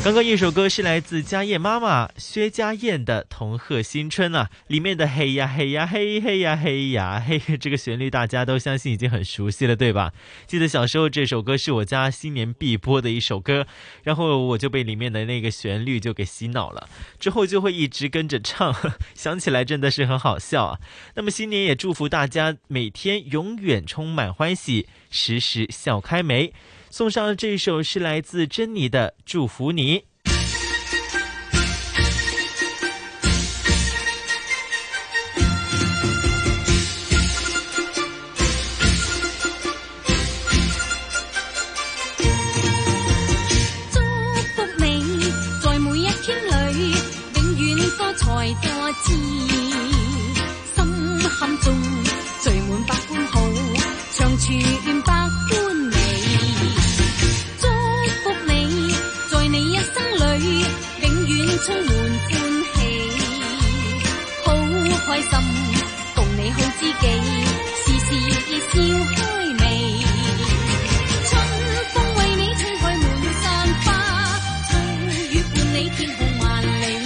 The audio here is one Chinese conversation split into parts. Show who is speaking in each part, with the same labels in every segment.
Speaker 1: 刚刚一首歌是来自家燕妈妈薛家燕的《同贺新春》啊，里面的嘿呀嘿呀嘿嘿呀嘿呀嘿，这个旋律大家都相信已经很熟悉了，对吧？记得小时候这首歌是我家新年必播的一首歌，然后我就被里面的那个旋律就给洗脑了，之后就会一直跟着唱，想起来真的是很好笑啊。那么新年也祝福大家每天永远充满欢喜，时时笑开眉。送上这首是来自珍妮的《祝福你》。
Speaker 2: 多姿，心坎中聚滿百般好，長存百般美。祝福你，在你一生裏，永遠充滿歡喜，好開心，共你好知己，時時笑開眉。春風為你吹開滿山花，秋月伴你天空萬里。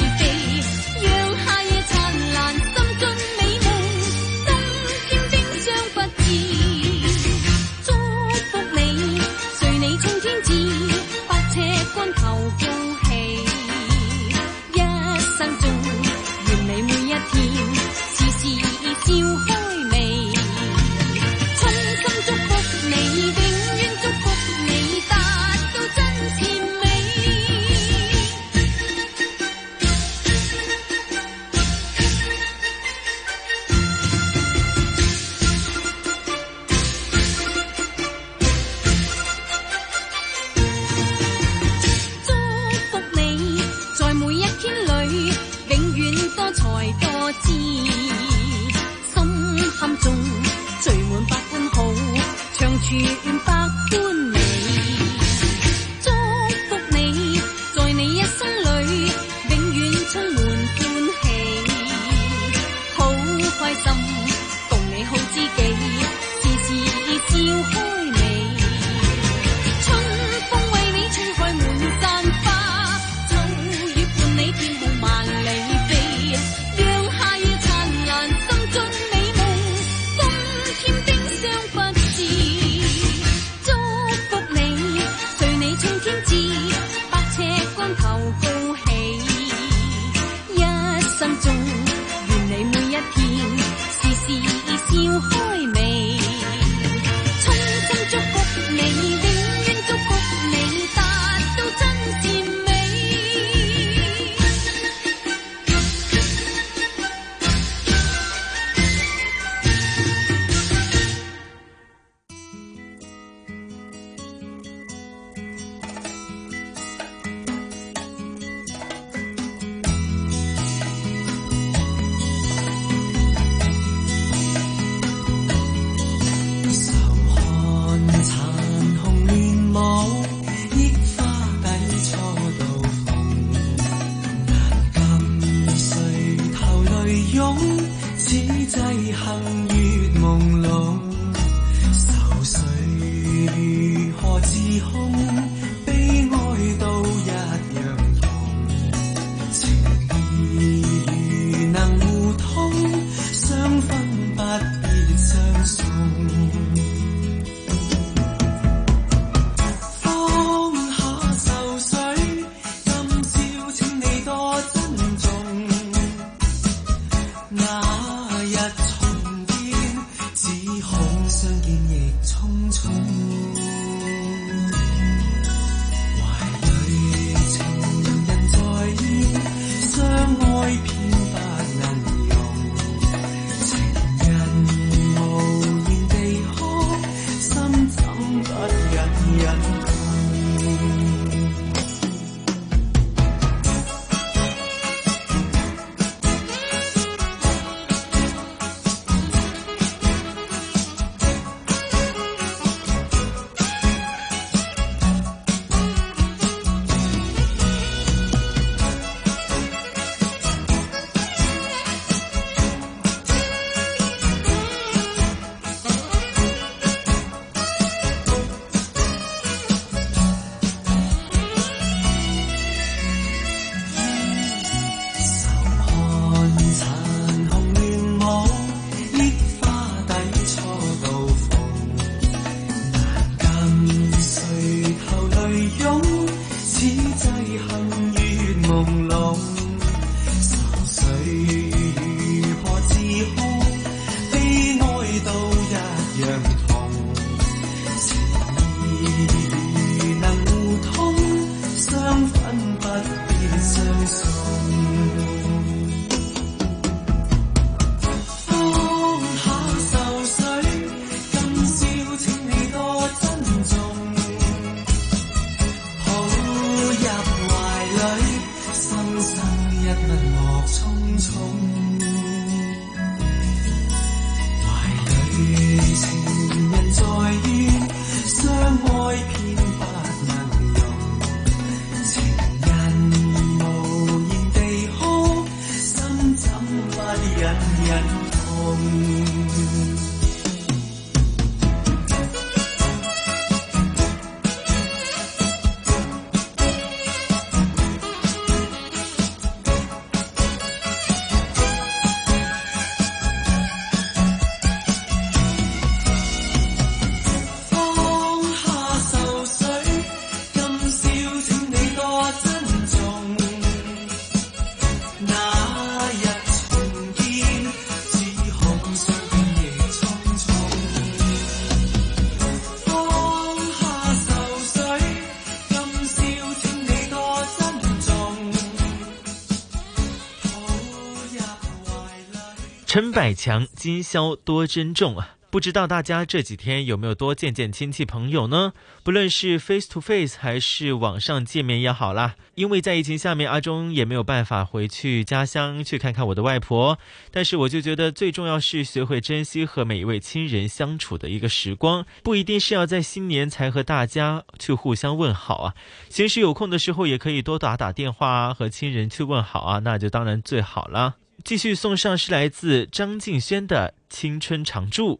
Speaker 1: 陈百强今宵多珍重啊！不知道大家这几天有没有多见见亲戚朋友呢？不论是 face to face 还是网上见面也好啦。因为在疫情下面，阿忠也没有办法回去家乡去看看我的外婆，但是我就觉得最重要是学会珍惜和每一位亲人相处的一个时光，不一定是要在新年才和大家去互相问好啊。平时有空的时候也可以多打打电话啊，和亲人去问好啊，那就当然最好了。继续送上是来自张敬轩的《青春常驻》。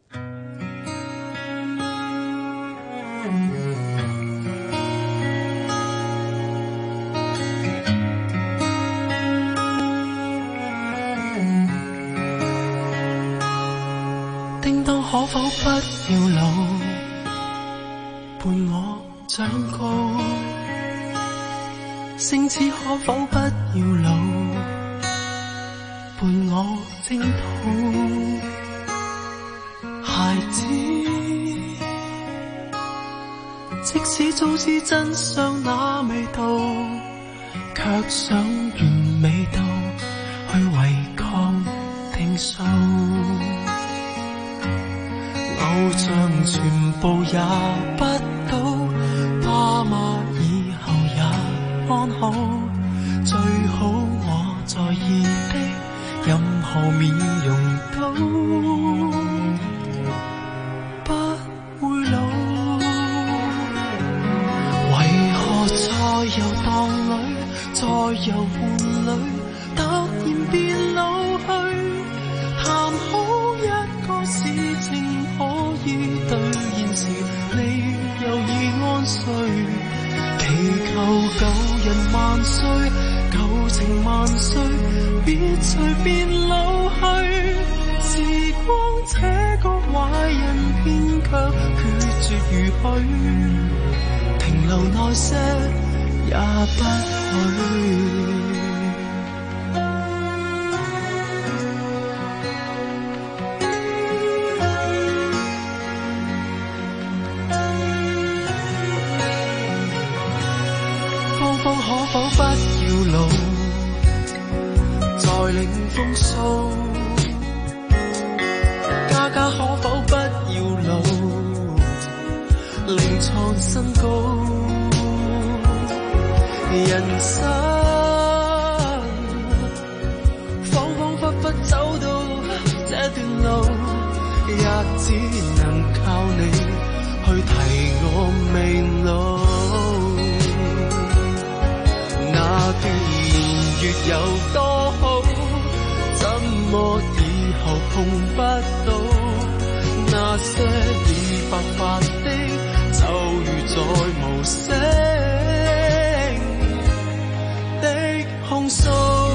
Speaker 3: 叮當可否不要老，伴我長高，星矢可否不要老，伴我征討。孩子，即使早知真相那味道，卻想完美到去違抗定數。偶像全部也不到，爸媽以後也安好，最好我在意的任何面容都不會老。為何在遊蕩裏，在遊玩裏，突然變老去？談好一個事情可以兌現時，你又已安睡，祈求舊人萬歲，舊情萬歲，別隨便老去。時光這個壞人偏卻決絕如許，停留耐些也不許。可否不要老，在領風騷，家家可否不要老，另創新高。人生恍恍惚惚走到這段路，也只能靠你去提我未老。那段年月有多好，怎麼以後碰不到？那些已白髮的，就如在無聲的控訴。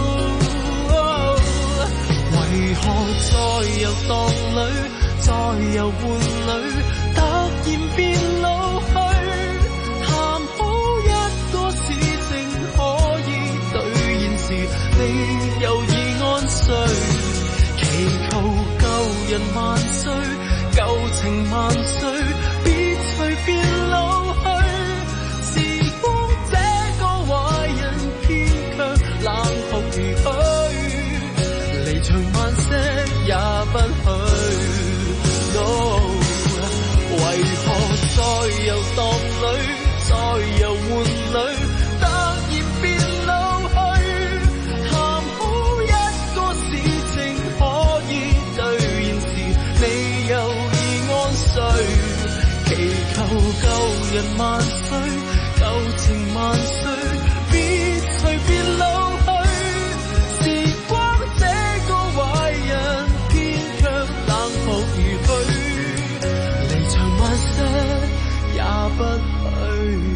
Speaker 3: 為何在遊蕩裏，在遊玩裏，突然變老去？談好一個事情可以兌現時，你又已安睡，祈求舊人萬歲，舊情萬歲，別隨便老去。時光這個壞人偏卻冷酷如許，離場慢些也不許。No， 為何在遊蕩裏，在遊玩裏，突然變老去？談好一個事情可以兌現時，你又已安睡，祈求舊人萬歲，舊情萬歲，別隨便老去。時光這個壞人偏卻冷酷如許，離場慢些也不許。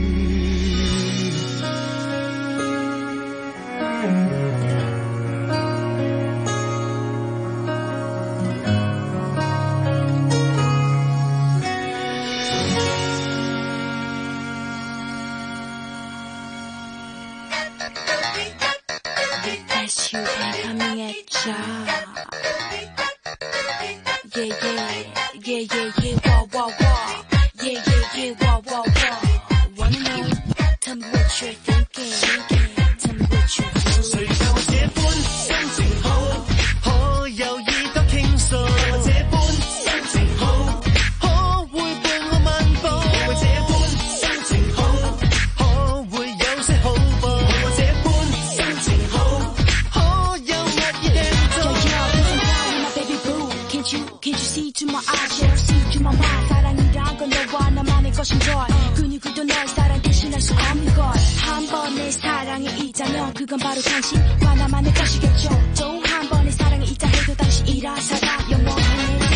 Speaker 2: As you ain't coming at ya. Yeah, yeah, yeah, yeah, yeah, wah, wah, wah. Yeah, yeah, yeah, wah, wah, wah. Wanna know? Tell me what you're thinking. Tell me what you're doing.
Speaker 3: 誰夠這般心情好，可有意得傾
Speaker 2: 것인 걸 그 누구도 널 사랑 대신할 수 없는 걸 한 번의 사랑에 있자면 그건 바로 당신과 나만의 것이겠죠 또 한 번의 사랑에 있자 해도 당신이라서가 영원해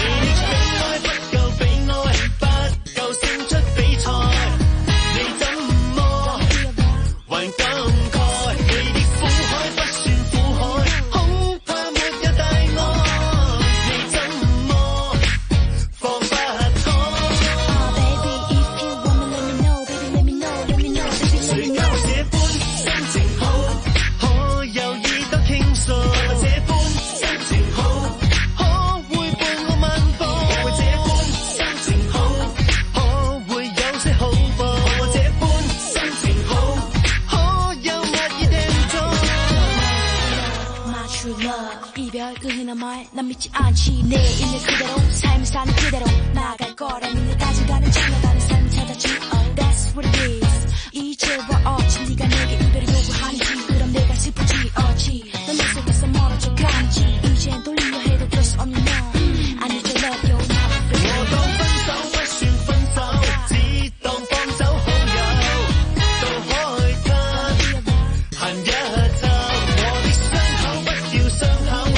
Speaker 2: 난 믿지 않지 내 있는 그대로 삶을 사는 그대로 나갈 거라 믿는까지 가는 장난하는 삶을 찾았지 That's what it is 이제와 어찌 네가 내게 이별을 요구하는지 그럼 내가 슬프지 어찌 넌 내 속에서 멀어져 가는지 이젠 돌리려 해도 그럴 수 없는 너 I need your love you're not free
Speaker 3: 我懂分手不算分手只當放手好友到開燈行一週我的傷口不要傷口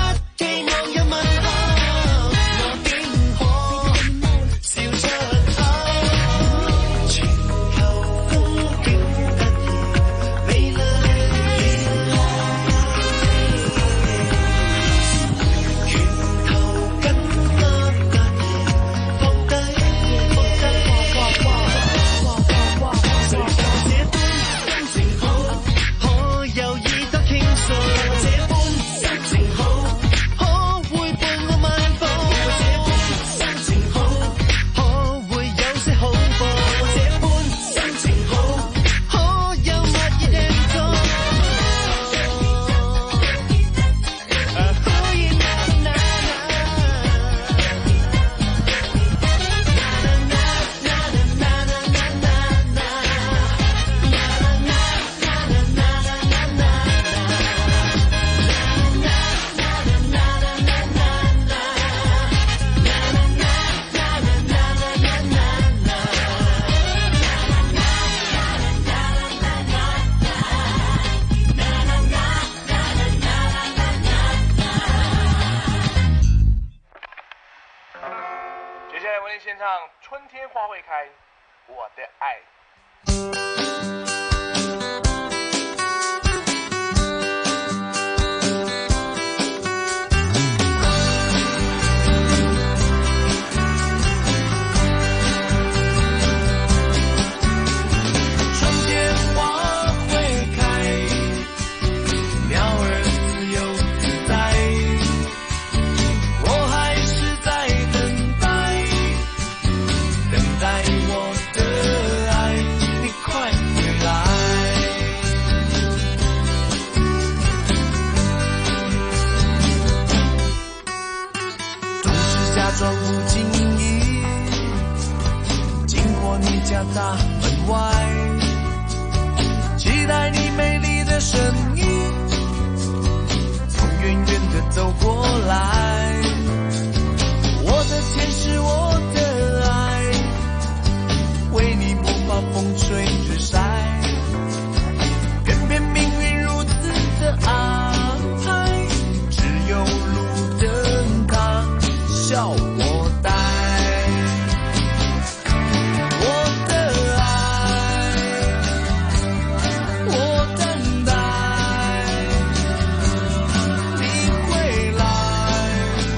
Speaker 4: 献唱春天花会开，我的爱。
Speaker 3: 装不经意经过你家大门外，期待你美丽的身影从远远的走过来，我的天使我的爱，为你不怕风吹日晒，偏偏命运如此的安排，只有路灯它笑我呆，我的爱，我等待你回来，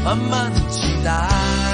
Speaker 3: 慢慢期待。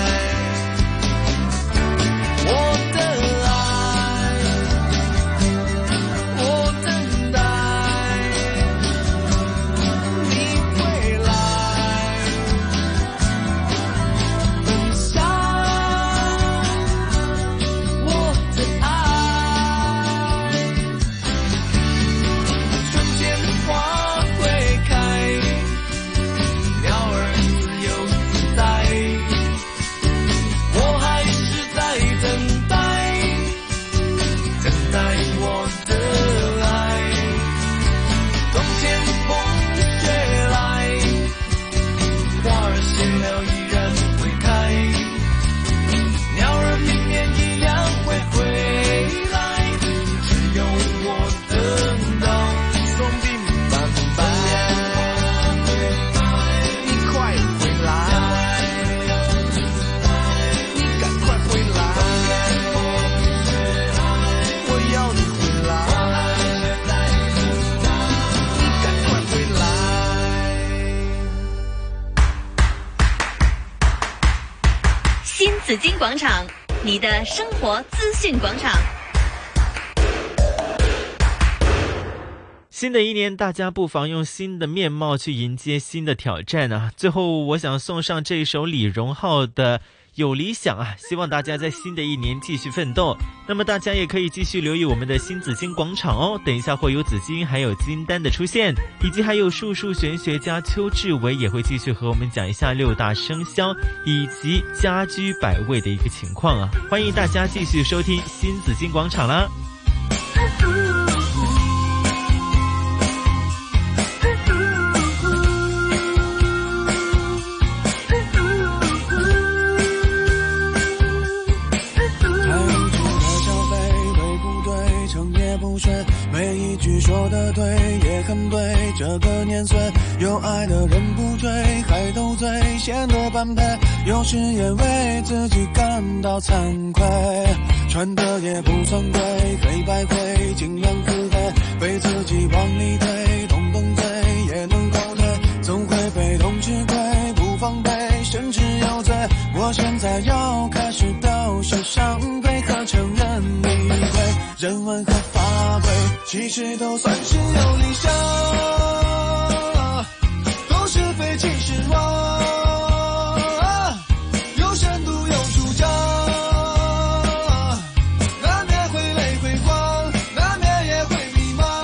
Speaker 5: 紫金广场，你的生活资讯广场。
Speaker 1: 新的一年，大家不妨用新的面貌去迎接新的挑战啊！最后，我想送上这一首李荣浩的《有理想》啊，希望大家在新的一年继续奋斗。那么大家也可以继续留意我们的新紫金广场哦，等一下会有紫金还有金丹的出现，以及还有数数玄学家邱志伟也会继续和我们讲一下6大生肖以及家居百味的一个情况啊！欢迎大家继续收听新紫金广场啦。
Speaker 3: 每一句说得对也很对，这个年岁有爱的人不追，还斗嘴显得般配，有时也为自己感到惭愧，穿的也不算贵，黑白灰尽量自卑，被自己往里推，动动嘴也能后退，总会被动吃亏，不防备甚至有罪，我现在要开始都是伤悲和承认理亏，人文和发挥其实都算是有理想，都是非其实我有深度有主张，难免会累会慌，难免也会迷茫，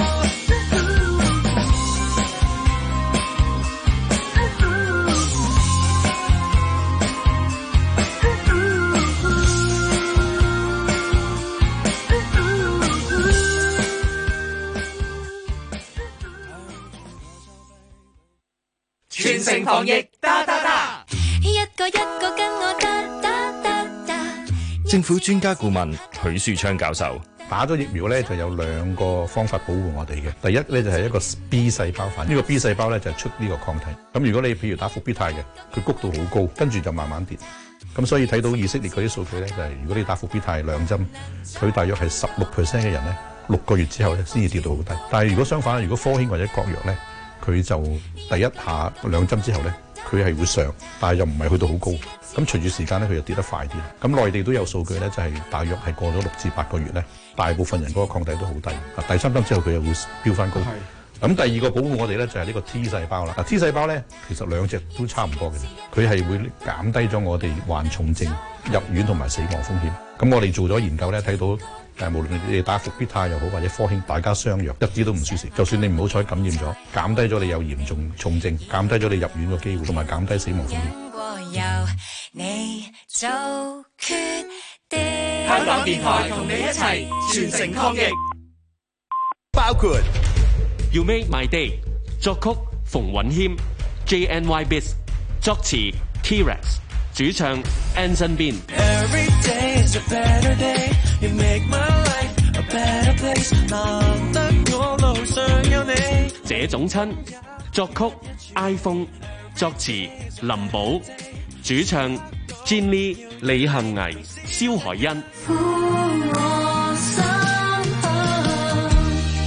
Speaker 4: 全城防疫打打打，
Speaker 2: 一個一個跟我打打打打。
Speaker 6: 政府專家顧問許樹昌教授。
Speaker 7: 打咗疫苗咧就有2個方法保護我哋嘅。第一咧就係一個 B 細胞反應，呢個 B 細胞咧就係出呢個抗體。咁如果你譬如打復必泰嘅，佢谷到好高，跟住就慢慢跌。咁所以睇到以色列嗰啲數據咧，就係如果你打復必泰2針，佢大約係16% 嘅人咧，6個月之後咧先至跌到好低。但係如果相反，如果科興或者國藥咧，佢就第一下2針之後咧，佢係會上，但係又唔係去到好高。咁隨住時間咧，佢就跌得快啲。咁內地都有數據咧，就係大約係過咗6至8個月咧，大部分人嗰個抗體都好低。第3針之後佢又會飆翻高。咁第2個保護我哋咧就係呢個 T 細胞啦。T 細胞咧其實2隻都差唔多嘅，佢係會減低咗我哋患重症、入院同埋死亡風險。咁我哋做咗研究咧，睇到無論你哋打復必泰又好或者科興，大家相若，一啲都唔輸蝕。就算你唔好彩感染咗，減低咗你有嚴重重症，減低咗你入院嘅機會，同埋減低死亡風險。
Speaker 4: 香港電台同你一齊全城抗疫，
Speaker 8: 包括
Speaker 9: You Make My Day 作曲馮允謙 JNY Biz 作詞 T-Rex 主唱 Anson Bean。
Speaker 3: Every day is a better day, you make my life a better place， 難得我路上有你。
Speaker 9: 這種親作曲 iPhone 作詞林寶主唱 Jenny 李幸倪蕭海欣。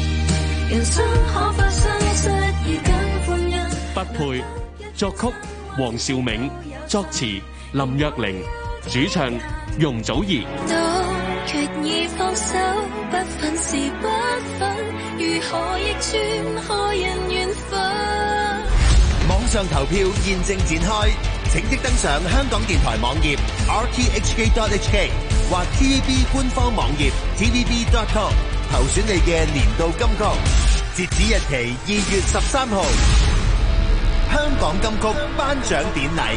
Speaker 9: 不配作曲黃兆銘，作詞林若寧，主唱容祖兒。
Speaker 2: 都決意放手，不忿是不忿，如何逆轉何人緣分？
Speaker 10: 網上投票現正展開，請即登上香港電台網頁 rthk.hk 或 TVB 官方網頁 tvb.com 投選你嘅年度金曲，截止日期2月13號。香港金曲頒獎典禮。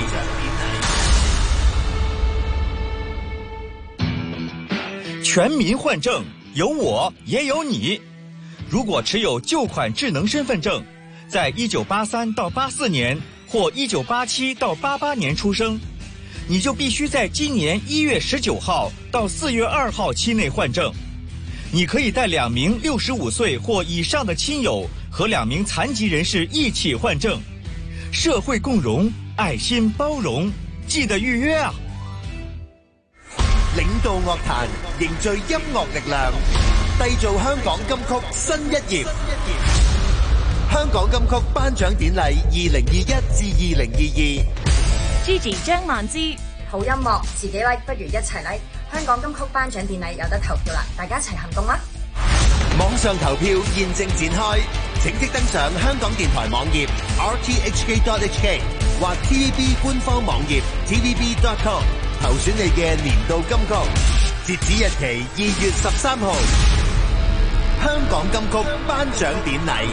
Speaker 11: 全民換證，有我也有你。如果持有舊款智能身份證，在1983到84年或1987到88年出生，你就必須在今年1月19號到4月2號期內換證。你可以帶2名65歲或以上的親友和2名殘疾人士一起換證。社會共融，愛心包容，記得預約啊！
Speaker 10: 領導樂壇，凝聚音樂力量，締造香港金曲新一頁。香港金曲頒獎典禮2021至2022。
Speaker 12: Gigi 張曼芝，
Speaker 13: 好音樂自己 like 不如一齊 like。香港金曲頒獎典禮有得投票啦，大家一齊行動啦！
Speaker 10: 網上投票現正展開，請即登上香港電台網頁 rthk.hk 或 TVB 官方網頁 tvb.com 投選你嘅年度金曲，截止日期2月13號。香港金曲頒獎典禮。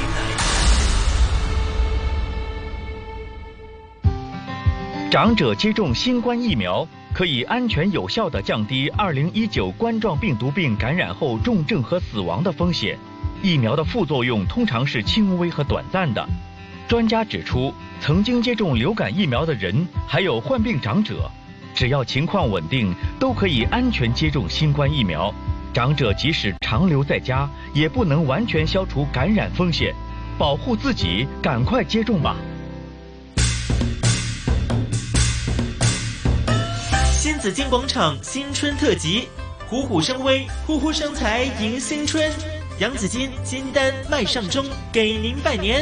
Speaker 11: 長者接種新冠疫苗，可以安全有效地降低2019冠狀病毒病感染後重症和死亡的風險。疫苗的副作用通常是輕微和短暫的。專家指出，曾經接種流感疫苗的人，還有患病長者，只要情況穩定，都可以安全接種新冠疫苗。長者即使長留在家，也不能完全消除感染風險。保護自己，趕快接種吧。
Speaker 1: 新紫荊廣場新春特輯，虎虎生威，呼呼生財迎新春。洋紫荊金丹麥尚中，給您拜年。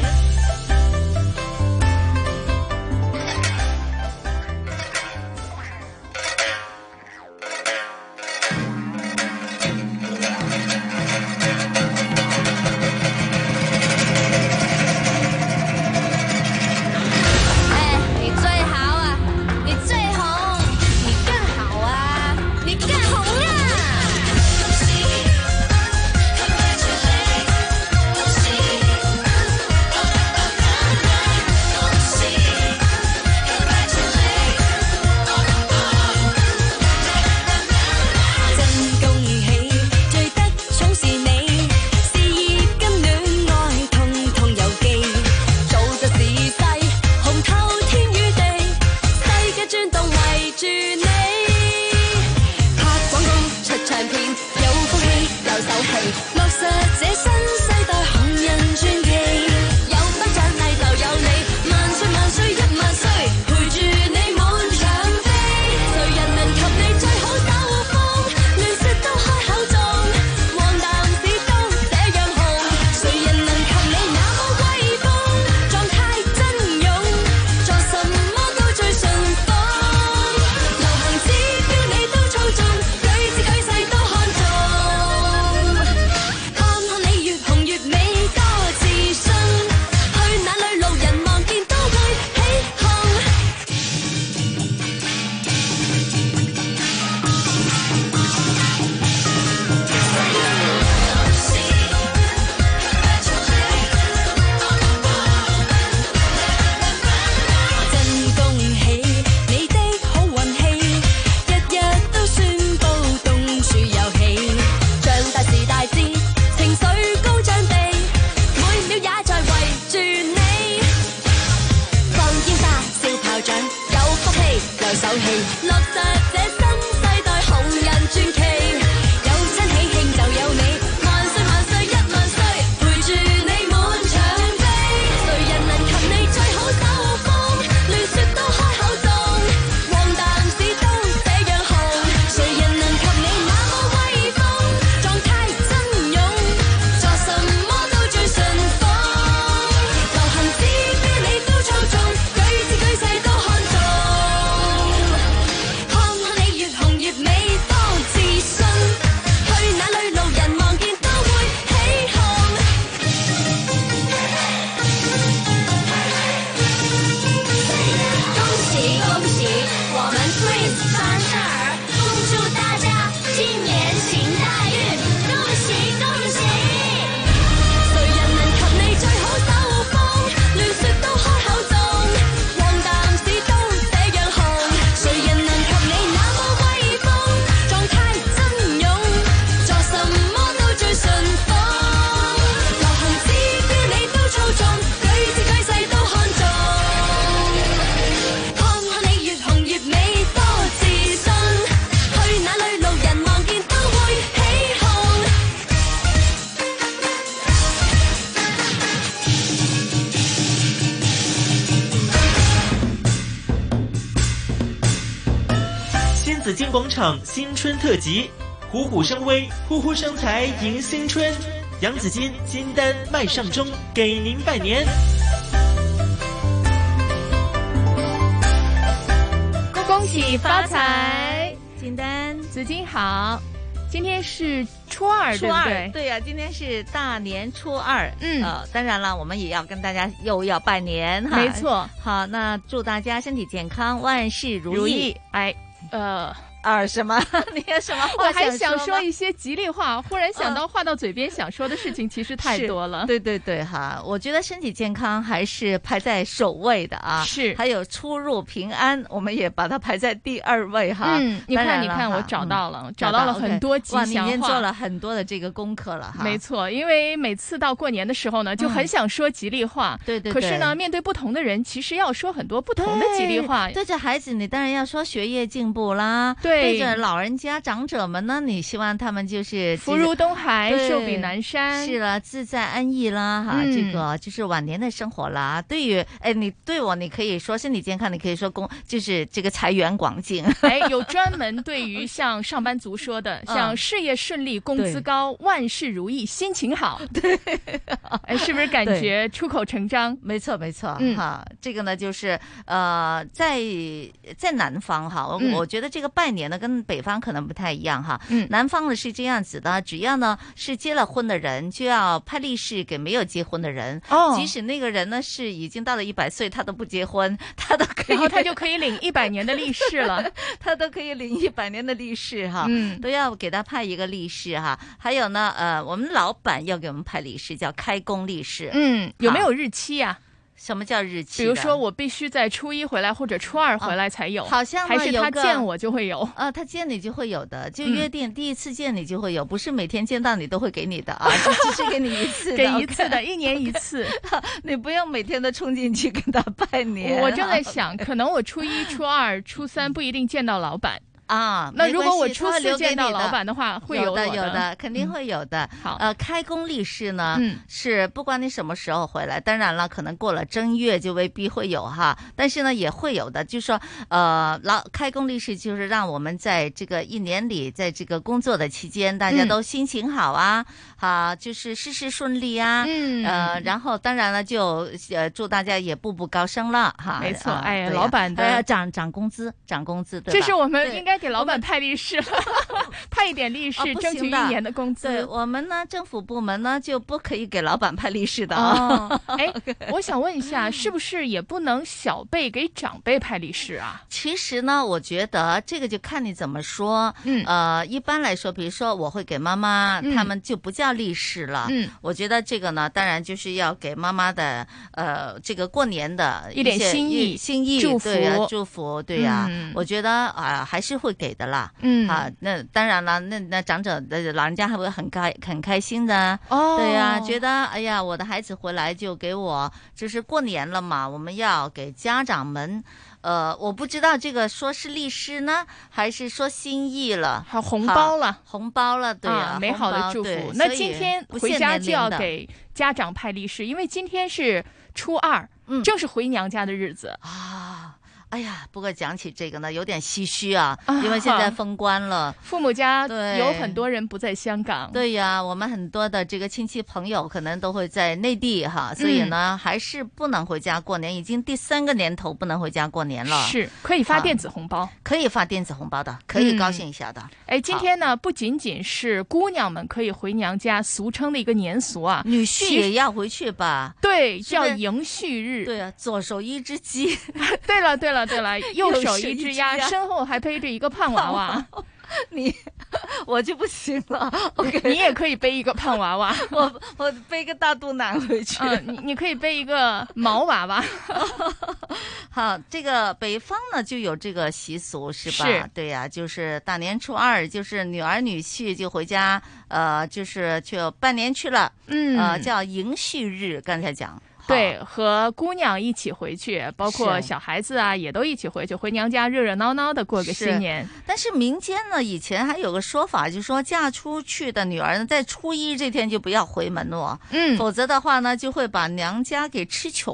Speaker 1: 紫金广场新春特辑，虎虎生威，呼呼生财迎新春。洋紫金金丹麦上中，给您拜年。
Speaker 14: 恭喜发财，金丹紫金好。今天是初二，对不对？
Speaker 15: 对呀，今天是大年初二。当然了，我们也要跟大家又要拜年哈。
Speaker 14: 没错。
Speaker 15: 好，那祝大家身体健康，万事如意。
Speaker 14: 哎，
Speaker 15: 什么？你有什么话
Speaker 14: 我还想说一些吉利话，忽然想到话到嘴边想说的事情其实太多了。
Speaker 15: 对对对哈，我觉得身体健康还是排在首位的啊。
Speaker 14: 是，
Speaker 15: 还有出入平安，我们也把它排在第2位哈。
Speaker 14: 你看，我找到了很多吉祥话。
Speaker 15: 你已经做了很多的这个功课了哈。
Speaker 14: 没错，因为每次到过年的时候呢，就很想说吉利话。
Speaker 15: 对对。
Speaker 14: 可是呢，面对不同的人，其实要说很多不同的吉利话。
Speaker 15: 对着孩子，你当然要说学业进步啦。对着老人家长者们呢，你希望他们就是
Speaker 14: 福如东海，寿比南山。
Speaker 15: 是了，自在安逸啦哈，这个就是晚年的生活啦。对于你对我，你可以说身体健康，你可以说就是这个财源广进。
Speaker 14: 有专门对于像上班族说的，像事业顺利、工资高、万事如意、心情好。
Speaker 15: 对，
Speaker 14: 是不是感觉出口成章？
Speaker 15: 没错没错哈。这个呢就是在南方哈，我觉得这个拜年呢跟北方可能不太一样哈。南方呢是这样子的，只要呢是结了婚的人，就要派利是给没有结婚的人。即使那个人呢是已经到了100岁，他都不结婚，他都可以，
Speaker 14: 然后他就可以领100年的利是了，
Speaker 15: 他都可以领100年的利是哈。都要给他派一个利是哈。还有呢，我们老板要给我们派利是，叫开工利是。
Speaker 14: 有没有日期呀？
Speaker 15: 什么叫日期？
Speaker 14: 比如说我必须在初1回来或者初2回来才有，
Speaker 15: 好像
Speaker 14: 还是他见我就会有
Speaker 15: 他见你就会有的，就约定第一次见你就会有，不是每天见到你都会给你的啊，就只是给你一次的，
Speaker 14: 给一次的，1年1次，
Speaker 15: 你不用每天都冲进去跟他拜年。
Speaker 14: 我正在想，可能我初1、初2、初3不一定见到老板。
Speaker 15: 那
Speaker 14: 如果我初4见到老板的话，会有
Speaker 15: 的，肯定会有的。
Speaker 14: 好，
Speaker 15: 开工利是呢，是不管你什么时候回来，当然了，可能过了正月就未必会有哈，但是呢也会有的。就是说，开工利是就是让我们在这个1年里，在这个工作的期间，大家都心情好啊，就是事事顺利啊，然后当然了，就祝大家也步步高升了哈。
Speaker 14: 没错，老板的
Speaker 15: 涨工资，对吧？
Speaker 14: 这是我们应该给老板派利是了，派一点利是，争取1年的工资。
Speaker 15: 对，我们呢，政府部门呢就不可以给老板派利是的
Speaker 14: 我想问一下，是不是也不能小辈给长辈派利是啊？
Speaker 15: 其实呢，我觉得这个就看你怎么说。一般来说，比如说我会给妈妈，他们就不叫利是了。我觉得这个呢，当然就是要给妈妈的这个过年的
Speaker 14: 一点心意，
Speaker 15: 祝福，祝福，对呀。我觉得还是会给的啦。那当然了，那长者的老人家还会很开心的。对呀，觉得哎呀，我的孩子回来就给我，就是过年了嘛，我们要给家长们。我不知道这个说是利是呢，还是说心意了，
Speaker 14: 红包了，
Speaker 15: 对啊，
Speaker 14: 美好的祝福。那今天回家就要给家长派利是，因为今天是初2，正是回娘家的日子
Speaker 15: 啊。哎呀，不过讲起这个呢，有点唏嘘啊，因为现在封关了，
Speaker 14: 父母家有很多人不在香港。
Speaker 15: 对呀，我们很多的这个亲戚朋友可能都会在内地哈，所以呢，还是不能回家过年，已经第3个年头不能回家过年了。
Speaker 14: 是可以发电子红包，
Speaker 15: 可以发电子红包的，可以高兴一下的。
Speaker 14: 今天呢，不仅仅是姑娘们可以回娘家，俗称的一个年俗啊，
Speaker 15: 女婿也要回去吧？
Speaker 14: 对，叫迎婿日。
Speaker 15: 对啊，左手一只鸡。
Speaker 14: 对了，右手一只鸭，身后还背着一个胖娃娃。
Speaker 15: 我就不行了。
Speaker 14: 你也可以背一个胖娃娃，
Speaker 15: 我背个大肚腩回去。
Speaker 14: 你可以背一个毛娃娃。
Speaker 15: 好，这个北方呢就有这个习俗是吧？是，对呀，就是大年初2，就是女儿女婿就回家，就是去拜年去了。叫迎婿日，刚才讲。
Speaker 14: 对，和姑娘一起回去，包括小孩子啊，也都一起回去，回娘家热热闹闹的过个新年。
Speaker 15: 但是民间呢，以前还有个说法，就是说嫁出去的女儿呢，在初1这天就不要回门了，否则的话呢，就会把娘家给吃穷了。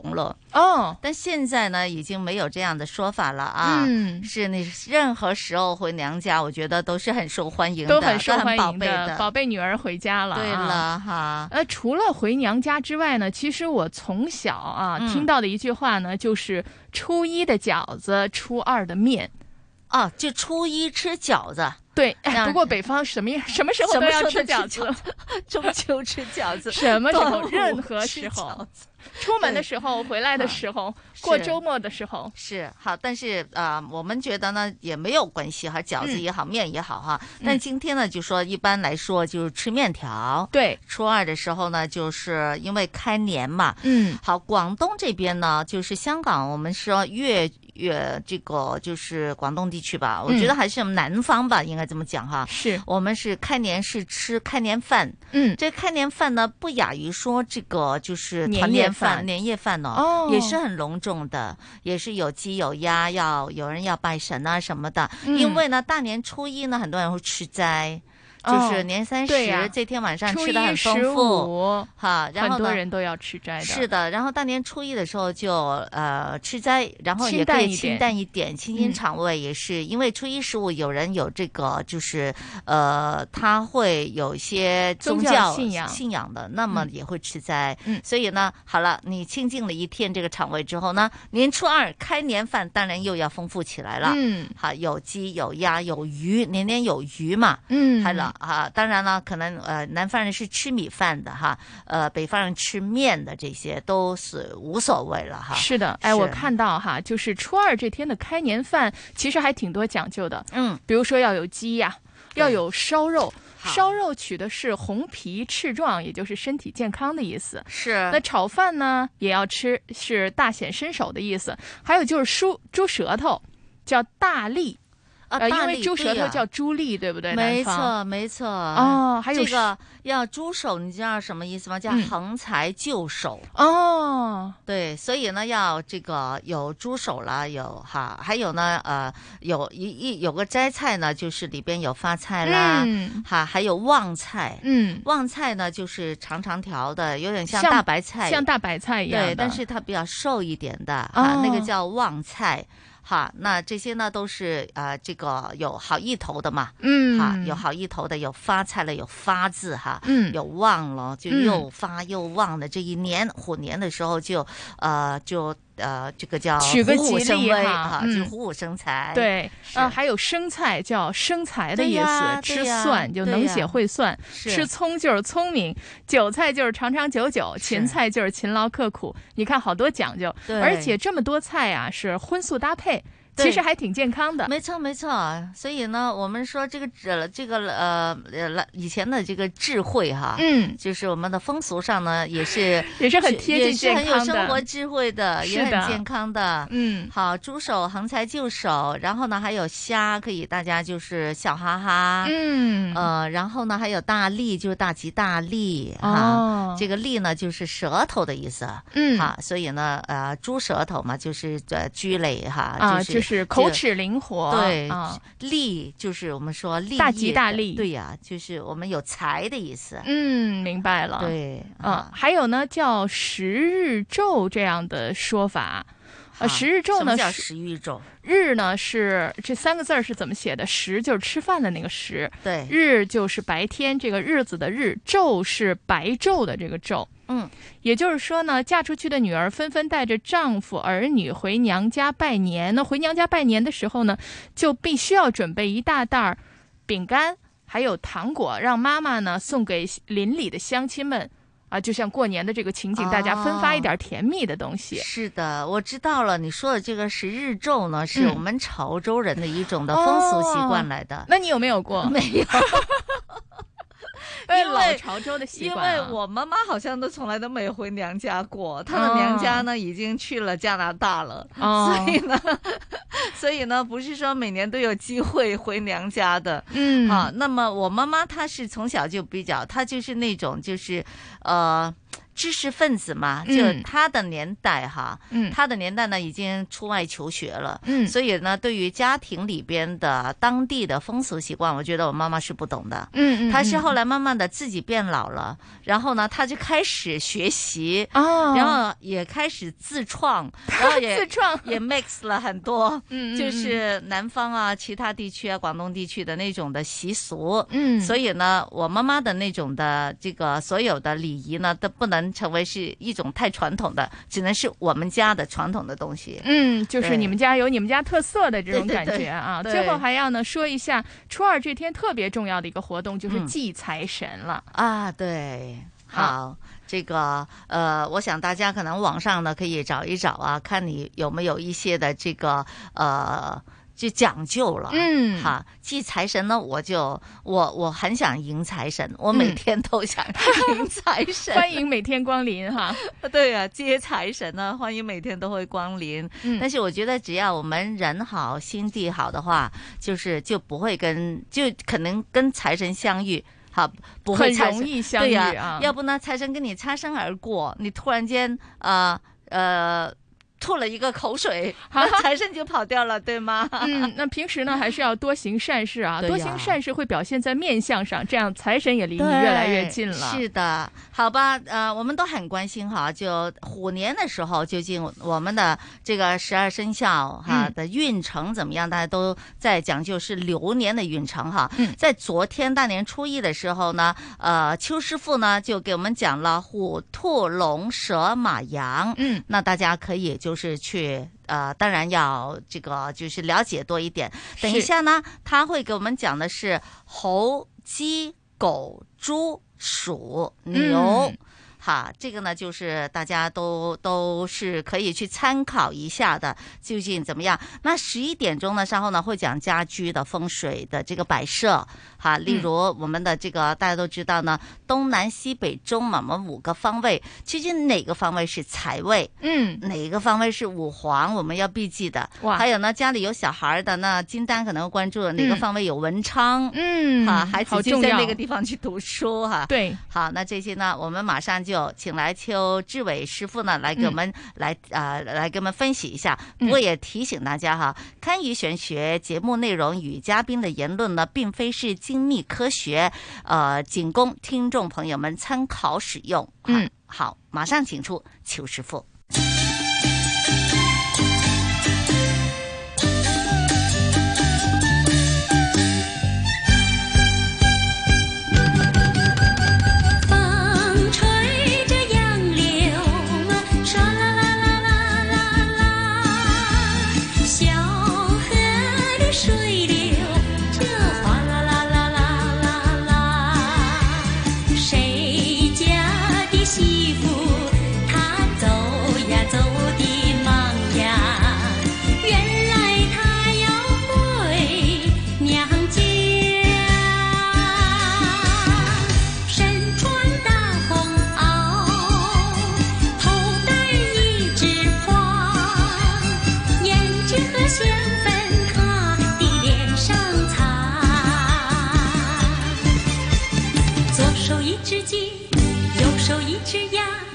Speaker 15: 哦，但现在呢，已经没有这样的说法了啊。是你任何时候回娘家，我觉得都是很受欢迎的，
Speaker 14: 都很受欢迎
Speaker 15: 的，
Speaker 14: 宝贝女儿回家了。
Speaker 15: 对了哈。
Speaker 14: 除了回娘家之外呢，其实我从小啊听到的一句话呢，就是初一的饺子，初二的面。
Speaker 15: 哦，就初一吃饺子。
Speaker 14: 对，不过北方什么时候都要吃饺子，
Speaker 15: 中秋吃饺子，
Speaker 14: 什么时候，任何时候，出门的时候，回来的时候，过周末的时候
Speaker 15: 是好。但是我们觉得呢也没有关系哈，饺子也好，面也好哈。但今天呢，就说一般来说就是吃面条。
Speaker 14: 对，
Speaker 15: 初二的时候呢，就是因为开年嘛。好，广东这边呢，就是香港，我们说粤这个就是广东地区吧，我觉得还是南方吧，应该这么讲哈。
Speaker 14: 是
Speaker 15: 我们是开年是吃开年饭。这开年饭呢不亚于说这个就是团年饭、年夜饭哦，也是很隆重的，也是有鸡有鸭，有人要拜神啊什么的。因为呢大年初一呢很多人会吃斋。就是年30这天晚上吃的很丰富哈，然后
Speaker 14: 很多人都要吃斋的。
Speaker 15: 是的，然后大年初一的时候就吃斋，然后也可以清淡一点，清清肠胃也是。因为初一十五有人有这个就是他会有一些宗教信仰的，那么也会吃斋。所以呢，好了，你清净了一天这个肠胃之后呢，年初二开年饭当然又要丰富起来了。好，有鸡有鸭有鱼，年年有余嘛。好了。当然了，可能南方人是吃米饭的哈，北方人吃面的，这些都是无所谓了哈。
Speaker 14: 是的，我看到哈，就是初二这天的开年饭，其实还挺多讲究的。比如说要有鸡呀，要有烧肉。烧肉取的是红皮赤壮，也就是身体健康的意思。
Speaker 15: 是。
Speaker 14: 那炒饭呢，也要吃，是大显身手的意思。还有就是猪舌头，叫大利。因为猪舌头叫猪粒，对不对？
Speaker 15: 没错，没错。
Speaker 14: 哦，还有
Speaker 15: 这个要猪手，你知道什么意思吗？叫横财就手。
Speaker 14: 哦，
Speaker 15: 对，所以呢，要这个有猪手了，还有呢，有个摘菜呢，就是里边有发菜啦，还有旺菜。旺菜呢就是长长条的，有点像大白菜，
Speaker 14: 像大白菜一样的，
Speaker 15: 对，但是它比较瘦一点的那个叫旺菜。哈，那这些呢都是这个有好意头的嘛，有好意头的，有发菜了，有发字哈，有旺了，就又发又旺的这一年虎年的时候就这个叫
Speaker 14: 取个吉利
Speaker 15: 哈，就虎虎生财。
Speaker 14: 对，还有生菜叫生财的意思，吃蒜就能写会算，吃葱就是聪明，韭菜就是长长久久，芹菜就是勤劳刻苦。你看好多讲究，而且这么多菜啊是荤素搭配。其实还挺健康的，
Speaker 15: 没错没错。所以呢，我们说这个以前的这个智慧哈，就是我们的风俗上呢，也是
Speaker 14: 很贴近健康的，
Speaker 15: 也是很有生活智慧的，也很健康的。好，猪手横财就手，然后呢还有虾，可以大家就是笑哈哈。然后呢还有大利，就是大吉大利哈。这个利呢就是舌头的意思。所以呢猪舌头嘛就是居累哈，
Speaker 14: 就是口齿灵活。
Speaker 15: 对，利就是我们说利
Speaker 14: 大吉大利。
Speaker 15: 对呀，就是我们有财的意思。
Speaker 14: 明白了。
Speaker 15: 对，
Speaker 14: 还有呢叫十日昼这样的说法。十日昼呢？
Speaker 15: 什么叫十日昼？
Speaker 14: 日呢是这3个字是怎么写的？食就是吃饭的那个食。
Speaker 15: 对，
Speaker 14: 日就是白天这个日子的日，昼是白昼的这个昼。也就是说呢，嫁出去的女儿纷纷带着丈夫儿女回娘家拜年。那回娘家拜年的时候呢，就必须要准备一大袋饼干，还有糖果，让妈妈呢送给邻里的乡亲们。就像过年的这个情景，大家分发一点甜蜜的东西。
Speaker 15: 是的，我知道了。你说的这个十日昼呢，是我们潮州人的一种的风俗习惯来的。
Speaker 14: 那你有没有过？
Speaker 15: 没有。
Speaker 14: 老潮州的习惯，
Speaker 15: 因为我妈妈好像都从来都没有回娘家过，她的娘家呢已经去了加拿大了，所以呢不是说每年都有机会回娘家的。那么我妈妈她是从小就她就是那种就是知识分子嘛，就他的年代哈，他的年代呢已经出外求学了，所以呢，对于家庭里边的当地的风俗习惯，我觉得我妈妈是不懂的，她是后来慢慢的自己变老了，然后呢，她就开始学习，然后也开始自创，然后也也 mix 了很多，就是南方啊、其他地区啊、广东地区的那种的习俗，所以呢，我妈妈的那种的这个所有的礼仪呢，都不能成为是一种太传统的，只能是我们家的传统的东西。
Speaker 14: 就是你们家有你们家特色的这种感觉啊。
Speaker 15: 对，
Speaker 14: 最后还要呢说一下初二这天特别重要的一个活动，就是祭财神了
Speaker 15: 啊。对，好。这个我想大家可能网上呢可以找一找啊，看你有没有一些的这个就讲究了，哈，祭财神呢，我很想迎财神，我每天都想迎财神，
Speaker 14: 欢迎每天光临哈。
Speaker 15: 对啊，接财神呢，欢迎每天都会光临。但是我觉得只要我们人好，心地好的话，就不会就可能跟财神相遇。好，不会
Speaker 14: 很容易相遇啊。
Speaker 15: 对呀，要不呢，财神跟你擦身而过，你突然间吐了一个口水，财神就跑掉了，对吗？
Speaker 14: 那平时呢还是要多行善事啊，多行善事会表现在面相上，这样财神也离你越来越近了。
Speaker 15: 是的，好吧，我们都很关心哈，就虎年的时候，究竟我们的这个12生肖哈的运程怎么样？大家都在讲究是流年的运程哈。在昨天大年初一的时候呢，邱师傅呢就给我们讲了虎、兔、龙、蛇、马、羊。那大家可以就是去当然要这个就是了解多一点。等一下呢，他会给我们讲的是猴、鸡、狗、猪、鼠、牛。哈，这个呢，就是大家都是可以去参考一下的，究竟怎么样？那11点钟呢，稍后呢会讲家居的风水的这个摆设，哈，例如我们的这个大家都知道呢，东南西北中嘛，我们5个方位，究竟哪个方位是财位？哪个方位是五黄？我们要避忌的。还有呢，家里有小孩的，那金丹可能会关注哪个方位有文昌？哈，孩子就在那个地方去读书哈。
Speaker 14: 对，
Speaker 15: 好，那这些呢，我们马上就请来邱志伟师傅呢，来给我们来给我们分析一下。不过也提醒大家哈，堪舆玄学节目内容与嘉宾的言论呢，并非是精密科学，仅供听众朋友们参考使用。好，马上请出邱师傅。
Speaker 2: 左手一只鸡，右手一只鸭。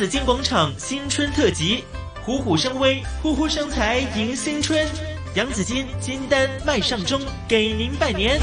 Speaker 1: 紫荊廣場新春特輯，虎虎生威，呼呼生財迎新春。洋紫荊金丹麥尚中，給您拜年。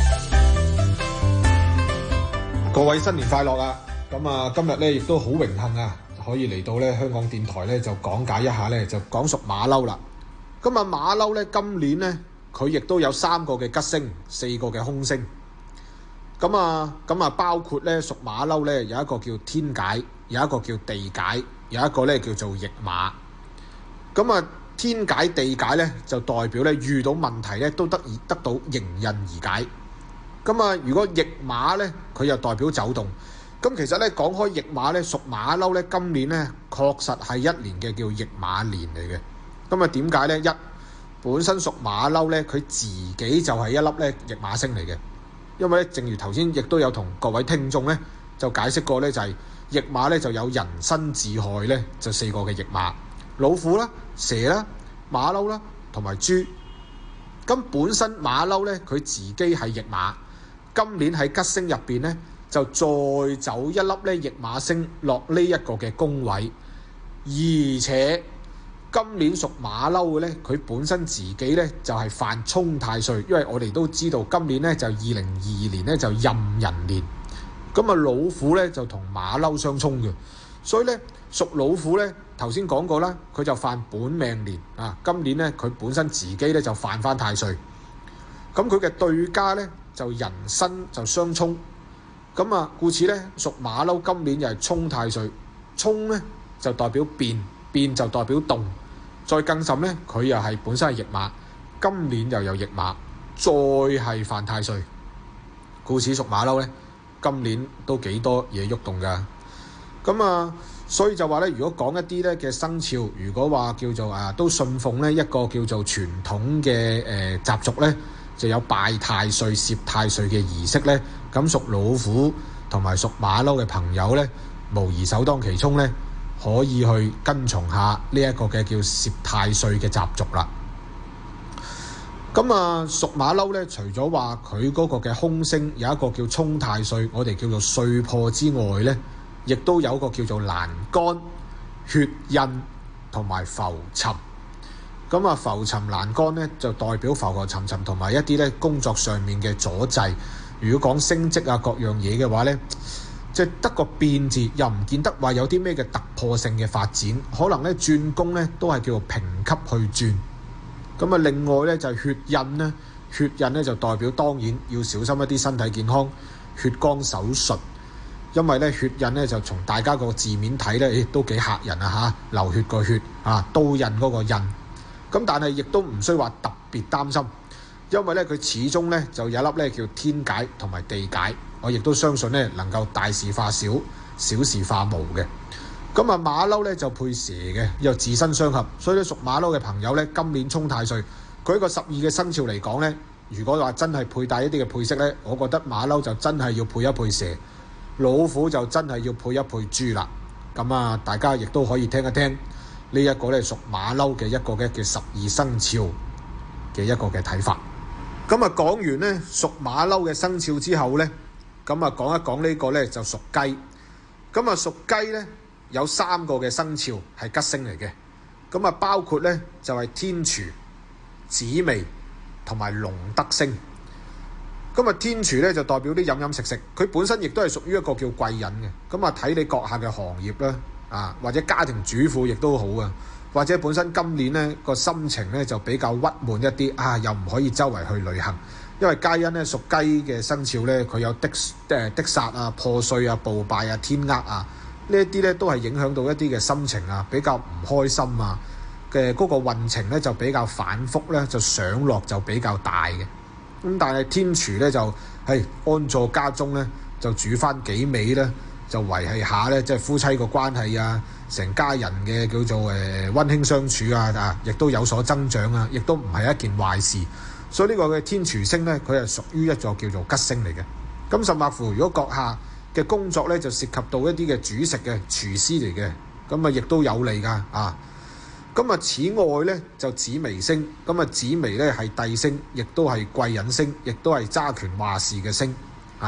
Speaker 16: 各位新年快樂啊！咁啊，今日咧亦都好榮幸啊，可以嚟到咧香港電台咧就講解一下咧就講屬馬騮啦。咁啊馬騮咧今年咧佢亦都有3個嘅吉星，4個嘅凶星。咁啊包括咧屬馬騮咧有一個叫天解，有一個叫地解，有一個咧叫做驛馬。咁啊天解地解咧就代表咧遇到問題咧都得到迎刃而解。咁啊如果驛馬咧佢又代表走動。咁其實咧講開驛馬咧屬馬騮咧今年咧確實係一年嘅叫驛馬年嚟嘅。咁啊點解咧？一本身屬馬騮咧佢自己就係一粒咧驛馬星嚟嘅。因為咧正如頭先亦都有同各位聽眾咧就解釋過咧，就係驛馬咧就有人身自害咧就4個嘅驛馬，老虎啦、蛇啦、馬騮啦同埋豬。咁本身馬騮咧佢自己係驛馬，今年喺吉星入邊咧就再走一粒咧驛馬星落呢一個嘅宮位，而且今年屬馬騮嘅咧佢本身自己咧就係犯沖太歲，因為我哋都知道今年咧就2022年咧就壬寅年，咁啊老虎咧就同馬騮相沖嘅，所以咧屬老虎咧頭先講過啦，佢就犯本命年啊，今年咧佢本身自己咧就犯翻太歲，咁佢嘅對家咧就人身就相沖。咁啊，故此咧，屬馬騮今年又係沖太歲，沖咧就代表變，變就代表動，再更甚咧，佢又係本身係驛馬，今年又有驛馬，再係犯太歲，故此屬馬騮咧，今年都幾多嘢喐動㗎。咁啊，所以就話咧，如果講一啲咧嘅生肖，如果話叫做都信奉咧一個叫做傳統嘅習俗咧，就有拜太歲、攝太歲嘅儀式咧。咁屬老虎同埋屬馬騮嘅朋友咧，無疑首當其衝咧，可以去跟從下呢一個嘅叫攝太歲嘅習俗啦。咁啊，屬馬騮咧，除咗話佢嗰個嘅凶星有一個叫沖太歲，我哋叫做歲破之外咧，亦都有一個叫做欄杆、血印同埋浮沉。咁啊，浮沉欄杆咧就代表浮浮沉沉同埋一啲咧工作上面嘅阻滯。如果講升職啊各樣嘢嘅話呢，即係得個變字，又唔見得話有啲咩嘅突破性嘅發展，可能呢轉工呢都係叫做評級去轉。咁啊，另外呢就係血印呢，血印呢就代表當然要小心一啲身體健康，血光手術，因為呢血印呢就從大家個字面睇呢，都幾嚇人啊嚇，流血個血啊，刀印嗰個印。咁但係亦都唔需要話特別擔心。因為咧，佢始終咧就有一粒咧叫天解同埋地解，我亦都相信咧能夠大事化小，小事化無嘅。咁啊，馬騮咧就配蛇嘅，又自身相合，所以咧屬馬騮嘅朋友咧，今年沖太歲，佢一個12嘅生肖嚟講咧，如果話真係佩戴一啲嘅配飾咧，我覺得馬騮就真係要配一配蛇，老虎就真係要配一配豬啦。咁啊，大家亦都可以聽一聽呢一個咧屬馬騮嘅一個嘅叫12生肖嘅一個嘅睇法。咁啊，講完咧屬馬騮嘅生肖之後咧，咁啊講一講呢個咧就屬雞。咁啊屬雞咧有3個嘅生肖係吉星嚟嘅。咁啊包括咧就係天廚、紫微同埋龍德星。咁啊天廚咧就代表啲飲飲食食，佢本身亦都係屬於一個叫貴人嘅。咁啊睇你閣下嘅行業啦，啊或者家庭主婦亦都好啊。或者本身今年呢個心情呢就比較鬱悶一啲啊，又唔可以周圍去旅行，因為皆因呢屬雞嘅生肖呢，佢有的煞啊、破碎啊、暴敗啊、天厄啊，呢一啲呢都係影響到一啲嘅心情啊，比較唔開心啊嘅嗰個運程呢就比較反覆呢，就上落就比較大嘅。咁但係天廚呢就係安坐家中呢，就煮翻幾味呢，就維繫下呢，即係夫妻個關係啊。成家人嘅叫做溫馨相處啊，亦都有所增長啊，亦都唔係一件壞事。所以呢個嘅天廚星呢，佢係屬於一座叫做吉星嚟嘅。咁甚或乎，如果閣下嘅工作呢，就涉及到一啲嘅煮食嘅廚師嚟嘅，咁啊亦都有利㗎啊。咁啊此外呢，就紫微星，咁啊紫微呢係帝星，亦都係貴人星，亦都係揸權話事嘅星啊。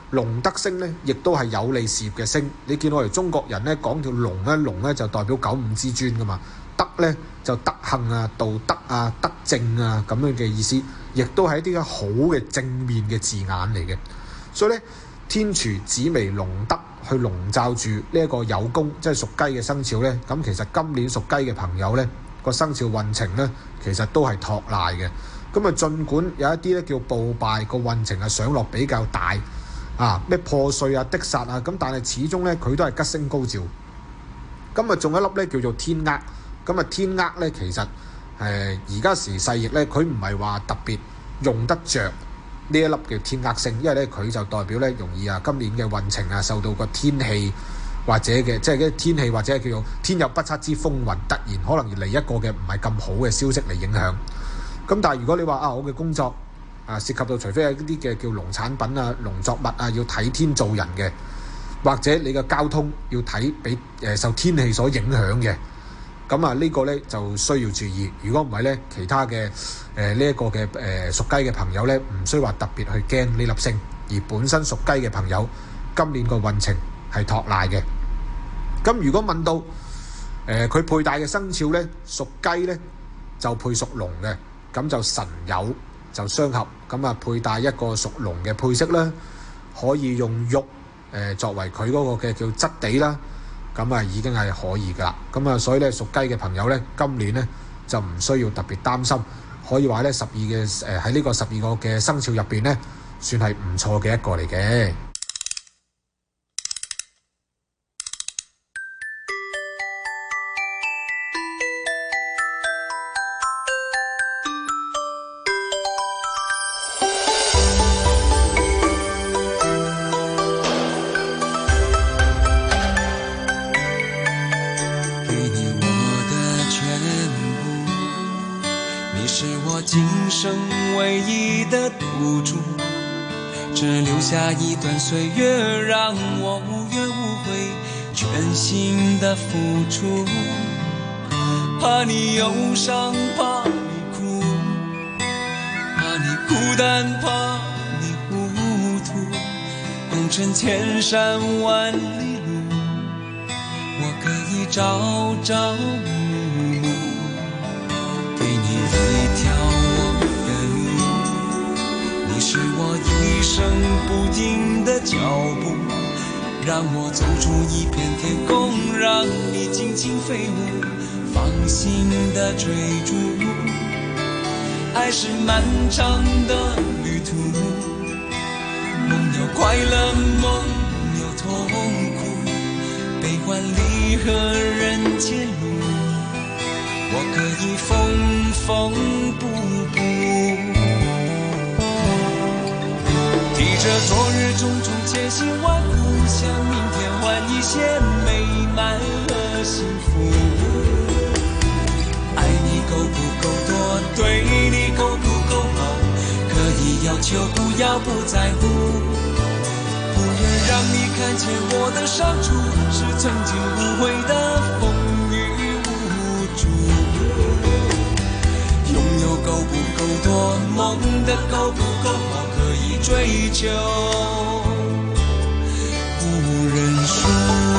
Speaker 16: 龍德星咧，亦都係有利事業嘅星。你見我哋中國人咧講條龍咧，龍咧就代表九五之尊噶嘛，德咧就德行啊、道德啊、德正啊咁樣嘅意思，亦都係一啲好嘅正面嘅字眼嚟嘅。所以咧，天廚、紫微、龍德去籠罩住呢一個酉宮，即係屬雞嘅生肖咧。咁其實今年屬雞嘅朋友咧，個生肖運程咧，其實都係托賴嘅。咁啊，儘管有一啲咧叫暴敗，個運程啊上落比較大啊，咩破碎啊、的煞啊，咁但係始終咧佢都係吉星高照。咁啊，仲有一粒咧叫做天厄。咁啊，天厄咧其實而家時勢亦咧，佢唔係話特別用得着呢一粒叫天厄星，因為咧佢就代表咧容易啊今年嘅運程啊受到個天氣或者嘅即係啲天氣或者係叫做天有不測之風雲，突然可能嚟一個嘅唔係咁好嘅消息嚟影響。咁但係如果你話啊，我嘅工作啊涉及到除非係啲嘅叫農產品啊、農作物啊要睇天做人嘅，或者你嘅交通要睇俾受天氣所影響嘅，咁啊呢個咧就需要注意。如果唔係咧，其他嘅呢一個嘅屬雞嘅朋友咧，唔需要話特別去驚呢粒星。而本身屬雞嘅朋友，今年個運程係托賴嘅。咁如果問到佢佩戴嘅生肖咧，屬雞咧就配屬龍嘅。咁就辰酉就相合，咁啊佩戴一個屬龍嘅配飾啦，可以用玉作為佢嗰個嘅叫質地啦，咁啊已經係可以噶啦。咁啊所以咧屬雞嘅朋友咧，今年咧就唔需要特別擔心，可以話咧喺呢個12個嘅生肖入邊咧，算係唔錯嘅一個嚟嘅。
Speaker 3: 下一段歲月，讓我無怨無悔，全心的付出。怕你憂傷，怕你哭，怕你孤單，怕你糊塗。紅塵千山萬里路，我可以朝朝暮暮，給你一條我的路。你是我一生不停的腳步，讓我走出一片天空，讓你盡情飛舞，放心的追逐。愛是漫長的旅途，夢有快樂，夢有痛苦，悲歡離合人間路，我可以縫縫補補。提着昨日種種千辛萬苦，向明天換一些美滿和幸福。愛你夠不夠多，對你夠不夠好，可以要求不要不在乎，不願讓你看見我的傷處，是曾經無悔的風雨無阻。擁有夠不夠多，夢的夠不夠好，追求不認輸。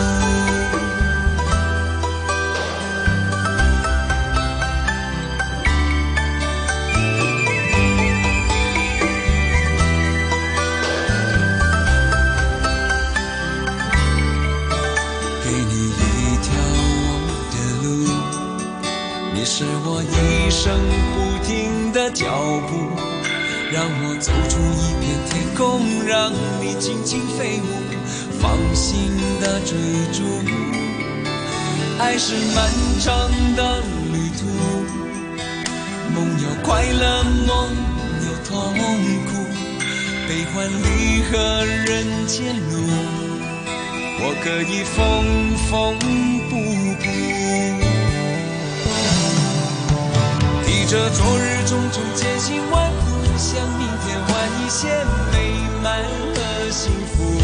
Speaker 3: 給你一條我的路，你是我一生不停的腳步，讓我走出一片天空，讓你盡情飛舞，放心的追逐。愛是漫長的旅途，夢有快樂，夢有痛苦，悲歡離合人間路，我可以縫縫補補。提着昨日種種艱辛萬苦，向明天換一些美滿和幸福。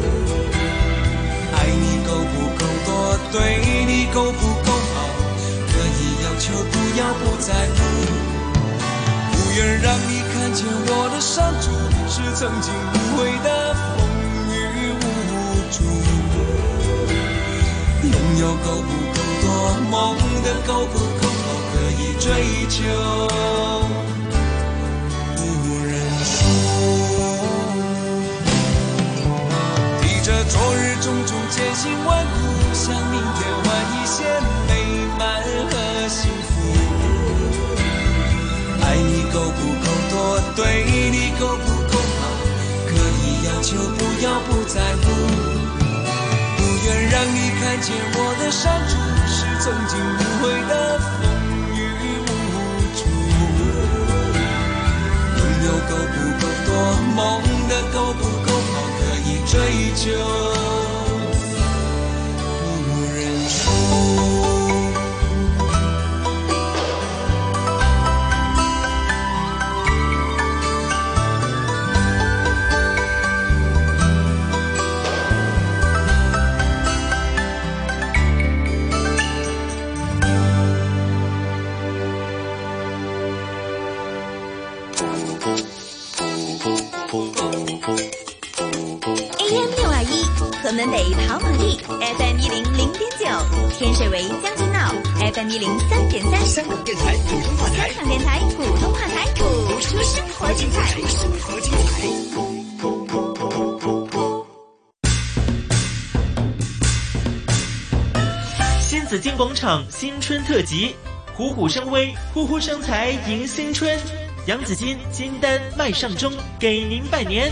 Speaker 3: 愛你夠不夠多，對你夠不夠好，可以要求不要不在乎，不願讓你看見我的傷處，是曾經無悔的風助。拥有够不够多，梦的够不够好，可以追求，不认输。提着昨日种种艰辛万苦，向明天换一些美满和幸福。爱你够不够多，对你够不够好，可以要求，不要不在乎。不愿让你看见我的伤处，是曾经无悔的风雨无阻。拥有够不够多，梦的够不够好，可以追求，不认输。
Speaker 5: 河门北跑马地 FM 100.9，天水围将军澳 FM 103.3，
Speaker 8: 香港电台普通话台，
Speaker 5: 香港电台普通话台，播出生活精彩，
Speaker 8: 生活精彩。
Speaker 1: 新紫金广场新春特辑，虎虎生威，呼呼生财迎新春，洋紫金金丹麦上中，给您拜年。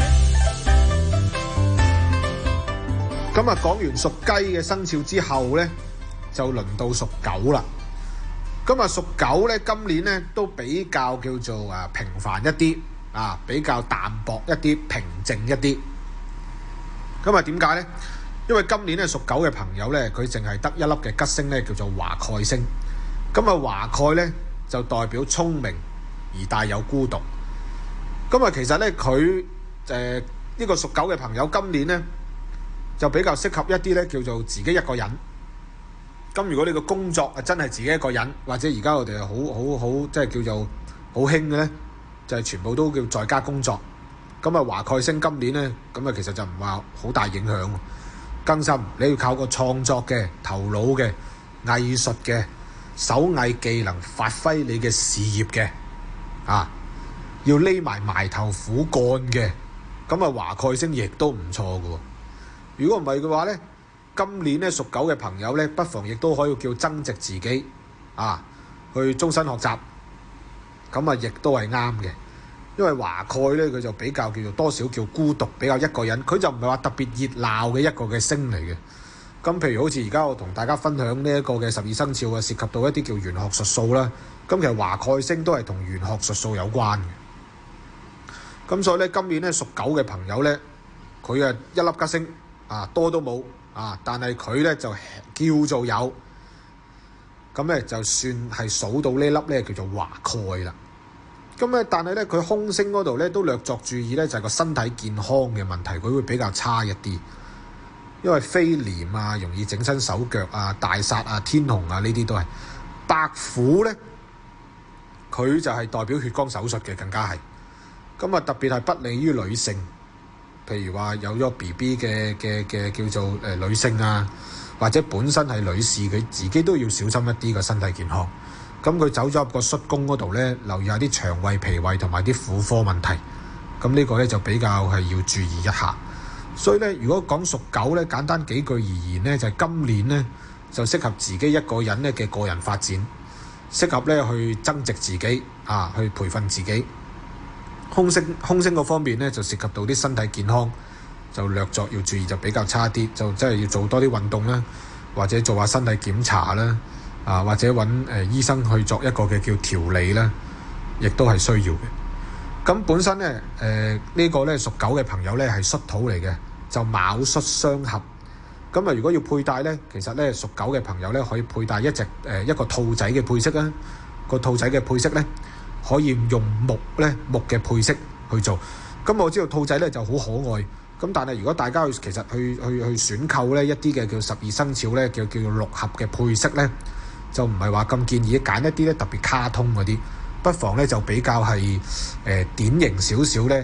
Speaker 16: 咁啊，講完屬雞嘅生肖之後呢，就輪到屬狗啦。咁啊，屬狗呢，今年呢都比較叫做平凡一啲，比較淡薄一啲，平靜一啲。咁啊，點解呢？因為今年呢，屬狗嘅朋友呢，佢淨係得一粒嘅吉星呢，叫做華蓋星。咁啊，華蓋呢，就代表聰明而帶有孤獨。咁啊，其實呢，佢呢個屬狗嘅朋友今年呢，就比較適合一啲咧，叫做自己一個人。咁如果你個工作真係自己一個人，或者而家我哋好即係叫做好興嘅咧，就係全部都叫在家工作。咁啊，華蓋星今年咧，咁啊其實就唔話好大影響。更深你要靠個創作嘅、頭腦嘅、藝術嘅、手藝技能發揮你嘅事業嘅，要匿埋頭苦幹嘅。咁啊，華蓋星亦都唔錯嘅喎。如果唔係嘅話呢，今年呢屬狗嘅朋友呢，不妨亦都可以叫增值自己，去終身學習，咁啊亦都係啱嘅。因為華蓋呢，佢就比較叫做多少叫孤獨，比較一個人，佢就唔係話特別熱鬧嘅一個嘅星嚟嘅。咁譬如好似而家我同大家分享呢一個嘅12生肖啊，涉及到一啲叫玄學術數啦，咁其實華蓋星都係同玄學術數有關嘅。咁所以呢，今年呢屬狗嘅朋友呢，佢一粒吉星。多都冇但係佢咧就叫做有，咁咧就算係數到呢粒咧叫做華蓋啦。咁咧但係咧佢空星嗰度咧都略作注意咧，就係個身體健康嘅問題，佢會比較差一啲，因為飛廉容易整親手腳大煞天虹呢啲都係。白虎咧佢就係代表血光手術嘅，更加係咁特別係不利於女性。譬如話有咗 BB 嘅叫做女性或者本身係女士，佢自己都要小心一啲個身體健康。咁佢走咗入個戌宮嗰度呢，留意下啲腸胃、脾胃同埋啲婦科問題。咁呢個呢，就比較係要注意一下。所以呢，如果講屬狗呢，簡單幾句而言呢，就係今年呢，就適合自己一個人呢嘅個人發展，適合呢去增值自己去培訓自己。空星嗰方面呢，就涉及到啲身體健康，就略作要注意，就比較差啲，就真係要做多啲運動啦，或者做下身體檢查啦，或者揾醫生去作一個嘅叫調理啦，亦都係需要嘅。咁本身呢，呢個呢屬狗嘅朋友呢係戌土嚟嘅，就卯戌相合。咁如果要佩戴呢，其實呢屬狗嘅朋友呢可以佩戴一個兔仔嘅配飾啦。個兔仔嘅配飾呢，可以用木嘅配飾去做。咁我知道兔仔呢就好可愛。咁但係如果大家其實去選購呢一啲嘅叫12生肖呢，叫做六合嘅配飾呢，就唔係話咁建議揀一啲呢特別卡通嗰啲，不妨呢就比較係典型少少呢，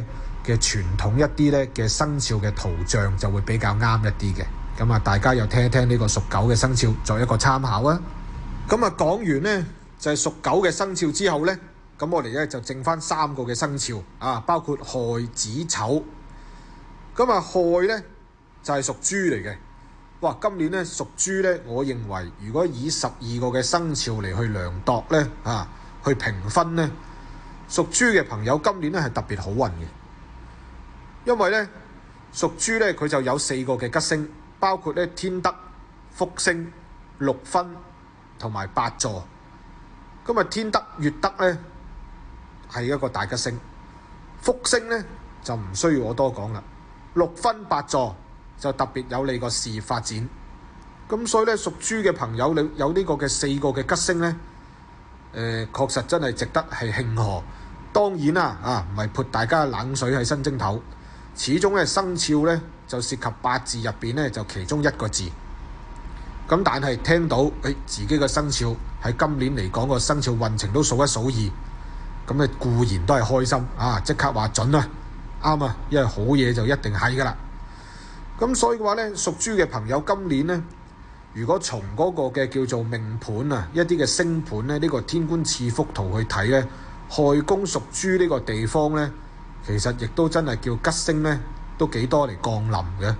Speaker 16: 嘅傳統一啲咧嘅生肖嘅圖像就會比較啱一啲嘅。咁啊，大家又聽一聽呢個屬狗嘅生肖作一個參考啊。咁啊，講完呢就係屬狗嘅生肖之後呢，咁我哋咧就剩翻3個嘅生肖啊，包括亥、子、丑。咁啊，亥呢就係屬豬嚟嘅。哇，今年呢屬豬呢，我認為如果以12個嘅生肖嚟去量度呢，去評分呢，屬豬嘅朋友今年呢係特別好運嘅，因為呢屬豬呢佢就有4個嘅吉星，包括呢天德、福星、六分同埋八座。咁啊，天德、月德呢係一個大吉星，福星呢就唔需要我多講啦，六分八座就特別有利個事業發展。咁所以呢，屬豬嘅朋友，你有呢個嘅4個嘅吉星呢，確實真係值得係慶賀。當然啦，唔係潑大家冷水喺新正頭，始終呢生肖呢就涉及八字入邊呢就其中一個字。咁但係聽到自己嘅生肖喺今年嚟講個生肖運程都數一數二，咁你固然都係開心即刻話準啊，啱啊，因為好嘢就一定係噶啦。咁所以嘅話呢，屬豬嘅朋友今年呢，如果從嗰個嘅叫做命盤一啲嘅星盤呢，呢個天官賜福圖去睇呢，亥宮屬豬呢個地方呢，其實亦都真係叫吉星呢，都幾多嚟降臨嘅。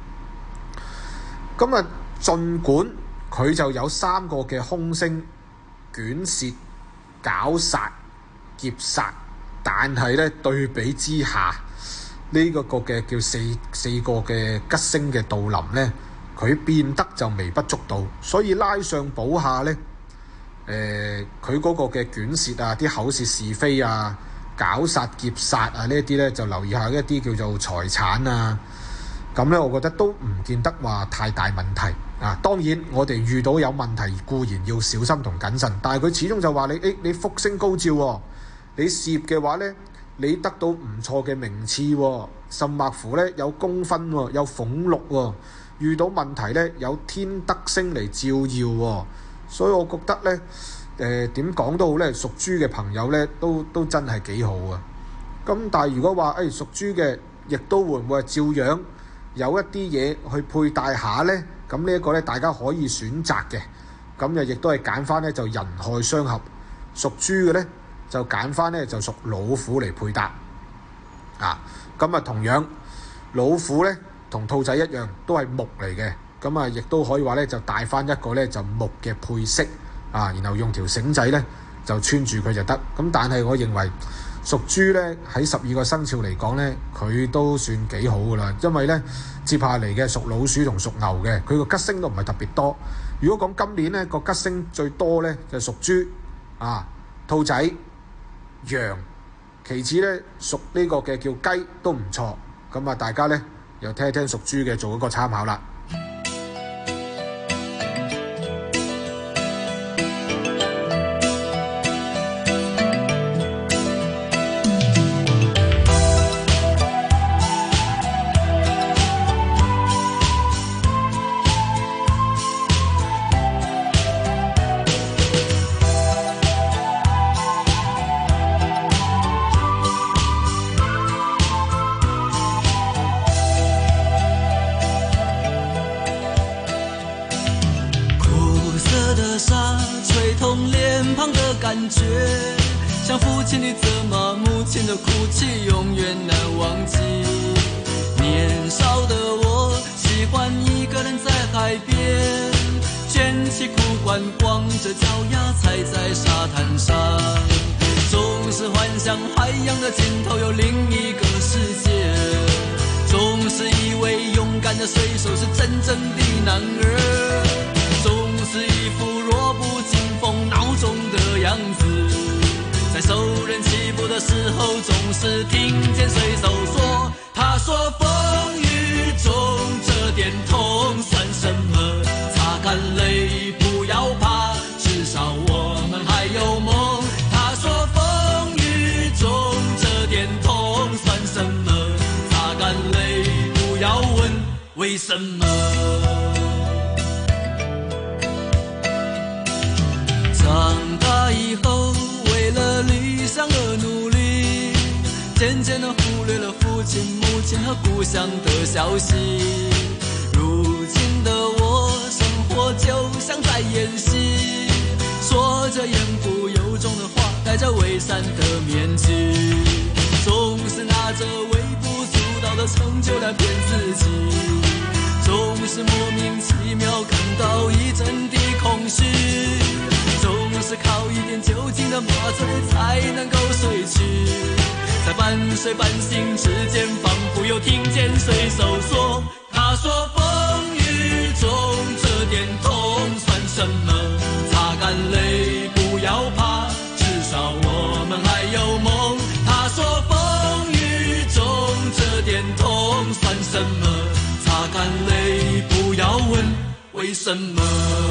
Speaker 16: 咁啊，儘管佢就有3個嘅凶星捲舌、絞殺、劫殺，但係呢對比之下，呢個嘅叫四個嘅吉星嘅到臨呢，佢變得就微不足道，所以拉上補下呢，佢嗰個嘅捲舌啊、啲口舌是非啊、絞殺、劫殺啊呢一啲呢，就留意下一啲叫做財產啊，咁呢，我覺得都唔見得話太大問題啊。當然我哋遇到有問題固然要小心同謹慎，但係佢始終就話你福星高照喎，你事業嘅話呢，你得到唔錯嘅名次喎，甚或乎呢有功勳喎，有俸祿喎，遇到問題呢有天德星嚟照耀喎，所以我覺得呢點講都好呢，屬豬嘅朋友呢都真係幾好啊。咁但係如果話屬豬嘅，亦都會唔會係照樣有一啲嘢去配戴下呢？咁呢一個呢，大家可以選擇嘅。咁又亦都係揀翻呢，就人亥相合，屬豬嘅呢，就揀翻呢，就屬老虎嚟配搭啊。咁啊同樣老虎呢，同兔仔一樣都係木嚟嘅，咁啊亦都可以話呢，就帶翻一個呢，就木嘅配飾啊，然後用條繩仔呢，就穿住佢就得。咁但係我認為屬豬呢，喺12個生肖嚟講呢，佢都算幾好噶啦，因為呢，接下嚟嘅屬老鼠同屬牛嘅，佢個吉星都唔係特別多。如果講今年呢個吉星最多呢，就屬豬啊、兔仔、羊，其次呢，屬呢個嘅叫雞都唔錯。咁啊大家呢，又聽一聽屬豬嘅做一個參考啦。
Speaker 3: 像父亲的责骂，母亲的哭泣，永远难忘记。年少的我，喜欢一个人在海边，卷起裤管，光着脚丫踩在沙滩上，总是幻想海洋的尽头有另一个世界，总是以为勇敢的水手是真正的男儿，总是一副弱不禁风孬种的样子，在受人欺负的时候，总是听见水手说，他说风雨中这点痛算什么，擦干泪不要怕，至少我们还有梦。他说风雨中这点痛算什么，擦干泪不要问为什么。长大以后为了理想而努力，渐渐地忽略了父父亲母亲和故乡的消息。如今的我生活就像在演戏，说着言不由衷的话，戴着伪善的面具，总是拿着微不足道的成就来骗自己，总是莫名其妙感到一阵的空虚，总是靠一点酒精的麻醉才能够睡去，在半睡半醒之间，仿佛又听见水手说，他说风雨中这点痛算什么，擦干泪不要怕，至少我们还有梦。他说风雨中这点痛算什么，擦干泪不要问为什么。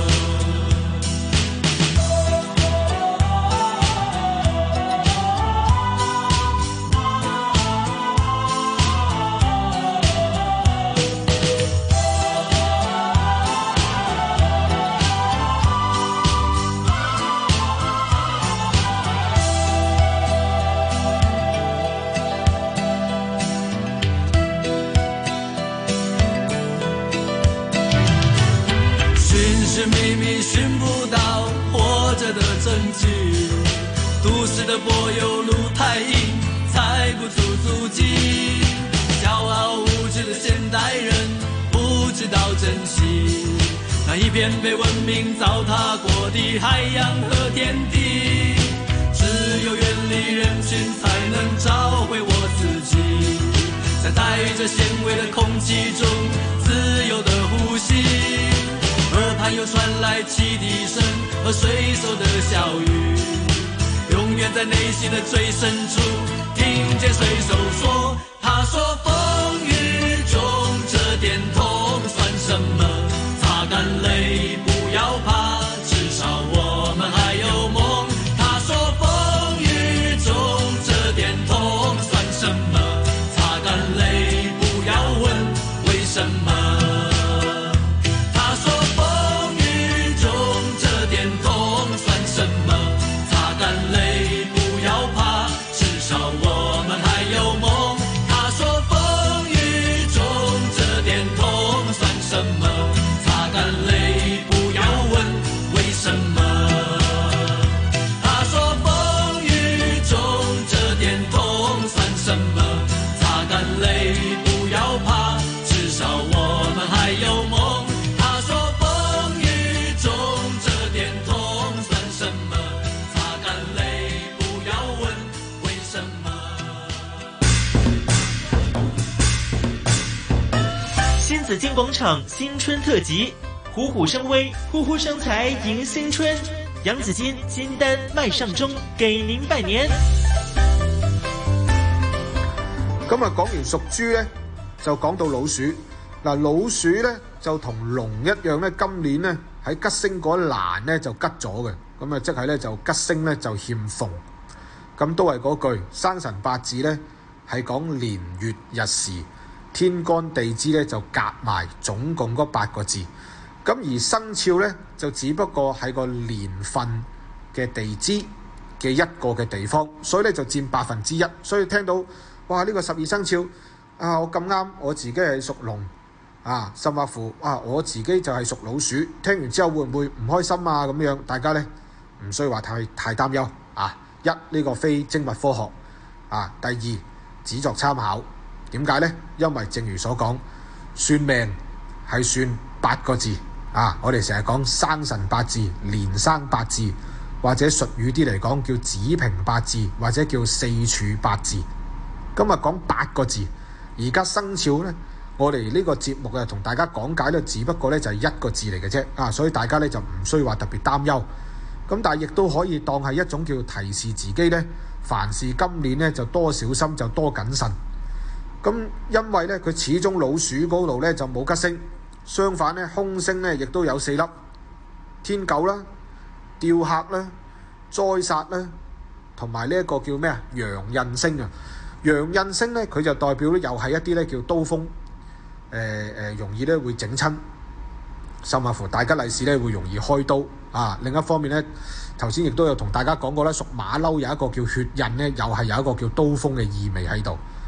Speaker 3: 秘密寻不到活着的证据，都市的柏油路太硬，踩不出足迹，骄傲无知的现代人不知道珍惜那一片被文明糟蹋过的海洋和天地，只有远离人群才能找回我自己，在带着咸味的空气中自由的呼吸，耳畔又传来汽笛声和水手的笑语，永远在内心的最深处听见水手说，他说风雨中这点痛算什么，擦干泪不要怕，至少我们还有梦。他说风雨中这点痛算什么，擦干泪不要问为什么。
Speaker 1: 紫金广场新春特辑，虎虎生威，呼呼生财迎新春。洋紫金金丹麦上中，給您拜年。
Speaker 16: 咁啊，講完屬豬咧，就講到老鼠。嗱，老鼠咧就同龍一樣咧，今年咧喺吉星嗰一欄咧就吉咗嘅，咁啊即係咧就吉星咧就欠逢。咁都係嗰句，生辰八字咧係講年月日時。天干地支咧就夾埋總共嗰8個字，咁而生肖咧就只不過係個年份嘅地支嘅一個嘅地方，所以咧就佔1%。所以聽到哇呢個12生肖啊，我咁啱我自己係屬龍啊，甚或乎啊我自己就係屬老鼠，聽完之後會唔會唔開心啊咁樣？大家咧唔需要話太擔憂啊！一呢個非精密科學啊，第二只作參考。點解呢？因為正如所講，算命係算8個字啊！我哋成日講生辰八字、年生八字，或者術語啲嚟講叫子平八字，或者叫四柱八字。今日講8個字，而家生肖呢，我哋呢個節目嘅同大家講解呢，只不過呢就係1個字嚟嘅啫啊！所以大家呢就唔需要話特別擔憂。咁但係亦都可以當係一種叫提示自己呢，凡事今年呢就多小心，就多謹慎。咁因為咧，佢始終老鼠嗰度咧就冇吉星，相反咧凶星咧亦都有4粒，天狗啦、吊客啦、災煞啦，同埋呢一個叫咩啊？陽印星啊！陽印星咧佢就代表咧又係一啲咧叫刀鋒，容易咧會整親，甚至乎大吉利是咧會容易開刀啊！另一方面咧，頭先亦都有同大家講過啦，屬馬騮有一個叫血印咧，又係有一個叫刀鋒嘅意味喺度啊！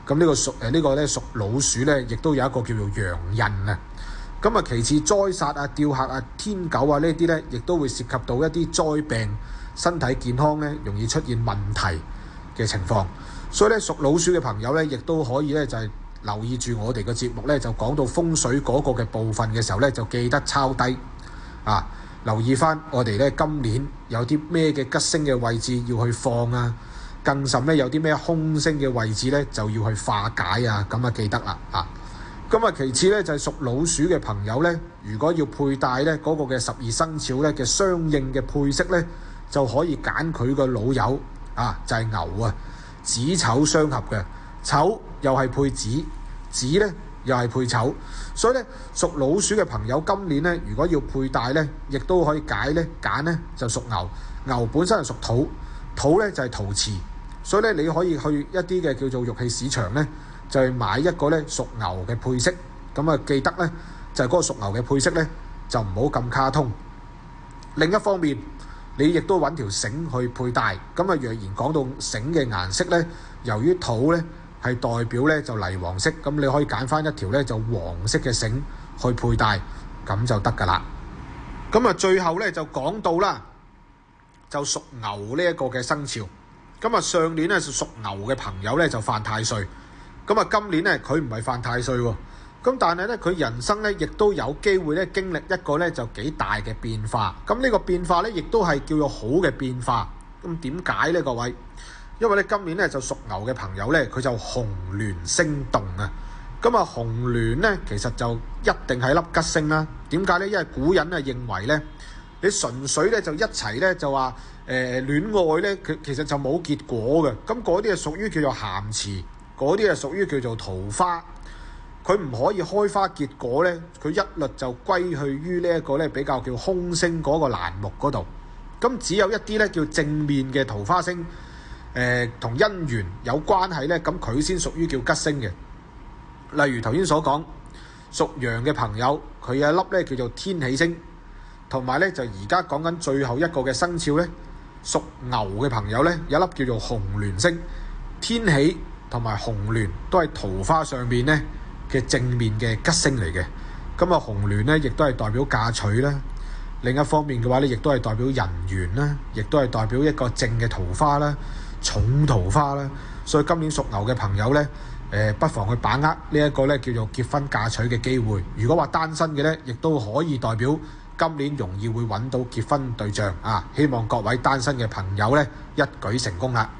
Speaker 16: 咁呢個屬老鼠咧，亦都有一個叫做陽印啊。咁啊，其次災殺啊、吊客啊、天狗啊呢啲咧，亦都會涉及到一啲災病、身體健康咧容易出現問題嘅情況。所以咧，屬老鼠嘅朋友咧，亦都可以咧就係留意住我哋嘅節目咧，就講到風水嗰個嘅部分嘅時候咧，就記得抄低啊，留意翻我哋咧今年有啲咩嘅吉星嘅位置要去放啊，更甚咧有啲咩凶星嘅位置咧就要去化解啊，咁啊記得啦啊。咁啊，其次咧就係屬老鼠嘅朋友咧，如果要佩戴咧嗰個嘅12生肖咧嘅相應嘅配飾咧，就可以揀佢個老友啊，就係牛啊，子丑相合嘅，丑又係配子，子咧又係配丑，所以咧屬老鼠嘅朋友今年咧，如果要佩戴咧，亦都可以揀咧就屬牛，牛本身係屬土，土咧就係陶瓷，所以咧你可以去一啲嘅叫做玉器市場咧，就係買一個咧屬牛嘅配飾，咁啊記得咧就係嗰個屬牛嘅配飾咧就唔好咁卡通。另一方面，你亦都揾條繩去佩戴，咁啊若然講到繩嘅顏色咧，由於土咧係代表咧就泥黃色，咁你可以揀翻一條咧就黃色嘅繩去佩戴，咁就得㗎啦。咁啊最後咧就講到啦，就屬牛呢一個嘅生肖，咁啊上年咧屬牛嘅朋友咧就犯太歲。咁啊，今年咧佢唔係犯太歲喎，咁但係咧佢人生咧亦都有機會咧經歷一個咧就幾大嘅變化。咁呢個變化咧亦都係叫做好嘅變化。咁點解咧各位？因為咧今年咧就屬牛嘅朋友咧佢就紅鸞星動啊。咁啊紅鸞咧其實就一定係粒吉星啦。點解咧？因為古人啊認為咧，你純粹咧就一齊咧就話戀愛咧，佢其實就冇結果嘅。咁嗰啲係屬於叫做咸池。嗰啲係屬於叫做桃花，佢唔可以開花結果咧，佢一律就歸去於呢一個咧比較叫空星嗰個欄目嗰度。咁只有一啲咧叫正面嘅桃花星，同姻緣有關係咧，咁佢先屬於叫吉星嘅。例如頭先所講，屬羊嘅朋友，佢有一粒咧叫做天喜星，同埋咧就而家講緊最後一個嘅生肖咧，屬牛嘅朋友咧有一粒叫做紅鸞星，天喜同埋紅鸞都係桃花上面咧嘅正面嘅吉星嚟嘅。咁啊紅鸞咧亦都係代表嫁娶啦，另一方面嘅話咧亦都係代表人緣啦，亦都係代表一個正嘅桃花啦、重桃花啦。所以今年屬牛嘅朋友咧，不妨去把握呢一個咧叫做結婚嫁娶嘅機會。如果話單身嘅咧，亦都可以代表今年容易會揾到結婚對象啊！希望各位單身嘅朋友咧一舉成功啦。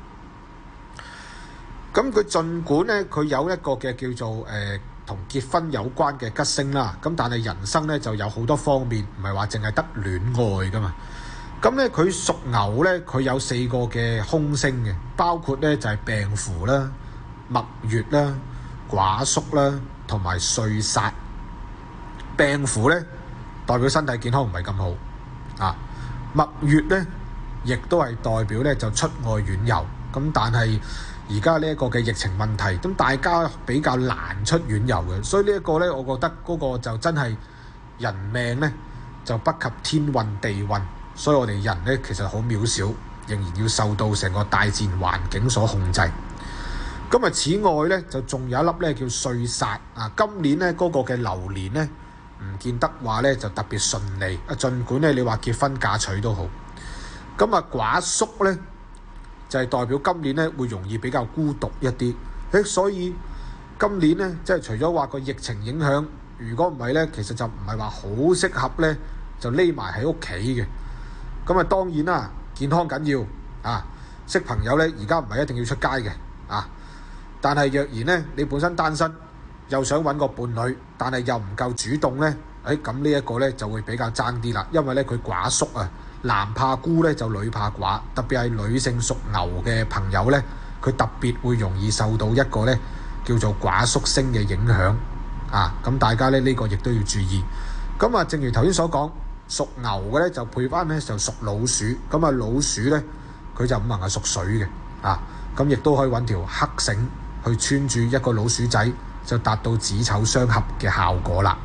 Speaker 16: 咁佢儘管咧佢有一個嘅叫做同結婚有關嘅吉星啦，咁但係人生咧就有好多方面，唔係話淨係得戀愛噶嘛。咁咧佢屬牛咧，佢有4個嘅凶星嘅，包括咧就係病符啦、蜜月啦、寡宿啦同埋歲煞。病符咧代表身體健康唔係咁好啊，蜜月咧亦都係代表咧就出外遠遊。咁但係而家呢一個嘅疫情問題，咁大家比較難出遠遊嘅，所以呢一個呢，我覺得嗰個就真係人命呢，就不及天運地運，所以我哋人呢，其實好渺小，仍然要受到成個大自然環境所控制。咁啊，此外呢，就仲有一粒呢叫歲煞啊，今年呢，嗰個嘅流年呢，唔見得話呢就特別順利啊，儘管呢，你話結婚嫁娶都好。咁啊，寡宿呢，就係代表今年咧會容易比較孤獨一啲，所以今年咧即係除咗話個疫情影響，如果唔係咧，其實就唔係話好適合咧就匿埋喺屋企嘅。咁啊當然啦，健康緊要啊，識朋友咧而家唔係一定要出街嘅啊，但係若然咧你本身單身，又想揾個伴侶，但係又唔夠主動咧，咁呢一個咧就會比較爭啲啦，因為咧佢寡宿啊。男怕孤咧就女怕寡，特別係女性屬牛嘅朋友咧，佢特別會容易受到一個咧叫做寡宿星嘅影響啊！咁大家咧呢個亦都要注意。咁啊，正如頭先所講，屬牛嘅咧就配翻咧就屬老鼠，咁啊老鼠咧佢就唔能夠屬水嘅啊，咁亦都可以揾條黑繩去穿住一個老鼠仔，就達到子丑相合嘅效果啦。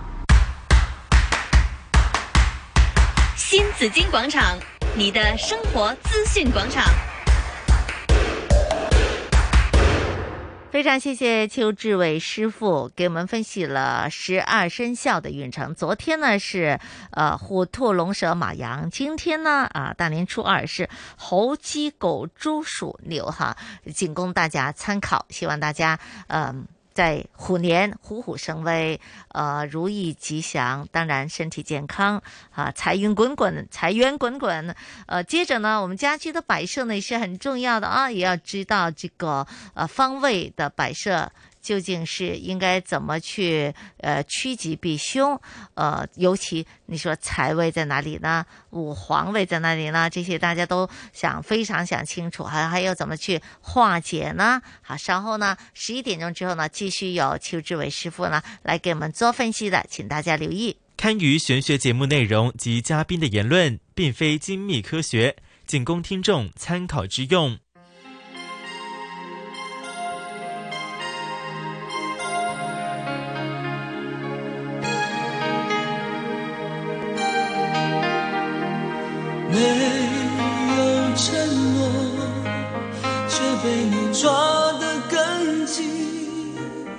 Speaker 5: 新紫荊廣場，你的生活資訊廣場。
Speaker 15: 非常谢谢邱志伟师傅给我们分析了12生肖的运程。昨天呢是虎兔龙蛇马羊，今天呢大年初二是猴鸡狗猪鼠牛哈，仅供大家参考。希望大家在虎年虎虎生威，如意吉祥，当然身体健康啊，财源滚滚，财源滚滚。接着呢，我们家居的摆设呢也是很重要的啊，也要知道这个方位的摆设究竟是应该怎么去趋吉避凶，尤其你说财位在哪里呢？五黄位在哪里呢？这些大家都非常想清楚，还有怎么去化解呢？好，稍后呢11点钟之后呢，继续有邱志伟师傅呢来给我们做分析的，请大家留意。
Speaker 1: 堪舆玄学节目内容及嘉宾的言论并非精密科学，仅供听众参考之用。
Speaker 3: 没有承诺，却被你抓得更紧。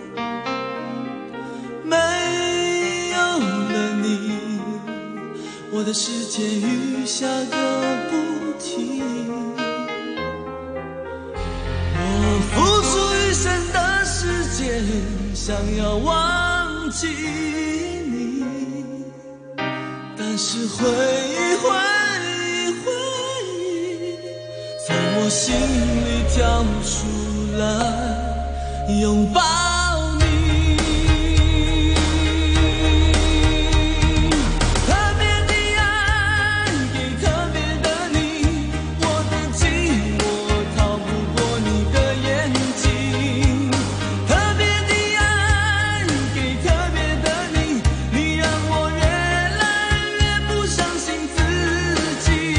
Speaker 3: 没有了你，我的世界雨下个不停。我付出一生的时间，想要忘记你，但是回忆从我心里跳出来，拥抱你。特别的爱给特别的你，我的寂寞逃不过你的眼睛。特别的爱给特别的你，你让我越来越不相信自己。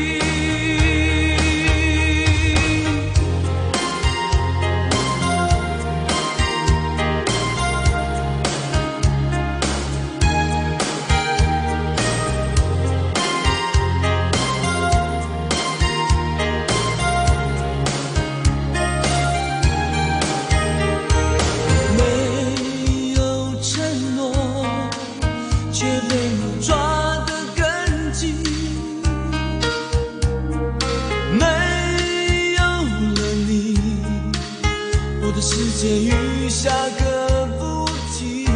Speaker 3: 世界雨下个不停，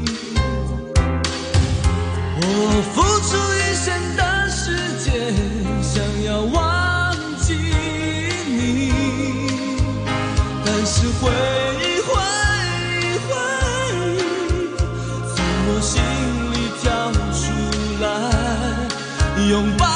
Speaker 3: 我付出一生的时间，想要忘记你，但是回忆从我心里跳出来，拥抱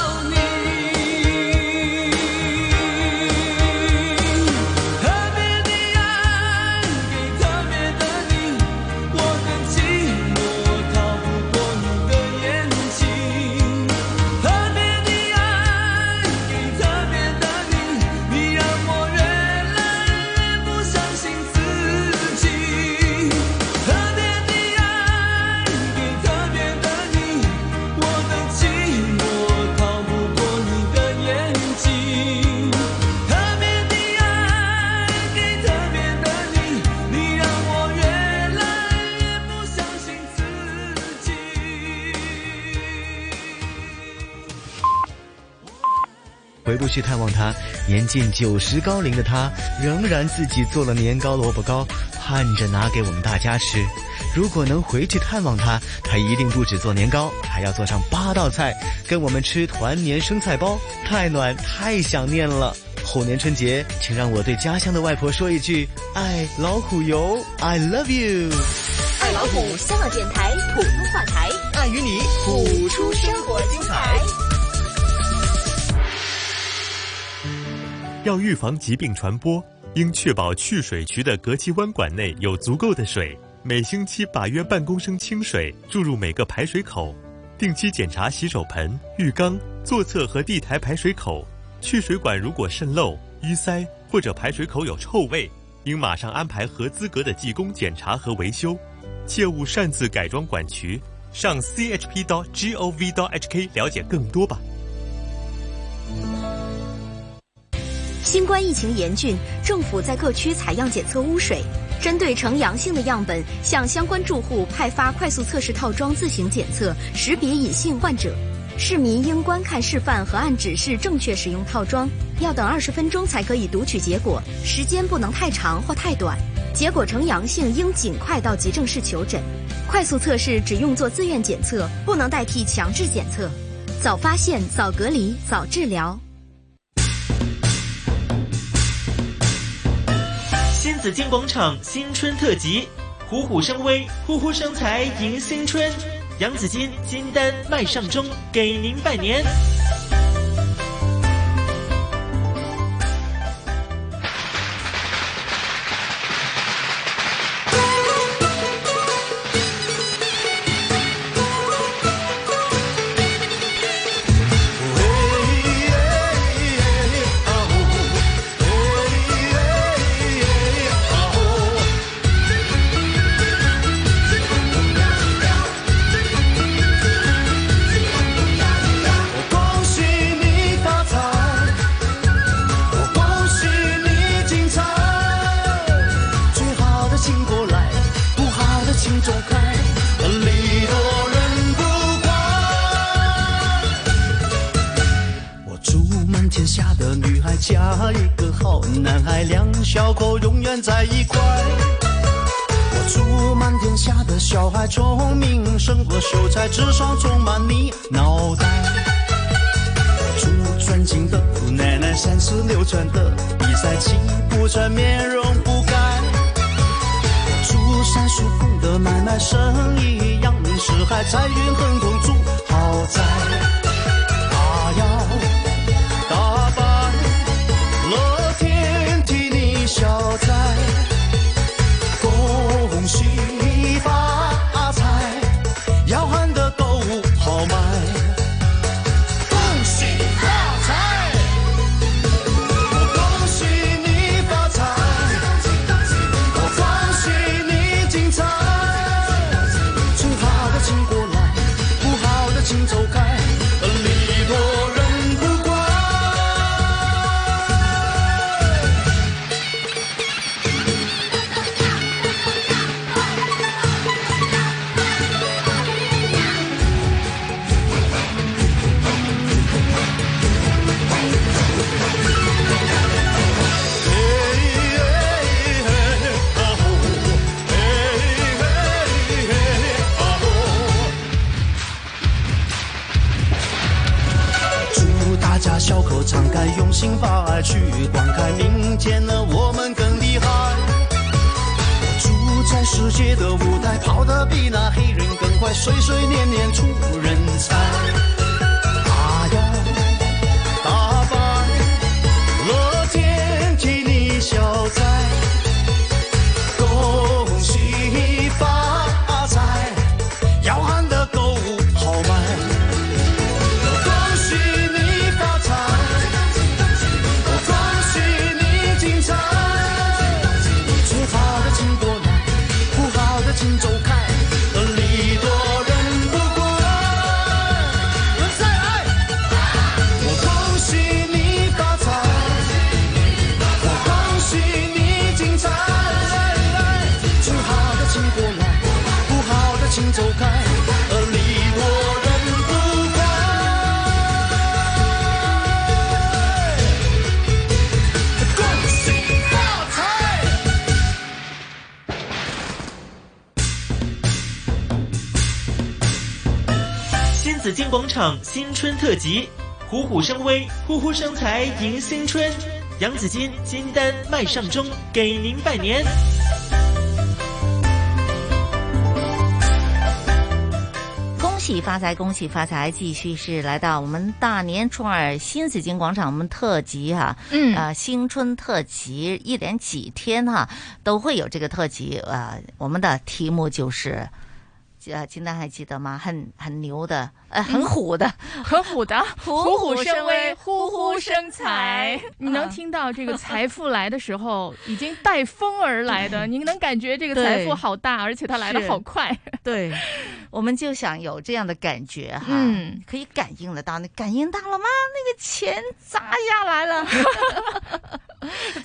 Speaker 17: 回不去探望他，年近90高龄的他仍然自己做了年糕萝卜糕，盼着拿给我们大家吃。如果能回去探望他，他一定不止做年糕，还要做上8道菜，跟我们吃团年生菜包，太暖太想念了。后年春节，请让我对家乡的外婆说一句：爱老虎油 ，I love you。
Speaker 5: 爱老虎香港电台普通话台，
Speaker 17: 爱与你
Speaker 5: 谱出生活精彩。
Speaker 18: 要预防疾病传播，应确保去水渠的隔气弯管内有足够的水，每星期把约半公升清水注入每个排水口，定期检查洗手盆、浴缸、座侧和地台排水口。去水管如果渗漏、淤塞或者排水口有臭味，应马上安排合资格的技工检查和维修，切勿擅自改装管渠。上 chp.gov.hk 了解更多吧。
Speaker 19: 新冠疫情严峻，政府在各区采样检测污水，针对呈阳性的样本，向相关住户派发快速测试套装自行检测，识别隐性患者。市民应观看示范和按指示正确使用套装，要等20分钟才可以读取结果，时间不能太长或太短。结果呈阳性应尽快到急症室求诊。快速测试只用作自愿检测，不能代替强制检测。早发现，早隔离，早治疗。
Speaker 1: 新紫金广场新春特辑，虎虎生威，呼呼生财迎新春。洋紫金金丹麦上中，给您拜年。
Speaker 3: 嫁一个好男孩，两小口永远在一块。我祝满天下的小孩聪明，胜过秀才，智商充满你脑袋。我祝尊敬的姑奶奶三十六转的比赛气不喘，面容不改。我祝三叔公的买卖生意扬名四海，财运亨通住豪宅。他要打败乐天替你消灾，恭喜发财，要喊的购物好买。恭喜发财，我恭喜你发财，我恭喜你精彩。最好的请过来，不好的请走开，礼多人不怪。祝大家小口常开，用心把爱去灌开，明天呢我们更厉害。我祝在世界的舞台跑得比那黑人更快，岁岁年年出人才。他要打败乐天替你消灾，恭喜发财，要喊的购物好买。恭喜你发财，我恭喜你精彩。最好的请过来，不好的请走开，礼多人不怪。再来，我恭喜你发财，我恭喜你精彩。最好的请过来，不好的请走开，礼多人不怪。恭喜发财。
Speaker 1: 新紫金广场新春特辑，虎虎生威，呼呼生财迎新春。洋紫金金丹麦上中，给您拜年。
Speaker 15: 恭喜发财，恭喜发财！继续是来到我们大年初二新紫金广场，我们特辑哈，新春特辑，一连几天哈都会有这个特辑。我们的题目就是金丹还记得吗？很牛的，很虎的，
Speaker 14: 很虎的，
Speaker 15: 虎
Speaker 14: 虎生威，
Speaker 15: 呼
Speaker 14: 呼生财。你能听到这个财富来的时候，已经带风而来的，你能感觉这个财富好大，而且它来得好快。
Speaker 15: 对，我们就想有这样的感觉哈，可以感应得到。你感应到了吗？那个钱砸下来了。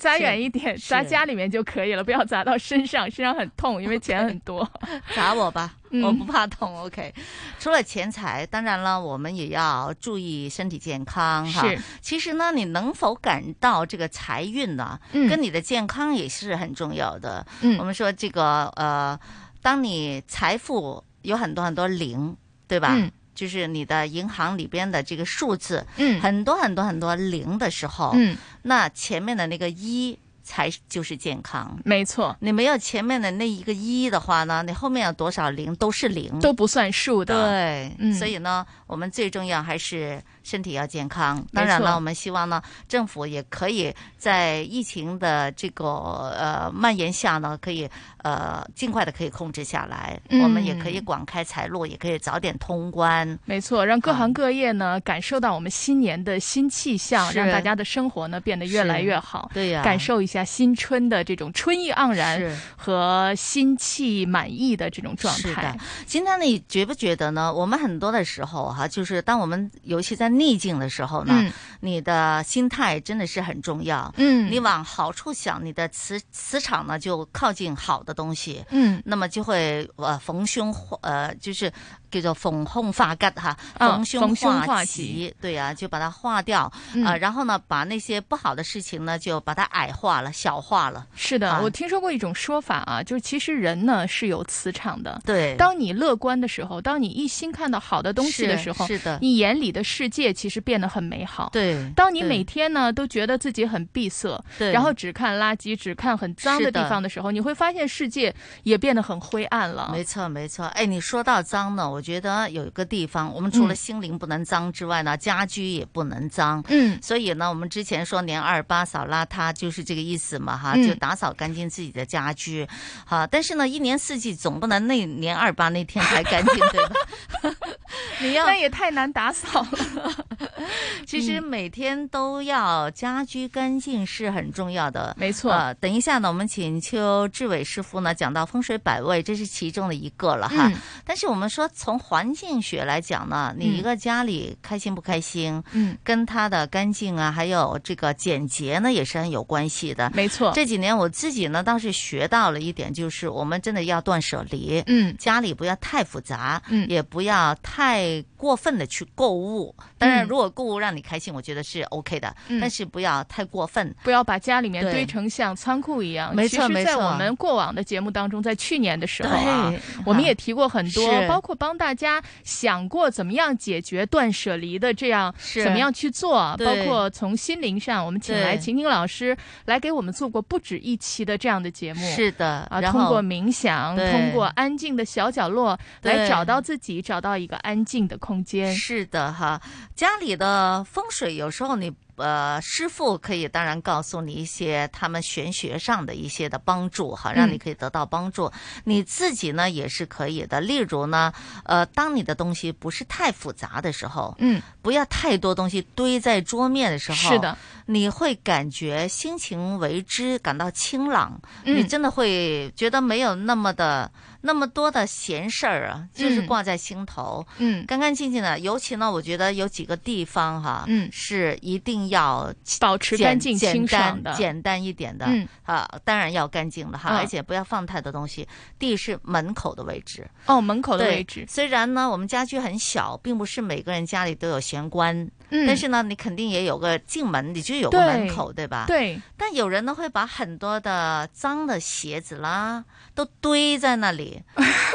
Speaker 14: 砸远一点，砸家里面就可以了，不要砸到身上，身上很痛，因为钱很多。
Speaker 15: 砸我吧。我不怕痛 ，OK。除了钱财，当然了，我们也要注意身体健康哈。
Speaker 14: 是，
Speaker 15: 其实呢，你能否感到这个财运呢，跟你的健康也是很重要的。我们说这个当你财富有很多很多零，对吧？就是你的银行里边的这个数字，很多很多很多零的时候，那前面的那个一才就是健康。
Speaker 14: 没错，
Speaker 15: 你没有前面的那一个一的话呢，你后面有多少零都是零，
Speaker 14: 都不算数的。
Speaker 15: 对，所以呢，我们最重要还是身体要健康。当然了，我们希望呢，政府也可以在疫情的这个蔓延下呢，可以尽快的可以控制下来。我们也可以广开财路，也可以早点通关。
Speaker 14: 没错，让各行各业呢感受到我们新年的新气象，让大家的生活呢变得越来越好。
Speaker 15: 对呀，
Speaker 14: 感受一下新春的这种春意盎然和心气满意的这种状态。
Speaker 15: 是的，今天你觉不觉得呢？我们很多的时候哈，就是当我们尤其在逆境的时候呢，你的心态真的是很重要。你往好处想，你的磁场呢就靠近好的东西。那么就会逢凶就是叫做逢凶化吉哈，逢凶化吉。对啊，就把它化掉然后呢，把那些不好的事情呢，就把它矮化了、小化了。
Speaker 14: 是的，我听说过一种说法啊，就是其实人呢是有磁场的。
Speaker 15: 对，
Speaker 14: 当你乐观的时候，当你一心看到好的东西的时候，
Speaker 15: 是的，
Speaker 14: 你眼里的世界其实变得很美好。
Speaker 15: 对，
Speaker 14: 当你每天呢都觉得自己很闭塞，然后只看垃圾、只看很脏的地方的时候，你会发现世界也变得很灰暗了。
Speaker 15: 没错，没错。哎，你说到脏呢，我觉得有一个地方，我们除了心灵不能脏之外呢，家居也不能脏。所以呢，我们之前说年28扫邋遢，就是这个意思嘛，哈，就打扫干净自己的家居。好，但是呢，一年四季总不能那年28那天才干净，对吧？
Speaker 14: 你要那也太难打扫了。
Speaker 15: 其实每天都要家居干净是很重要的。
Speaker 14: 没错。
Speaker 15: 等一下呢，我们请邱志伟师傅呢讲到风水百味，这是其中的一个了哈。但是我们说从环境学来讲呢，你一个家里开心不开心，跟它的干净啊，还有这个简洁呢，也是很有关系的。
Speaker 14: 没错。
Speaker 15: 这几年我自己呢倒是学到了一点，就是我们真的要断舍离。家里不要太复杂，也不要太过分的去购物。当然，如果购物让你开心，我觉得是 OK 的，但是不要太过分，
Speaker 14: 不要把家里面堆成像仓库一样。
Speaker 15: 没错，没错。
Speaker 14: 其实在我们过往的节目当中，在去年的时候啊，我们也提过很多，包括帮大家想过怎么样解决断舍离的这样怎么样去做，包括从心灵上，我们请来晴晴老师来给我们做过不止一期的这样的节目。
Speaker 15: 是的
Speaker 14: 啊，通过冥想，通过安静的小角落来找到自己，找到一个安静的空间。
Speaker 15: 是的哈，家里的风水有时候你师傅可以当然告诉你一些他们玄学上的一些的帮助哈，让你可以得到帮助。你自己呢也是可以的。例如呢，当你的东西不是太复杂的时候，不要太多东西堆在桌面的时候，
Speaker 14: 是的，
Speaker 15: 你会感觉心情为之感到清朗，你真的会觉得没有那么多的闲事儿啊，就是挂在心头，干干净净的。尤其呢，我觉得有几个地方哈，是一定要
Speaker 14: 保持干净清爽的，
Speaker 15: 简单一点的，当然要干净的哈，而且不要放太多东西。第一是门口的位置，
Speaker 14: 门口的位置。
Speaker 15: 虽然呢，我们家居很小，并不是每个人家里都有玄关，但是呢，你肯定也有个进门，你就有个门口，对吧？
Speaker 14: 对。
Speaker 15: 但有人呢会把很多的脏的鞋子啦都堆在那里。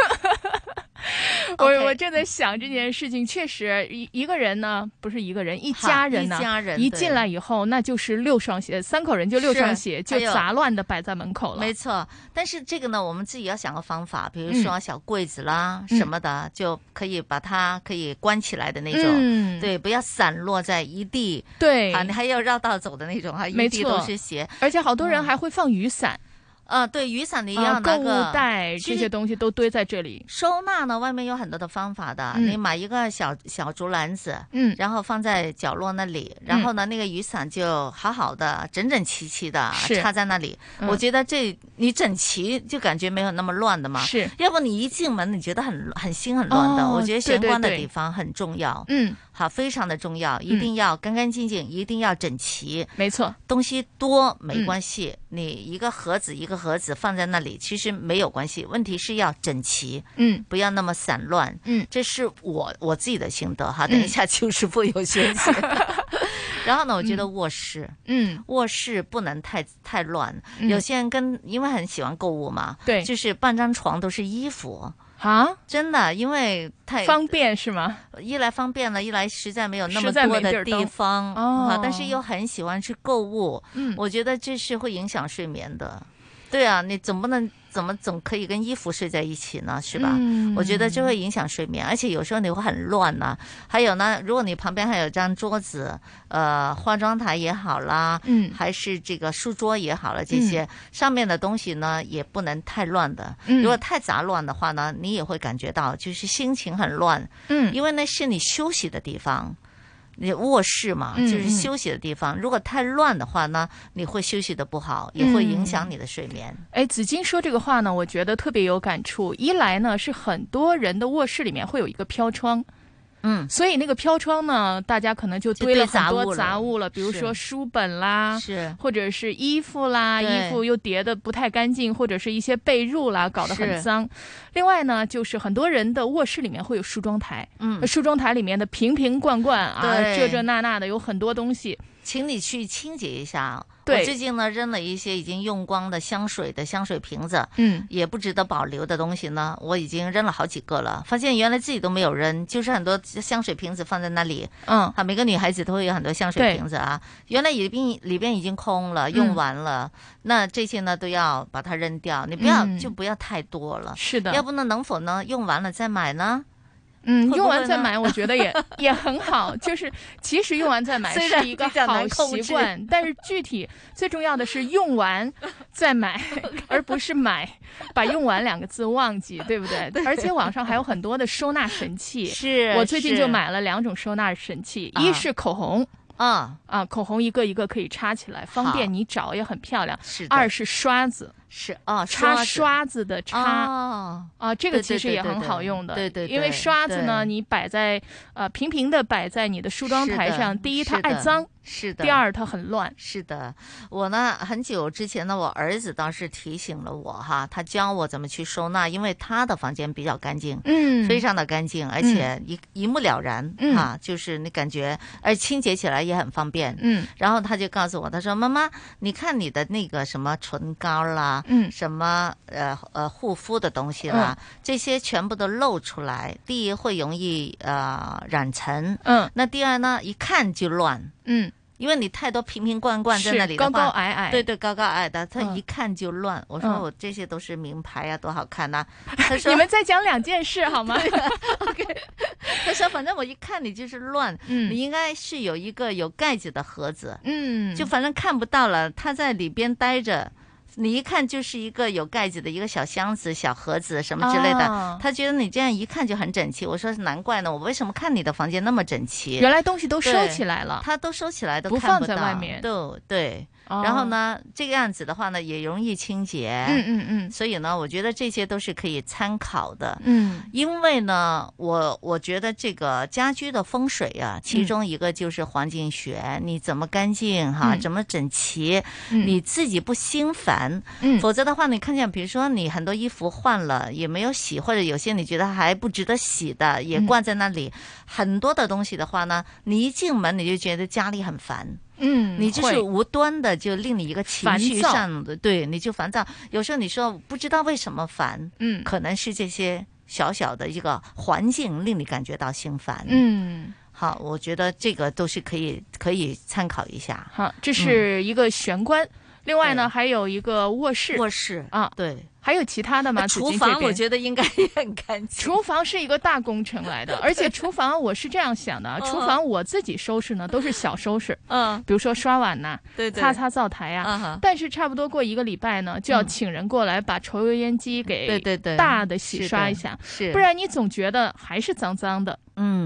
Speaker 14: 我正在想这件事情，确实一个人呢，不是一个人，一家人呢，一进来以后，那就是6双鞋，3口人就6双鞋，就杂乱的摆在门口了。
Speaker 15: 没错，但是这个呢，我们自己要想个方法，比如说小柜子啦什么的，就可以把它可以关起来的那种，对，不要散落在一地，
Speaker 14: 对，
Speaker 15: 你还要绕道走的那种，一地都是鞋，
Speaker 14: 而且好多人还会放雨伞。
Speaker 15: 对，雨伞你要拿个
Speaker 14: 购物袋这些东西都堆在这里。
Speaker 15: 收纳呢，外面有很多的方法的，你买一个小竹篮子，然后放在角落那里，然后呢，那个雨伞就好好的整整齐齐的插在那里。我觉得你整齐就感觉没有那么乱的嘛。
Speaker 14: 是，
Speaker 15: 要不你一进门你觉得很新很乱的。我觉得玄关的地方很重要。好，非常的重要，一定要干干净净，一定要整齐。
Speaker 14: 没错，
Speaker 15: 东西多没关系，你一个盒子放在那里，其实没有关系。问题是要整齐，不要那么散乱。这是我自己的心得哈。等一下邱师傅有学习。然后呢，我觉得卧室，卧室不能太乱。有些人因为很喜欢购物嘛，
Speaker 14: 对，
Speaker 15: 就是半张床都是衣服。真的，因为太
Speaker 14: 方便是吗？
Speaker 15: 一来方便了，一来实在没有那么多的地方但是又很喜欢去购物。我觉得这是会影响睡眠的。对啊，你总不能总可以跟衣服睡在一起呢，是吧？我觉得这会影响睡眠，而且有时候你会很乱呢。还有呢，如果你旁边还有张桌子，化妆台也好啦，还是这个书桌也好了，这些上面的东西呢也不能太乱的。如果太杂乱的话呢，你也会感觉到就是心情很乱。因为那是你休息的地方。你卧室嘛，就是休息的地方。如果太乱的话呢，你会休息的不好，也会影响你的睡眠。
Speaker 14: 紫金说这个话呢，我觉得特别有感触。一来呢，是很多人的卧室里面会有一个飘窗。所以那个飘窗呢，大家可能就堆了很多杂物了，比如说书本啦，或者是衣服啦，衣服又叠得不太干净，或者是一些被褥啦，搞得很脏。另外呢，就是很多人的卧室里面会有梳妆台，梳妆台里面的瓶瓶罐罐啊，这那的有很多东西，
Speaker 15: 请你去清洁一下。我最近呢扔了一些已经用光的香水瓶子，也不值得保留的东西呢，我已经扔了好几个了。发现原来自己都没有扔，就是很多香水瓶子放在那里。每个女孩子都会有很多香水瓶子啊，原来里边已经空了，用完了。那这些呢都要把它扔掉，你不要太多了。
Speaker 14: 是的，
Speaker 15: 要不呢能否呢用完了再买呢？
Speaker 14: 用完再买，我觉得也很好。就是其实用完再买是一个好习惯，但是具体最重要的是用完再买，而不是把用完2个字忘记，对不对？而且网上还有很多的收纳神器，我最近就买了2种收纳神器，一是口红。口红一个一个可以插起来，方便你找，也很漂亮。二是刷子。插刷子的插这个其实也很好用的。对，因为刷子呢，你摆在平平的摆在你的梳妆台上，第一它爱脏，
Speaker 15: 是的。
Speaker 14: 第二它很乱，
Speaker 15: 是的。我呢很久之前呢，我儿子倒是提醒了我哈，他教我怎么去收纳，因为他的房间比较干净，非常的干净，而且一目了然就是你感觉，而清洁起来也很方便。然后他就告诉我，他说妈妈，你看你的那个什么唇膏啦。什么护肤的东西啦，这些全部都露出来。第一会容易染尘，那第二呢，一看就乱，因为你太多瓶瓶罐罐在那里的话，
Speaker 14: 高高矮矮，
Speaker 15: 对，高高矮的，它一看就乱。我说我这些都是名牌啊，多好看呐！他说
Speaker 14: 你们再讲2件事好吗
Speaker 15: ？OK， 他说反正我一看你就是乱，你应该是有一个有盖子的盒子，就反正看不到了，它在里边待着。你一看就是一个有盖子的一个小箱子、小盒子什么之类的，他觉得你这样一看就很整齐。我说难怪呢，我为什么看你的房间那么整齐？
Speaker 14: 原来东西都收起来了，
Speaker 15: 他都收起来，都
Speaker 14: 不放在外面，
Speaker 15: 对。然后呢，这个样子的话呢，也容易清洁。所以呢，我觉得这些都是可以参考的。因为呢，我觉得这个家居的风水啊，其中一个就是环境学，你怎么干净怎么整齐，你自己不心烦。否则的话，你看见比如说你很多衣服换了也没有洗，或者有些你觉得还不值得洗的也挂在那里，很多的东西的话呢，你一进门你就觉得家里很烦。你就是无端的就令你一个情绪上的，对，你就烦躁。有时候你说不知道为什么烦，可能是这些小小的一个环境令你感觉到心烦。好，我觉得这个都是可以参考一下。
Speaker 14: 好，这是一个玄关。 另外呢，还有一个卧室啊，
Speaker 15: 对。
Speaker 14: 还有其他的吗？
Speaker 15: 厨房我觉得应该也很干净。
Speaker 14: 厨房是一个大工程来的，而且厨房我是这样想的，厨房我自己收拾呢都是小收拾，比如说刷碗呐，
Speaker 15: 对，
Speaker 14: 擦灶台啊。但是差不多过1个礼拜呢，就要请人过来把抽油烟机给大的洗刷一下，不然你总觉得还是脏脏的。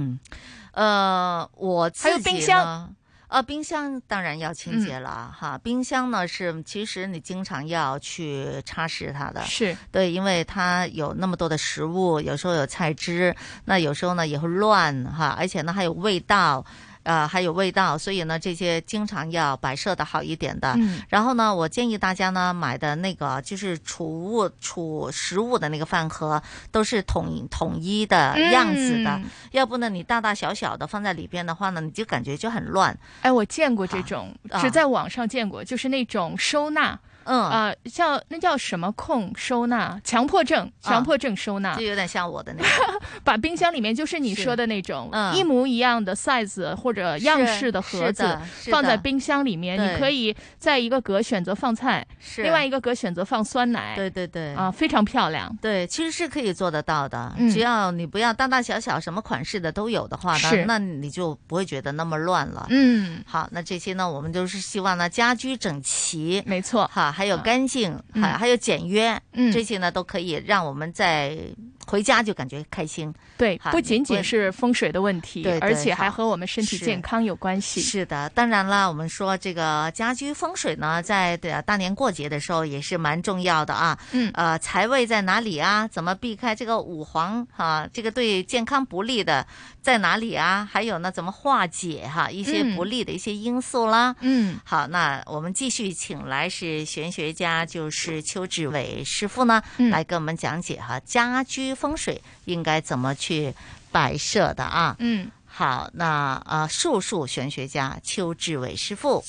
Speaker 15: 我自己
Speaker 14: 还有冰箱。
Speaker 15: 冰箱当然要清洁了哈。冰箱呢是其实你经常要去擦拭它的，
Speaker 14: 是
Speaker 15: 对，因为它有那么多的食物，有时候有菜汁，那有时候呢也会乱哈，而且呢还有味道。所以呢，这些经常要摆设的好一点的。然后呢，我建议大家呢买的那个就是储食物的那个饭盒，都是统一的样子的。要不呢，你大大小小的放在里边的话呢，你就感觉就很乱。
Speaker 14: 哎，我见过这种，只在网上见过，就是那种收纳。叫什么控收纳？强迫症收纳，
Speaker 15: 就有点像我的那个。
Speaker 14: 把冰箱里面就是你说的那种一模一样的 size 或者样式的盒子放在冰箱里面，你可以在一个格选择放菜，另外一个格选择放酸奶。
Speaker 15: 对
Speaker 14: 非常漂亮。
Speaker 15: 对，其实是可以做得到的，只要你不要大大小小什么款式的都有的话，那你就不会觉得那么乱了。好，那这些呢，我们都是希望呢家居整齐，
Speaker 14: 没错
Speaker 15: 哈。还有干净，还有简约，这些呢都可以让我们在回家就感觉开心。
Speaker 14: 对，不仅仅是风水的问题，
Speaker 15: 对，
Speaker 14: 而且还和我们身体健康有关系。
Speaker 15: 是的，当然了，我们说这个家居风水呢，在大年过节的时候也是蛮重要的啊。财位在哪里啊？怎么避开这个五黄哈？这个对健康不利的在哪里啊？还有呢，怎么化解哈一些不利的一些因素啦？好，那我们继续请来是玄学家，就是邱志伟师傅呢，来跟我们讲解哈家居风水应该怎么去摆设的啊。好，那术数玄学家邱志伟师傅。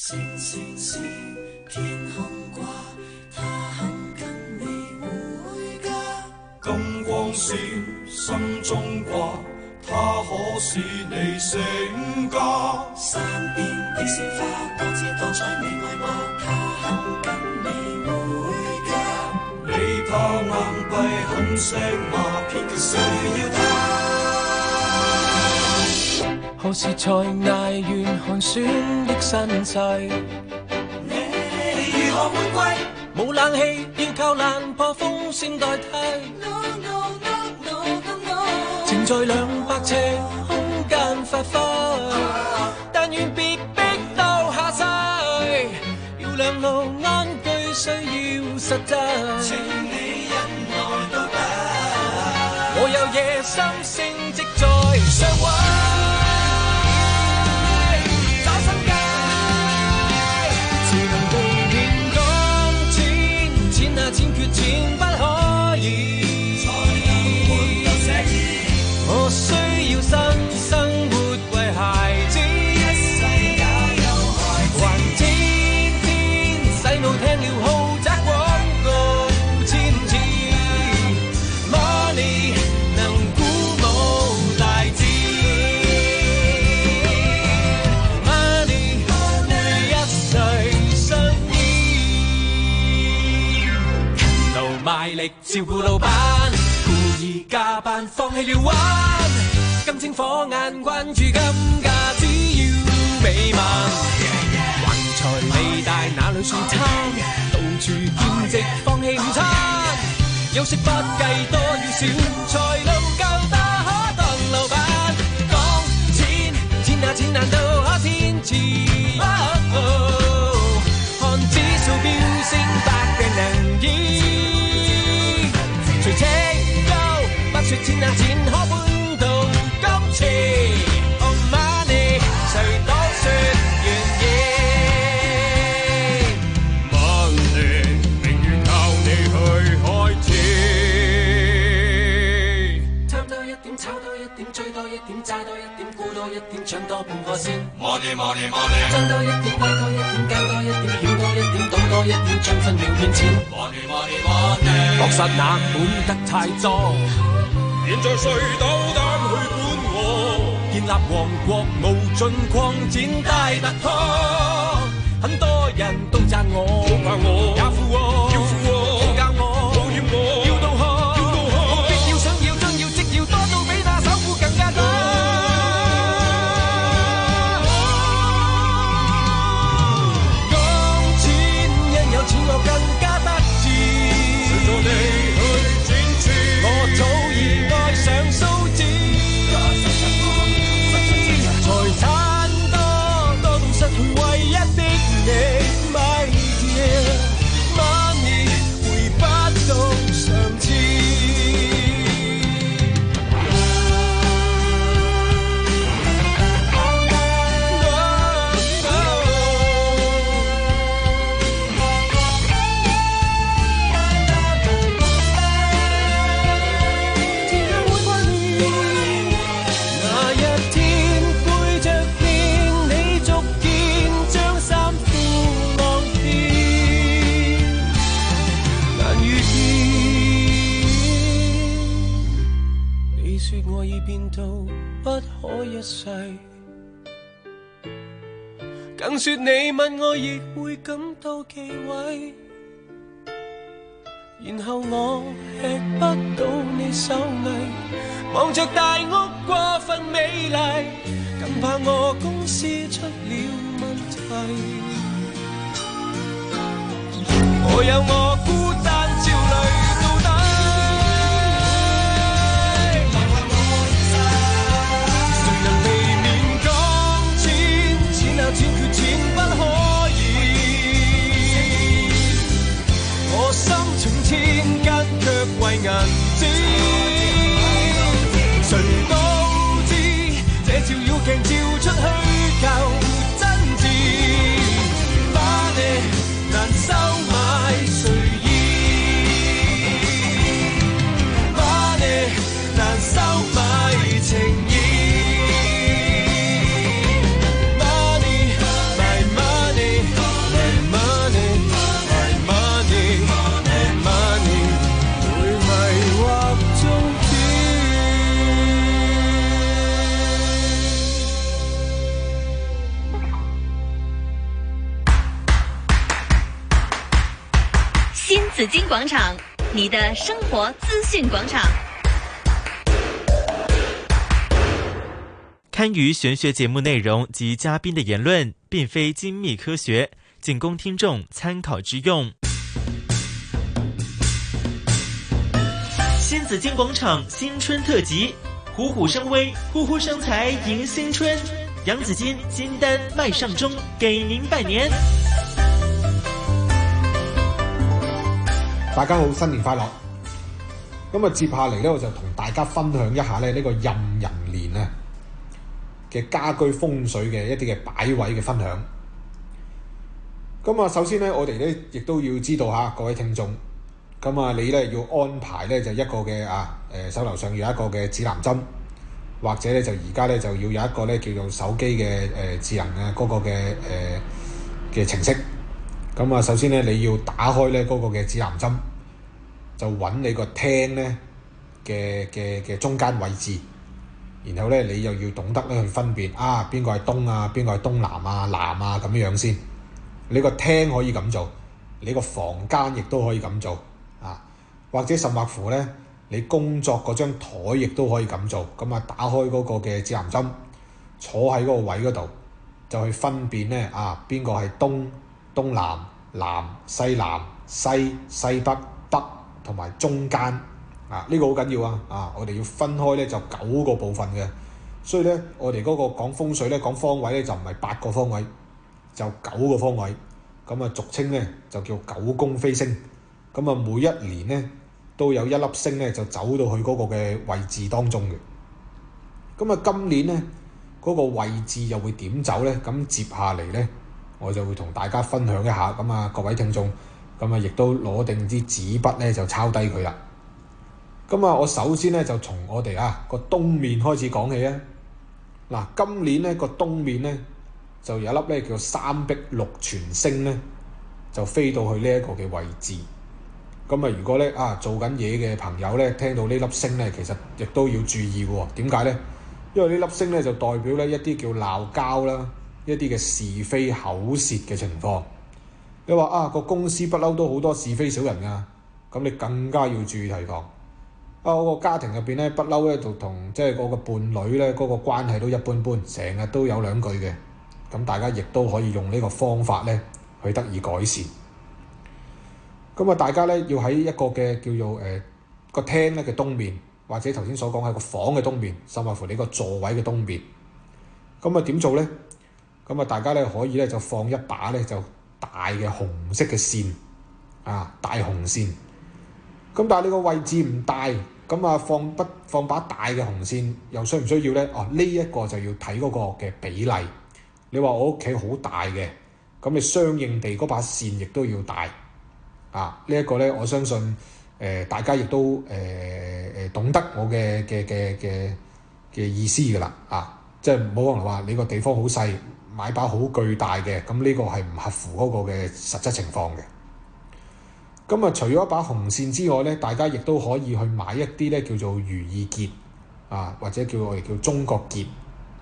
Speaker 3: 金光閃心中掛，它可使你成家。山邊的鮮花多姿多彩，你愛嗎？它肯跟你回家。你怕硬幣很石馬，偏卻需要它。何時才捱完寒酸的身世？你如何換季？冇冷氣，要靠爛破風扇代替。情在200尺空間發揮，但願別逼到下世。要兩路安居，需要實際。請你忍耐到底。我有野心升職在上位。錢缺錢不可以，才能活到寫意。我需要新生活為孩子，一世也有孩子。還天天洗腦聽了豪宅廣告千次 ，Money 能鼓舞大志 ，Money 每一世相依。賣力照顧老闆，故意加班放棄了玩，金睛火眼關注金價，只要美文。橫財利大哪裏算餐？到處兼職放棄午餐，休息不計多與少，才能夠打可當老闆。講錢，錢啊錢難道可天賜？看指數飆升，百病能醫。除清高，不說錢啊錢可搬到金錢。Oh money， 誰都說願意。Money， 寧願靠你去開始。貪多一點，炒多一點，追多一點，揸多一點，沽多一點，搶多半個先。Money money money， 爭多一點，貴多一點，交多一點，險多一點，賭多一點，將分秒騙錢。Money money money。確實那管得太多，現在誰斗膽去管我？建立王國無盡擴展大突破，很多人都讚我，怕我世。更說你問我亦會感到忌諱，然後我吃不到你手藝，望着大屋過分美麗，更怕我公司出了問題。我有我孤單焦慮到底，誰能避免講錢？錢啊錢缺錢不可以，我心情千斤卻為銀紙。誰都知這照妖鏡照出虛構真摯，把你難收買誰意，把你難收買情意。Money, my money, my money, my money, my money， 會迷惑終點。
Speaker 5: 新紫金廣場，你的生活資訊廣場。
Speaker 1: 堪輿玄學節目內容及嘉賓的言論並非精密科學，僅供聽眾參考之用。新紫金廣場新春特輯，虎虎生威，呼呼生財迎新春。洋紫金金丹麥尚中，給您拜年。
Speaker 16: 大家好，新年快樂！咁啊，接下嚟咧，我就同大家分享一下咧呢個壬寅年啊嘅家居風水嘅一啲嘅擺位嘅分享。咁啊，首先咧，我哋咧亦都要知道嚇各位聽眾，咁啊，你咧要安排咧就一個嘅手頭上要有一個嘅指南針，或者咧就而家咧就要有一個咧叫做手機嘅智能嘅嗰個嘅程式。咁啊，首先咧你要打開咧嗰個嘅指南針，就揾你個廳咧嘅中間位置，然後咧你又要懂得咧去分辨邊個係東啊，邊個係東南啊、南啊咁樣先。你個廳可以咁做，你個房間亦都可以咁做或者甚或乎咧你工作嗰張台亦都可以咁做。咁啊，打開嗰個嘅指南針，坐喺嗰個位嗰度，就去分辨咧邊個係東南、南、西南、西、西北、北同埋中間呢個好緊要我哋要分開咧就9個部分嘅，所以咧我哋嗰個講風水咧講方位咧就唔係8個方位，就9個方位。咁啊俗稱咧就叫9宮飛星。咁啊每一年咧都有一粒星咧就走到去嗰個嘅位置當中嘅。咁啊今年咧嗰個位置又會點走咧？咁接下嚟咧我就會同大家分享一下。咁啊各位聽眾，咁啊亦都攞定支紙筆咧就抄低佢啦。咁啊我首先咧就從我哋個東面開始講起啊。今年咧個東面咧就有一粒咧叫三碧祿存星咧就飛到去呢一個嘅位置。咁啊如果咧做緊嘢嘅朋友咧聽到呢粒星咧，其實亦都要注意喎。點解咧？因為呢粒星咧就代表咧一啲叫鬧交啦，一啲嘅是非口舌嘅情況。你話個公司不嬲都好多是非小人㗎，咁你更加要注意提防。我個家庭入邊咧不嬲咧就同即係我個伴侶咧嗰個關係都一般般，成日都有兩句嘅。咁大家亦都可以用呢個方法咧去得以改善。咁啊，大家咧要喺一個嘅叫做個廳咧嘅東面，或者頭先所講係個房嘅東面，甚至乎你個座位嘅東面。咁啊點做咧？咁啊大家咧可以咧就放一把咧就大嘅紅色嘅線大紅線。咁但係你個位置唔大，咁啊放把大嘅紅線又需唔需要咧？呢一個就要睇嗰個嘅比例。你話我屋企好大嘅，咁你相應地嗰把線亦都要大。呢一個咧，我相信大家亦都懂得我嘅意思㗎啦。即係冇可能話你個地方好細，買把好巨大嘅，咁呢個係唔合乎嗰個嘅實質情況嘅。咁啊，除咗一把紅線之外咧，大家亦都可以去買一啲咧叫做如意結或者我哋叫中國結。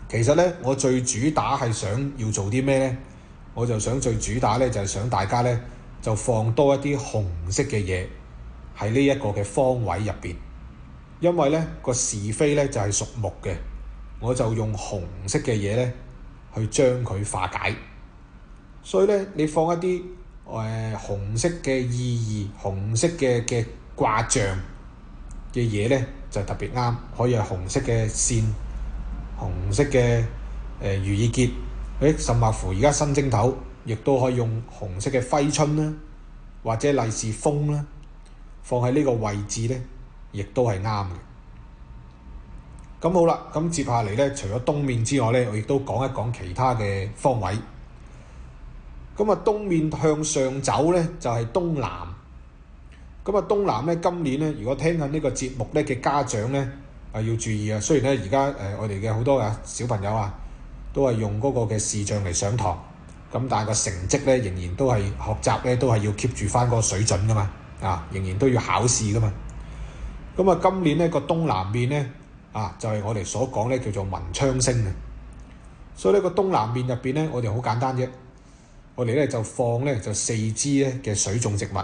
Speaker 16: 其實呢，我最主打係想要做啲咩呢？我就想最主打呢，就係想大家呢，就放多一啲紅色嘅嘢喺呢一個嘅方位入邊，因為呢個是非呢，就係屬木嘅，我就用紅色嘅嘢呢去將佢化解。所以呢，你放一啲紅色嘅意義、紅色嘅卦象嘅嘢呢，就特別啱，可以係紅色嘅線、紅色嘅如意結，甚或乎而家新正頭，亦都可以用紅色嘅揮春啦，或者利是封啦，放喺呢個位置呢，亦都係啱嘅。咁好啦，咁接下嚟呢，除咗東面之外呢，我亦都講一講其他嘅方位。咁啊，東面向上走呢，就係東南。咁啊，東南呢，今年呢，如果聽緊呢個節目呢嘅家長呢，要注意啊。雖然呢，而家我哋嘅好多小朋友啊，都係用嗰個嘅視像嚟上堂，咁但係個成績呢，仍然都係學習呢，都係要 keep 住翻嗰個水準噶嘛，仍然都要考試噶嘛。咁啊，今年呢個東南面呢，就係我哋所講呢叫做文昌星啊。所以呢個東南面入邊呢，我哋好簡單啫。我哋咧就放咧就4支咧嘅水種植物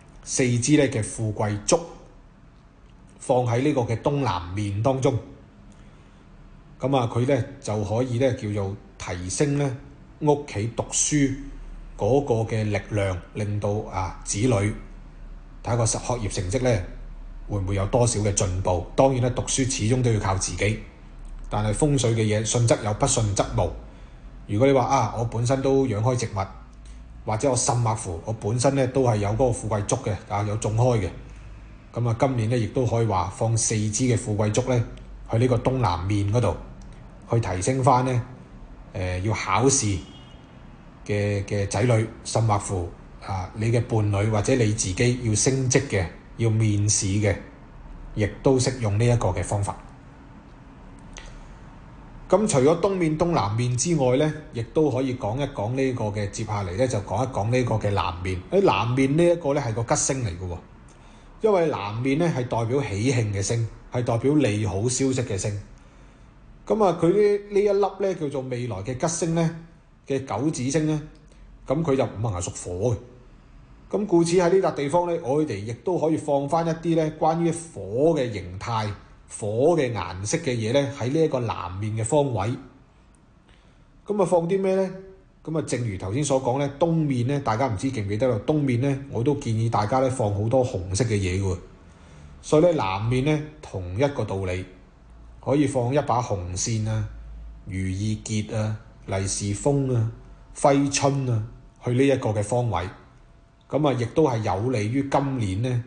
Speaker 16: ，4支咧嘅富貴竹，放喺呢個嘅東南面當中。咁啊，佢咧就可以咧叫做提升咧屋企讀書嗰個嘅力量，令到子女睇個學業成績咧會唔會有多少嘅進步？當然咧，讀書始終都要靠自己，但係風水嘅嘢信則有，不信則無。如果你話我本身都養開植物，或者我甚或乎我本身咧都係有嗰個富貴竹嘅，有種開嘅，咁啊今年咧亦都可以話放4支嘅富貴竹咧去呢個東南面嗰度，去提升翻咧要考試嘅仔女，甚或乎你嘅伴侶或者你自己要升職嘅，要面試嘅，亦都適用呢一個嘅方法。咁除咗東面、東南面之外呢，亦都可以講一講呢個嘅，接下嚟呢，就講一講呢個嘅南面。南面呢一個呢係個吉星嚟嘅喎，因為南面呢係代表喜慶嘅星，係代表利好消息嘅星。咁啊，佢呢一粒呢叫做未來嘅吉星呢嘅九紫星呢，咁佢就五行係屬火嘅。咁故此喺呢笪地方呢，我哋亦都可以放翻一啲呢關於火嘅形態、火嘅顏色嘅嘢呢，喺呢一個南面嘅方位。咁啊放啲咩呢？咁啊正如頭先所講呢，東面呢，大家唔知記唔記得啦？東面呢，我都建議大家呢放好多紅色嘅嘢嘅喎。所以呢，南面呢，同一個道理，可以放一把紅線啊、如意結啊、利是封啊、揮春啊，去呢一個嘅方位。咁啊亦都係有利於今年呢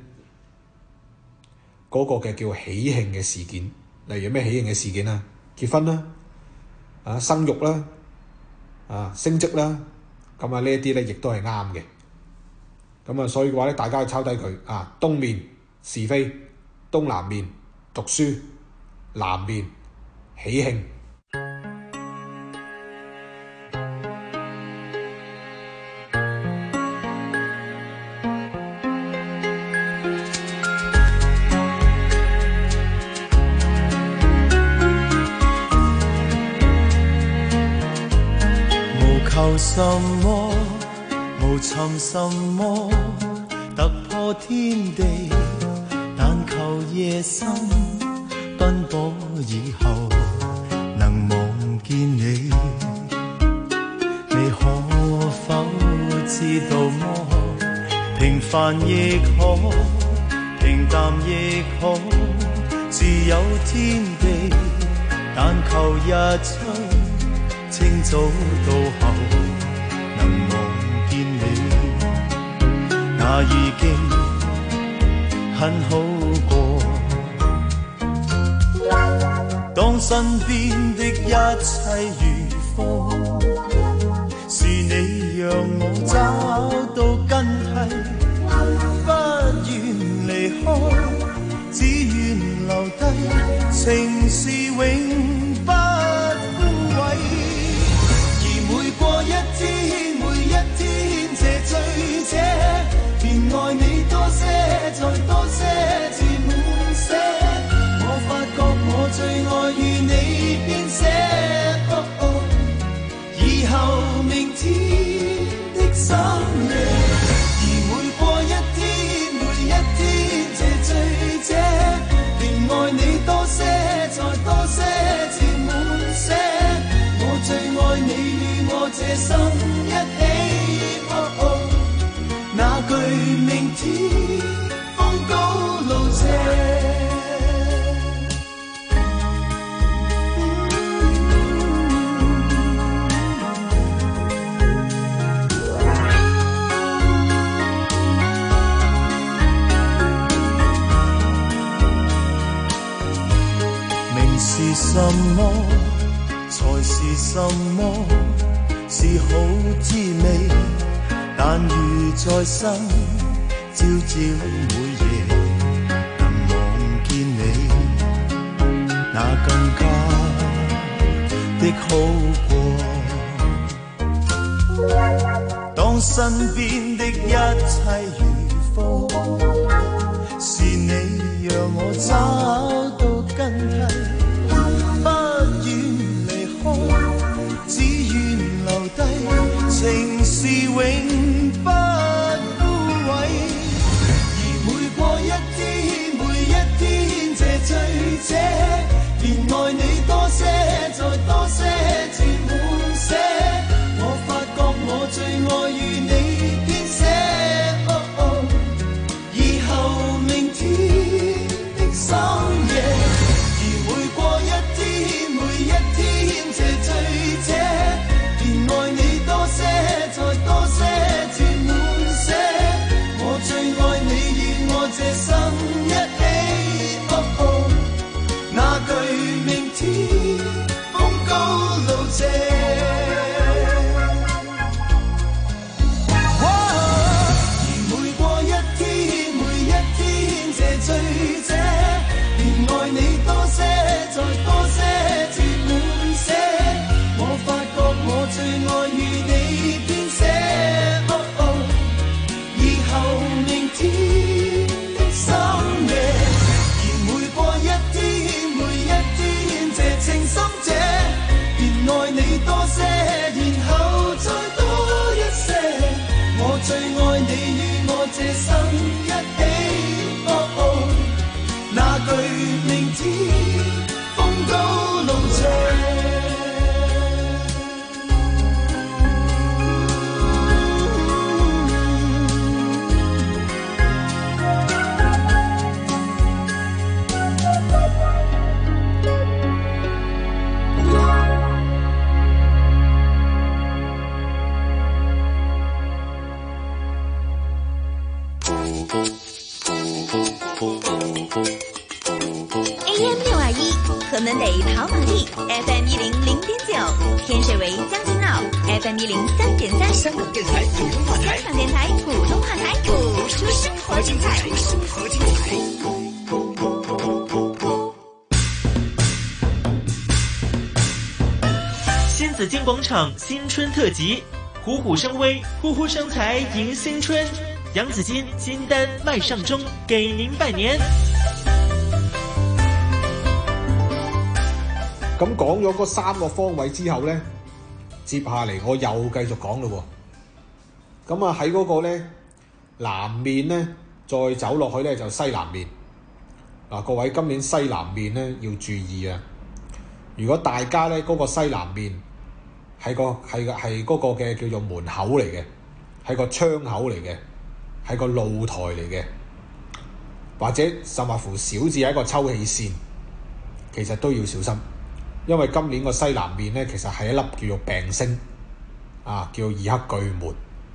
Speaker 16: 嗰個嘅叫喜慶嘅事件，例如咩喜慶嘅事件啊？結婚啦，生育啦，升職啦，咁啊呢一啲咧亦都係啱嘅。咁啊，所以嘅話咧，大家抄低佢東面是非，東南面讀書，南面喜慶。
Speaker 3: 求什麼，無尋什麼，突破天地，但求夜深奔波以後能望見你。你可否知道麼？平凡亦可，平淡亦可，自有天地，但求日出清早到後能望見你，那已經很好過。當身邊的一切如風，是你讓我找到根蒂，不願離開，只願留低，情是永不枯萎。過一天，每一天，這醉者，便愛你多些，再多些，至滿瀉。我發覺我最愛與你編寫。 心一起，那句明天風高路斜。是什麼才是什麼？是好滋味，但如在生，朝朝每夜能望見你，那更加的好過。當身邊的一切如風，是你讓我找到根蒂。情是永不枯萎，而每過一天，每一天這醉者，連愛你多些，再多些，至滿瀉。我發覺我最愛與你編寫，以後明天的深夜，而每過一天，每一天這醉者，連愛你多些，再多些，至滿瀉。我最愛你與我這心一起，那句明天風高路斜。而每過一天，每一天這醉者，連愛你多些，再多些，至滿瀉。我發覺我最愛與你編寫，以後明天的深夜，而每過一天，每一天這情深者，連愛你多些，然後再多一些。我最愛你與我這心一起，那句明天風高路斜。
Speaker 5: 河门北跑马地 FM 100.9，天水围将军澳 FM 103.3，
Speaker 8: 香港电台普通话台，
Speaker 5: 香港电台普通话台，播出生活精彩，生活精彩。
Speaker 1: 新紫荆广场新春特辑，虎虎生威，呼呼生财迎新春。洋紫荆金丹麦上中，给您拜年。
Speaker 16: 咁講咗嗰3個方位之後呢，接下嚟我又繼續講咯喎。咁啊喺嗰個呢南面呢，再走落去呢就西南面。嗱，各位今年西南面呢要注意啊！如果大家呢嗰個西南面係嗰個嘅叫做門口嚟嘅，係個窗口嚟嘅，係個露台嚟嘅，或者甚或乎小至係一個抽氣扇，其實都要小心。因為今年個西南面咧，其實係一粒叫做病星，叫二黑巨門。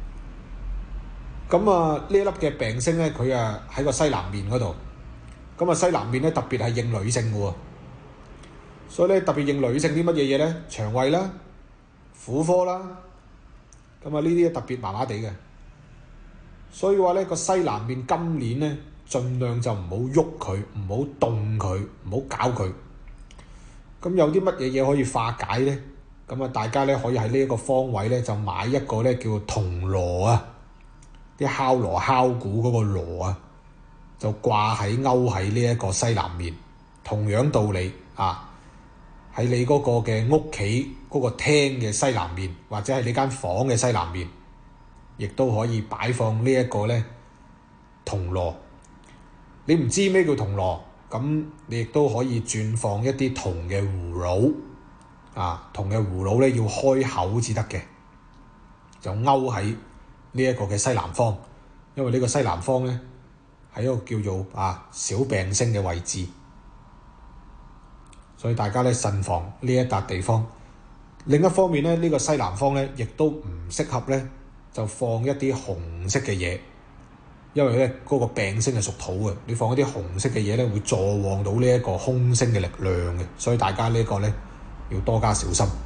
Speaker 16: 咁啊，呢一粒嘅病星咧，佢啊喺個西南面嗰度。咁啊，西南面咧特別係應女性嘅喎，所以咧特別應女性啲乜嘢嘢咧？腸胃啦、婦科啦，咁啊呢啲特別麻麻地嘅。所以話咧個西南面今年咧，盡量就唔好喐佢，唔好動佢，唔好搞佢。咁有啲乜嘢嘢可以化解呢？咁啊，大家咧可以喺呢一個方位咧就買一個咧叫銅鑼啊，啲敲鑼敲鼓嗰個鑼啊，就掛喺勾喺呢一個西南面。同樣道理啊，喺你嗰個嘅屋企嗰個廳嘅西南面，或者係你間房嘅西南面，亦都可以擺放呢一個咧銅鑼。你唔知咩叫銅鑼？咁你亦都可以轉放一啲銅嘅葫蘆，銅嘅葫蘆咧要開口至得嘅， 就勾喺呢一個嘅西南方，因為呢個西南方咧係一個叫做小病星嘅位置，所以大家咧慎防呢一笪地方。另一方面咧，呢個西南方咧亦都唔適合咧就放一啲紅色嘅嘢，因為咧嗰個病星係屬土嘅，你放一啲紅色嘅嘢咧會助旺到呢一個空星嘅力量嘅，所以大家呢個咧要多加小心。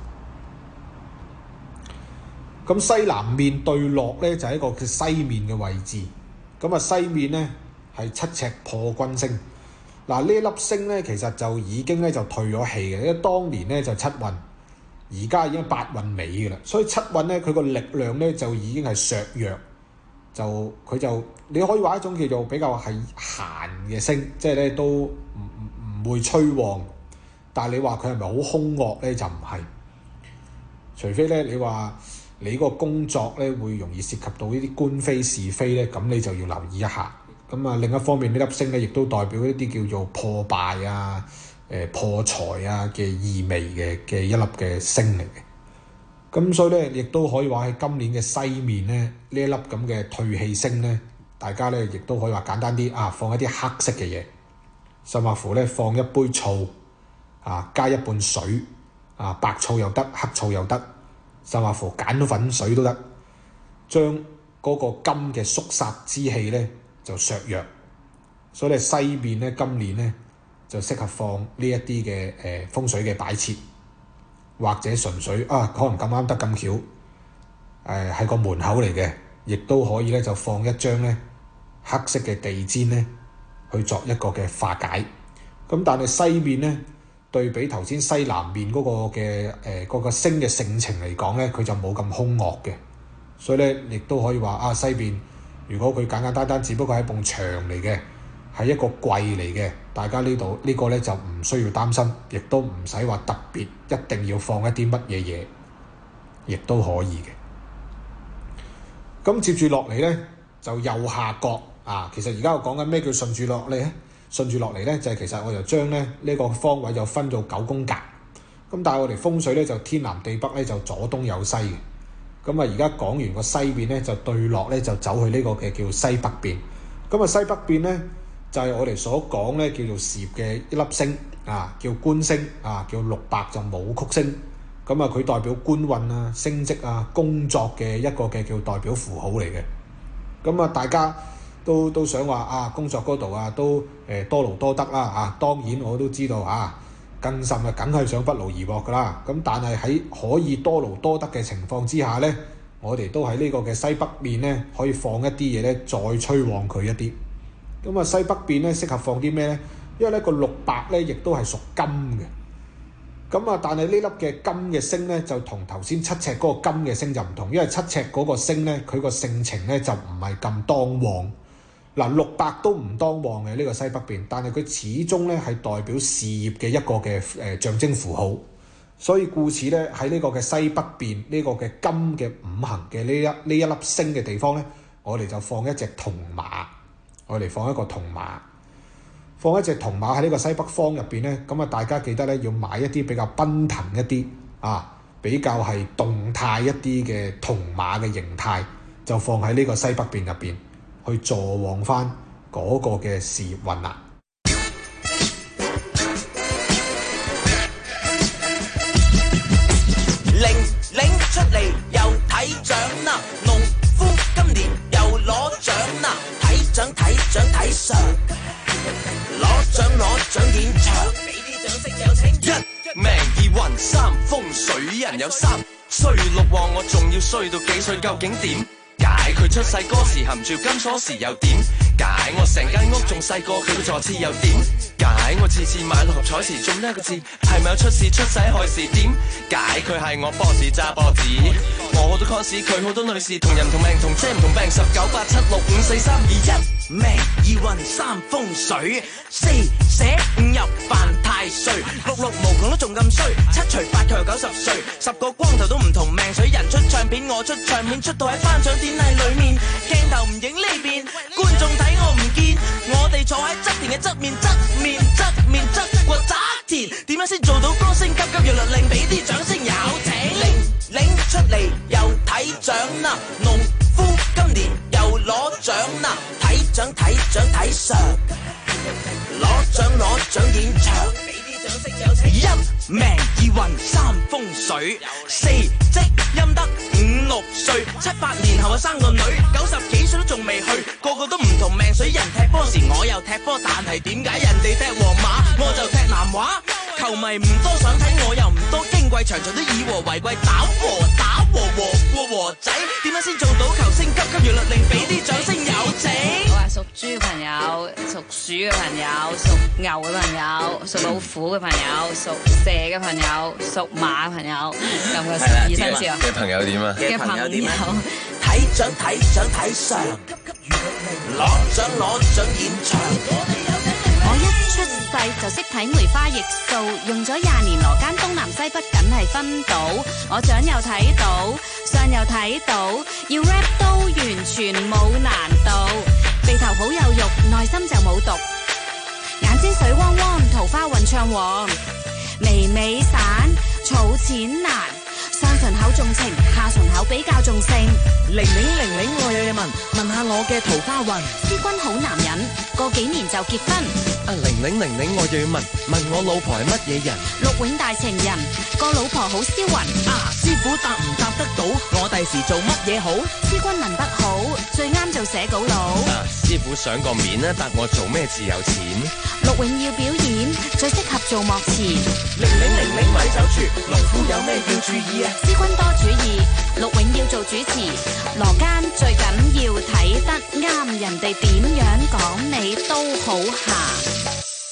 Speaker 16: 咁西南面對落咧就係一個叫西面嘅位置，咁西面咧係7赤破軍星。嗱，呢粒星咧其實就已經咧就退咗氣嘅，因為當年咧就7運，而家已經8運尾嘅啦，所以7運咧佢個力量咧就已經係削弱，佢就你可以話一種叫做比較係閒嘅星，即係咧都唔會催旺，但係你話佢係咪好兇惡咧就唔係，除非咧你話你嗰個工作咧會容易涉及到呢啲官非是非咧，咁你就要留意一下。咁另一方面呢粒星咧亦都代表一啲叫做破敗啊、破財啊嘅意味嘅一粒嘅星嚟嘅。咁所以咧亦都可以話喺今年嘅西面咧呢一粒咁嘅退氣星咧，大家咧亦都可以話簡單啲放一啲黑色嘅嘢，甚或乎咧放一杯醋加一半水白醋又得，黑醋又得，甚或乎鹼粉水都得，將嗰個金嘅肅殺之氣咧就削弱。所以咧西面咧今年咧就適合放呢一啲嘅風水嘅擺設，或者純粹可能咁啱得咁巧係個門口嚟嘅，亦都可以咧就放一張咧黑色嘅地氈咧去作一個嘅化解。咁但係西面咧對比頭先西南面嗰個嘅嗰個星嘅性情嚟講咧，佢就冇咁兇惡嘅，所以咧亦都可以話西邊如果佢簡簡單單只不過係一埲牆嚟嘅，係一個櫃嚟嘅，大家呢度呢個咧就唔需要擔心，亦都唔使話特別一定要放一啲乜嘢嘢，亦都可以嘅。咁接住落嚟咧就右下角其實而家我講緊咩叫順住落嚟咧？順住落嚟咧就係其實我就將咧呢個方位就分做9宮格，咁但係我哋風水咧就天南地北咧就左東右西嘅。咁而家講完個西邊咧就對落咧就走去呢個嘅叫西北邊。咁西北邊咧就係我哋所講咧叫做事業嘅一粒星叫官星叫六白就武曲星。咁佢代表官運啊、升職啊、工作嘅一個嘅叫代表符號嚟嘅。咁大家都想話工作嗰度都多勞多得啦當然我都知道更甚梗係想不勞而獲噶啦。咁但係喺可以多勞多得嘅情況之下咧，我哋都喺呢個嘅西北面咧可以放一啲嘢咧再催旺佢一啲。咁西北邊咧適合放啲咩咧？因為呢個六白咧亦都係屬金嘅。咁但係呢粒嘅金嘅星咧就同頭先7赤嗰個金嘅星就唔同，因為7赤嗰個星咧佢個性情咧就唔係咁當旺。六白都唔當旺嘅呢個西北邊，但係佢始終咧係代表事業嘅一個嘅象徵符號，所以故此咧喺呢個嘅西北邊呢個嘅金嘅五行嘅呢一粒星嘅地方咧，我哋就放一隻銅馬，我哋放一個銅馬，放一隻銅馬喺呢個西北方入邊咧，咁大家記得咧要買一啲比較奔騰一啲比較係動態一啲嘅銅馬嘅形態，就放喺呢個西北邊入邊。去助旺翻嗰個嘅事業運啦。
Speaker 3: 拎出嚟又睇獎啦，農夫今年又攞獎啦，睇獎睇相，攞獎現場，俾啲掌聲有請。一命二運三風水，人有三衰六旺，我仲要衰到幾歲？究竟點解佢出世嗰時含住金鎖匙又點解我成間屋仲細過佢嘅座次又點解我次次買六合彩時中呢一個字係咪有出事出世害事？點解佢係我 boss 揸波子，我好多 cons 佢好多女士，同人同命同車唔同病，19、8、7、6、5、4、3、2、1命二運三風水，四捨五入犯太歲，六六無窮都仲咁衰，七除八佢又90歲，10個光頭都唔同命水，人出唱片我出唱片，出到喺頒獎典禮裏面，鏡頭唔影呢邊，觀眾睇我唔見，我哋坐喺側田嘅側面側過側田，點樣先做到歌星急急要律令，俾啲掌聲有請，拎出嚟又睇獎
Speaker 20: 獎啦，農夫今年又攞獎啦，睇獎睇獎睇相，攞獎現場，俾啲掌聲有請。一命二運三風水，四積陰德五六歲，7、8年後生個女，90幾歲都仲未去，個個都唔同命水。人踢波時我又踢波，但係點解人哋踢皇馬我就踢南華？球迷唔多想睇，我又唔多矜貴，場場都以和為貴，打和仔，點樣先做到球星？急如律令，俾啲掌聲有請。
Speaker 21: 我係屬豬嘅朋友，屬鼠嘅朋友，屬牛嘅朋友，屬老虎嘅朋友，屬蛇嘅朋友，屬馬嘅朋友，咁個12生肖
Speaker 22: 嘅朋友點啊？
Speaker 21: 嘅朋友點啊？
Speaker 20: 睇獎睇相，攞獎現場。
Speaker 2: 我一出世就識睇梅花易數，用咗20年羅間東南西北梗係分到。我掌又睇到，相又睇到，要 rap 都完全冇難度。鼻頭好有肉，內心就冇毒。眼睛水汪汪，桃花運暢旺。眉散，儲錢難。上唇口重情，下唇口比較重性。
Speaker 20: 玲，我有嘢問下我嘅桃花運。
Speaker 2: 師君好男人，過幾年就結婚。
Speaker 22: 玲，我又要問我老婆係乜嘢人？
Speaker 2: 陸永大情人，個老婆好銷魂。
Speaker 20: 師傅答唔答得到？我第時做乜嘢好？
Speaker 2: 師君文筆好，最啱做寫稿佬。
Speaker 22: 師傅上個面答我做咩字有錢？
Speaker 2: 陸永要表演，最適合做幕前。
Speaker 20: 玲咪走住，農夫有咩要注意啊？
Speaker 2: 師君多主意，陸永要做主持。羅間最緊要睇得啱，人哋點樣講你都好行。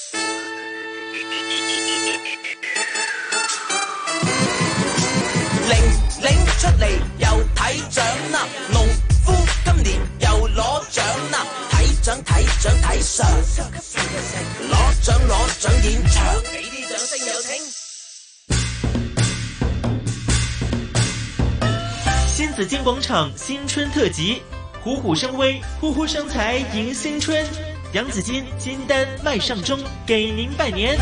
Speaker 20: 玲出嚟又睇獎啦，農夫今年又攞獎啦，睇獎睇相，攞獎現場，俾啲掌聲有請。
Speaker 1: 新紫荊廣場新春特輯，虎虎生威，呼呼生財迎新春。洋紫荊金丹麥尚中，給您拜年。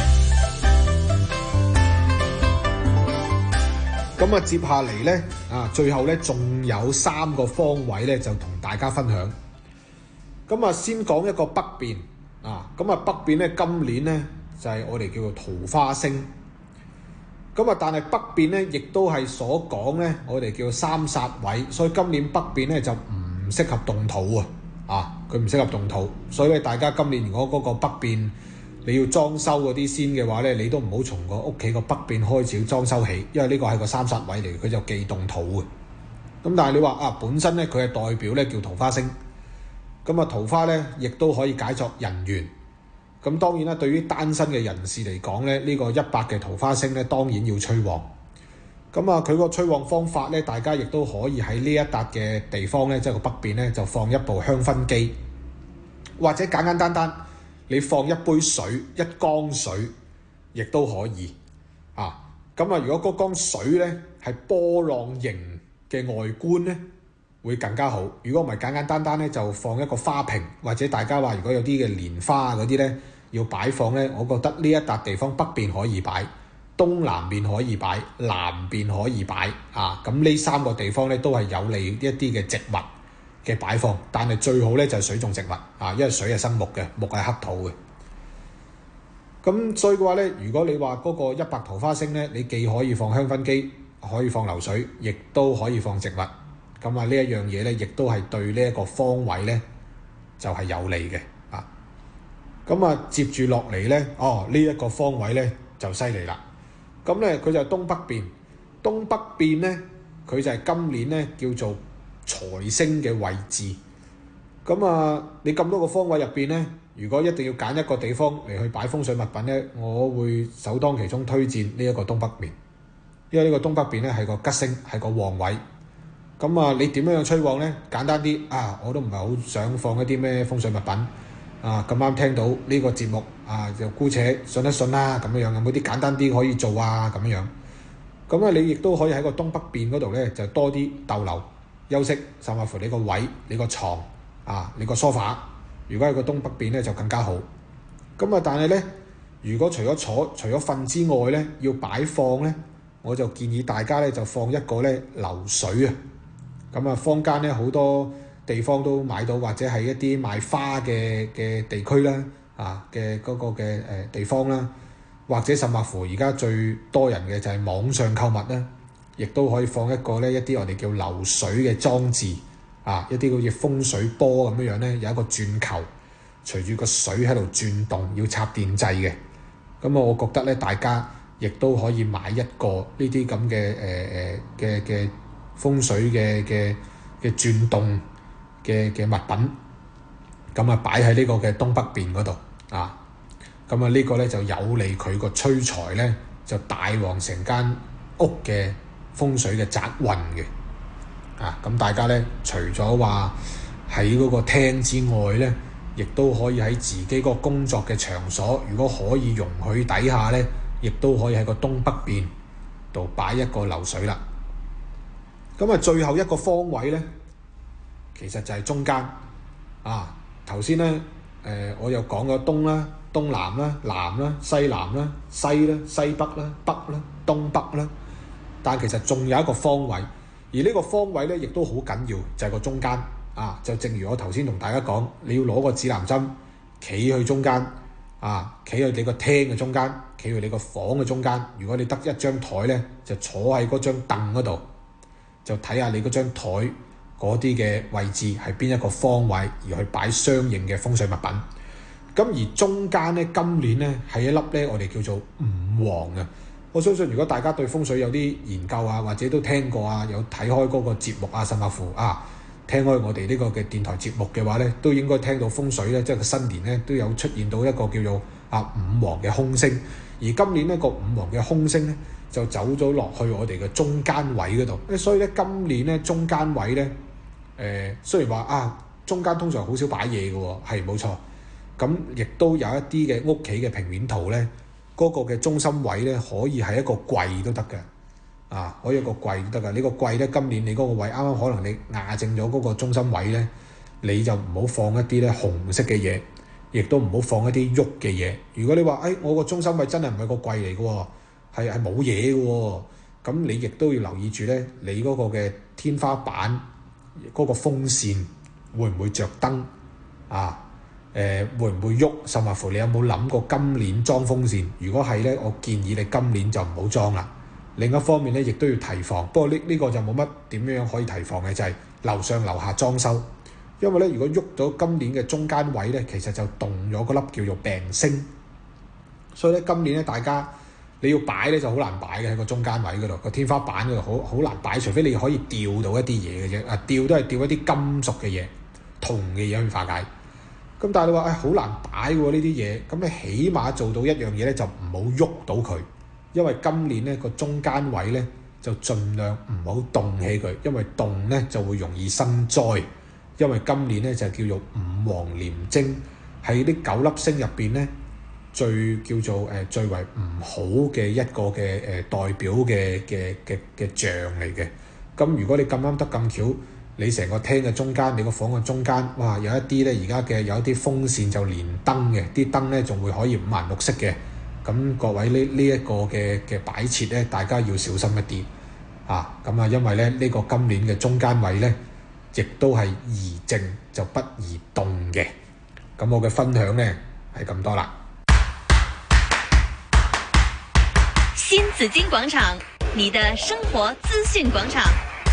Speaker 16: 咁啊，接下嚟呢，最後呢，仲有3個方位呢，就同大家分享。咁啊，先講一個北邊咁啊，北邊呢，今年呢，就係我哋叫做桃花星。咁啊，但係北邊呢，亦都係所講呢，我哋叫三煞位，所以今年北邊呢，就唔適合動土佢唔適合動土，所以咧，大家今年如果嗰個北邊你要裝修嗰啲先嘅話咧，你都唔好從個屋企個北邊開始裝修起，因為呢個係個三煞位嚟，佢就忌動土嘅。咁但係你話本身咧，佢係代表咧叫桃花星，咁啊桃花咧亦都可以解作人緣。咁當然啦，對於單身嘅人士嚟講咧，呢個100嘅桃花星咧當然要催旺。咁啊，佢個催旺方法咧，大家亦都可以喺呢一笪嘅地方咧，即係個北邊咧，就放一部香薰機，或者簡簡單單你放一杯水、一缸水，亦都可以咁啊，如果嗰缸水咧係波浪形嘅外觀咧，會更加好。如果唔係簡簡單單咧，就放一個花瓶，或者大家話如果有啲嘅蓮花嗰啲咧要擺放咧，我覺得呢一笪地方北邊可以擺。東南邊可以擺，南邊可以擺咁呢3個地方咧都係有利一啲嘅植物嘅擺放，但係最好咧就係水種植物因為水係生木嘅，木係克土嘅。咁所以嘅話咧，如果你話嗰個100桃花星咧，你既可以放香薰機，可以放流水，亦都可以放植物。咁啊呢一樣嘢咧，亦都係對呢一個方位咧就係有利嘅咁啊接住落嚟咧，呢一個方位咧就犀利啦。咁咧佢就係東北邊，東北邊咧佢就係今年咧叫做財星嘅位置。咁啊，你咁多個方位入邊咧，如果一定要揀一個地方嚟去擺風水物品咧，我會首當其衝推薦呢一個東北邊，因為呢個東北邊咧係個吉星，係個旺位。咁啊，你點樣催旺咧？簡單啲我都唔係好想放一啲咩風水物品。咁啱聽到呢個節目就姑且信一信啦，咁樣有冇啲簡單啲可以做咁樣？咁你亦都可以喺個東北邊嗰度咧，就多啲逗留休息，甚至乎你個位、你個床你個梳化，如果喺個東北邊咧就更加好。咁但係咧，如果除咗坐、除咗瞓之外咧，要擺放咧，我就建議大家咧就放一個咧流水咁啊，坊間咧好多地方都買到，或者係一啲賣花嘅地區啦，嘅嗰個嘅地方啦，或者甚或乎而家最多人嘅就係網上購物啦，亦都可以放一個咧一啲我哋叫流水嘅裝置，一啲好似風水波咁樣咧，有一個轉球，隨住個水喺度轉動，要插電掣嘅。咁我覺得咧，大家亦都可以買一個呢啲咁嘅風水嘅轉動嘅物品，咁啊擺喺呢個嘅東北邊嗰度啊，咁啊呢個咧就有利佢個催財咧，就大旺成間屋嘅風水嘅宅運嘅啊。咁大家咧除咗話喺嗰個廳之外咧，亦都可以喺自己個工作嘅場所，如果可以容許底下咧，亦都可以喺個東北邊度擺一個流水啦。咁啊，最後一個方位咧，其實就係中間啊。頭先咧，我又講咗東啦、東南啦、南啦、西南啦、西啦、西北啦、北啦、東北啦。但其實仲有一個方位，而呢個方位咧，亦都好緊要，就係個中間啊。就正如我頭先同大家講，你要攞個指南針，企去中間啊，企去你個廳嘅中間，企去你個房嘅中間。如果你得一張台咧，就坐喺嗰張凳嗰度。就睇下你嗰張台嗰啲嘅位置係邊一個方位，而去擺相應嘅風水物品。咁而中間咧，今年咧係一粒咧，我哋叫做午黃啊。我相信如果大家對風水有啲研究啊，或者都聽過啊，有睇開嗰個節目啊，甚至乎聽開我哋呢個嘅電台節目嘅話咧，都應該聽到風水咧，即係個新年咧都有出現到一個叫做午黃嘅空星。而今年呢個午黃嘅空星咧，就走咗落去我哋嘅中間位嗰度，所以咧今年咧中間位咧，雖然話中間通常好少擺嘢嘅喎，係冇錯。咁亦都有一啲嘅屋企嘅平面圖咧，嗰個嘅中心位咧可以係一個櫃都得嘅，可以一個櫃都得嘅。呢個櫃咧今年你嗰個位啱啱可能你壓正咗嗰個中心位咧，你就唔好放一啲咧紅色嘅嘢，亦都唔好放一啲喐嘅嘢。如果你話我個中心位真係唔係個櫃嚟嘅喎，係冇嘢嘅喎，咁你亦都要留意住咧，你嗰個嘅天花板嗰個風扇會唔會着燈會唔會喐？甚至乎你有冇諗過今年裝風扇？如果係咧，我建議你今年就唔好裝啦。另一方面咧，亦都要提防。不過呢個就冇乜點樣可以提防嘅，就係樓上樓下裝修。因為咧，如果喐到今年嘅中間位咧，其實就動咗嗰粒叫做病星。所以咧，今年咧大家你要擺咧就好難擺嘅，喺個中間位嗰度，個天花板嗰度好難擺，除非你可以吊到一啲嘢嘅啫。吊都係吊一啲金屬嘅嘢、銅嘅嘢去化解。咁但係你話好難擺喎呢啲嘢，咁你起碼做到一樣嘢咧，就唔好喐到佢。因為今年咧個中間位咧就盡量唔好動起佢，因為動咧就會容易生災。因為今年咧就叫做午黃廉貞，喺呢9粒星入邊咧最叫做最為唔好嘅一個嘅代表嘅象嚟嘅。咁如果你咁啱得咁巧，你成個廳嘅中間，你個房嘅中間，哇有一啲咧而家嘅有一啲風扇就連燈嘅，啲燈咧仲會可以五顏六色嘅。咁各位呢一個嘅擺設咧，大家要小心一啲咁啊，因為咧呢個今年嘅中間位咧，亦都係宜靜就不宜動嘅。咁我嘅分享咧係咁多啦。
Speaker 5: 新紫荊廣場，你的生活資訊廣場。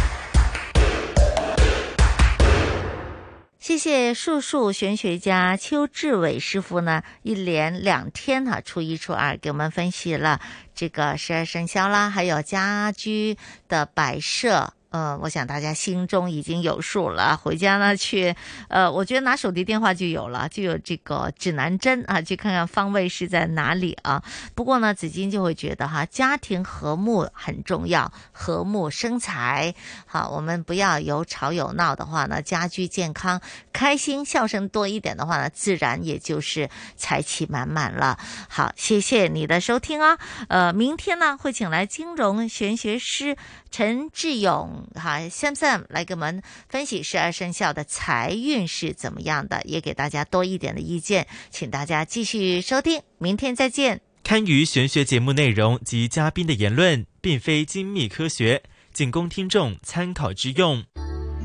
Speaker 15: 謝謝術數玄學家邱志偉師傅呢，一連2天初一初二給我們分析了這個12生肖啦，還有家居的擺設。我想大家心中已經有數了，回家呢去，我覺得拿手提電話就有了，就有這個指南針啊，去看看方位是在哪裡啊。不過呢，紫荊就會覺得家庭和睦很重要，和睦生財。好，我們不要有吵有鬧的話呢，家居健康、開心、笑聲多一點的話呢，自然也就是財氣滿滿了。好，謝謝你的收聽啊。明天呢會請來金融玄學師陳志勇。Sam 來給我們分析12生肖的財運是怎麼樣的，也給大家多一點的意見，請大家繼續收聽，明天再見。
Speaker 1: 堪輿玄學節目內容及嘉賓的言論並非精密科學，僅供聽眾參考之用。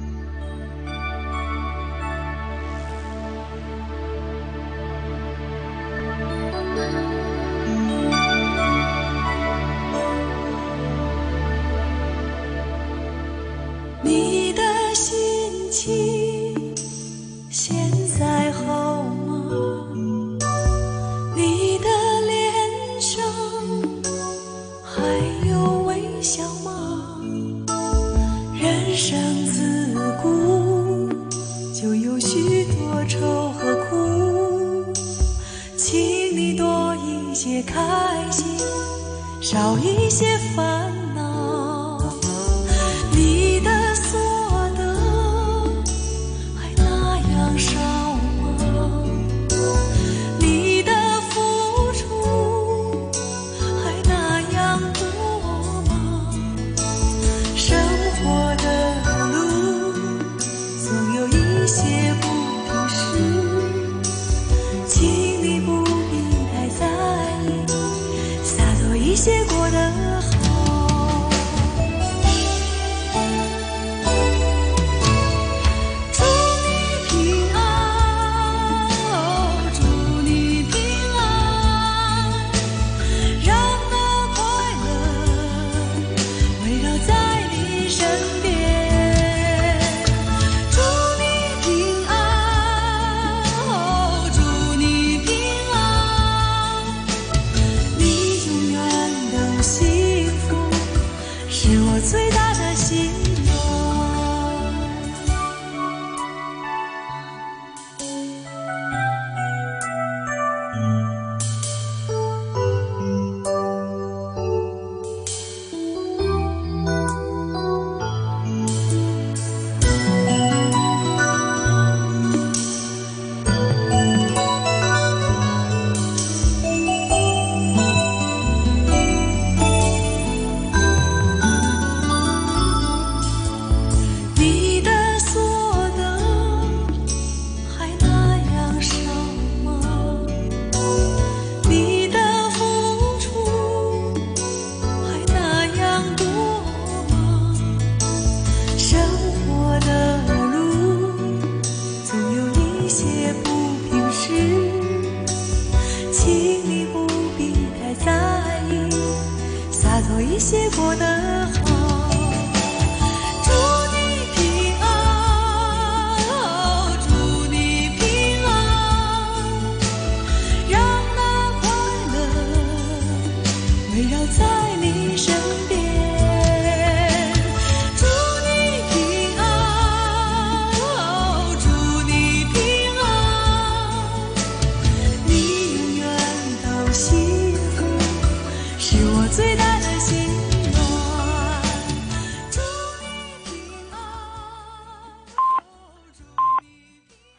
Speaker 3: 你的心情现在好吗？你的脸上还有微笑吗？人生自古就有许多愁和苦，请你多一些开心，少一些烦恼。你的所得还那样少，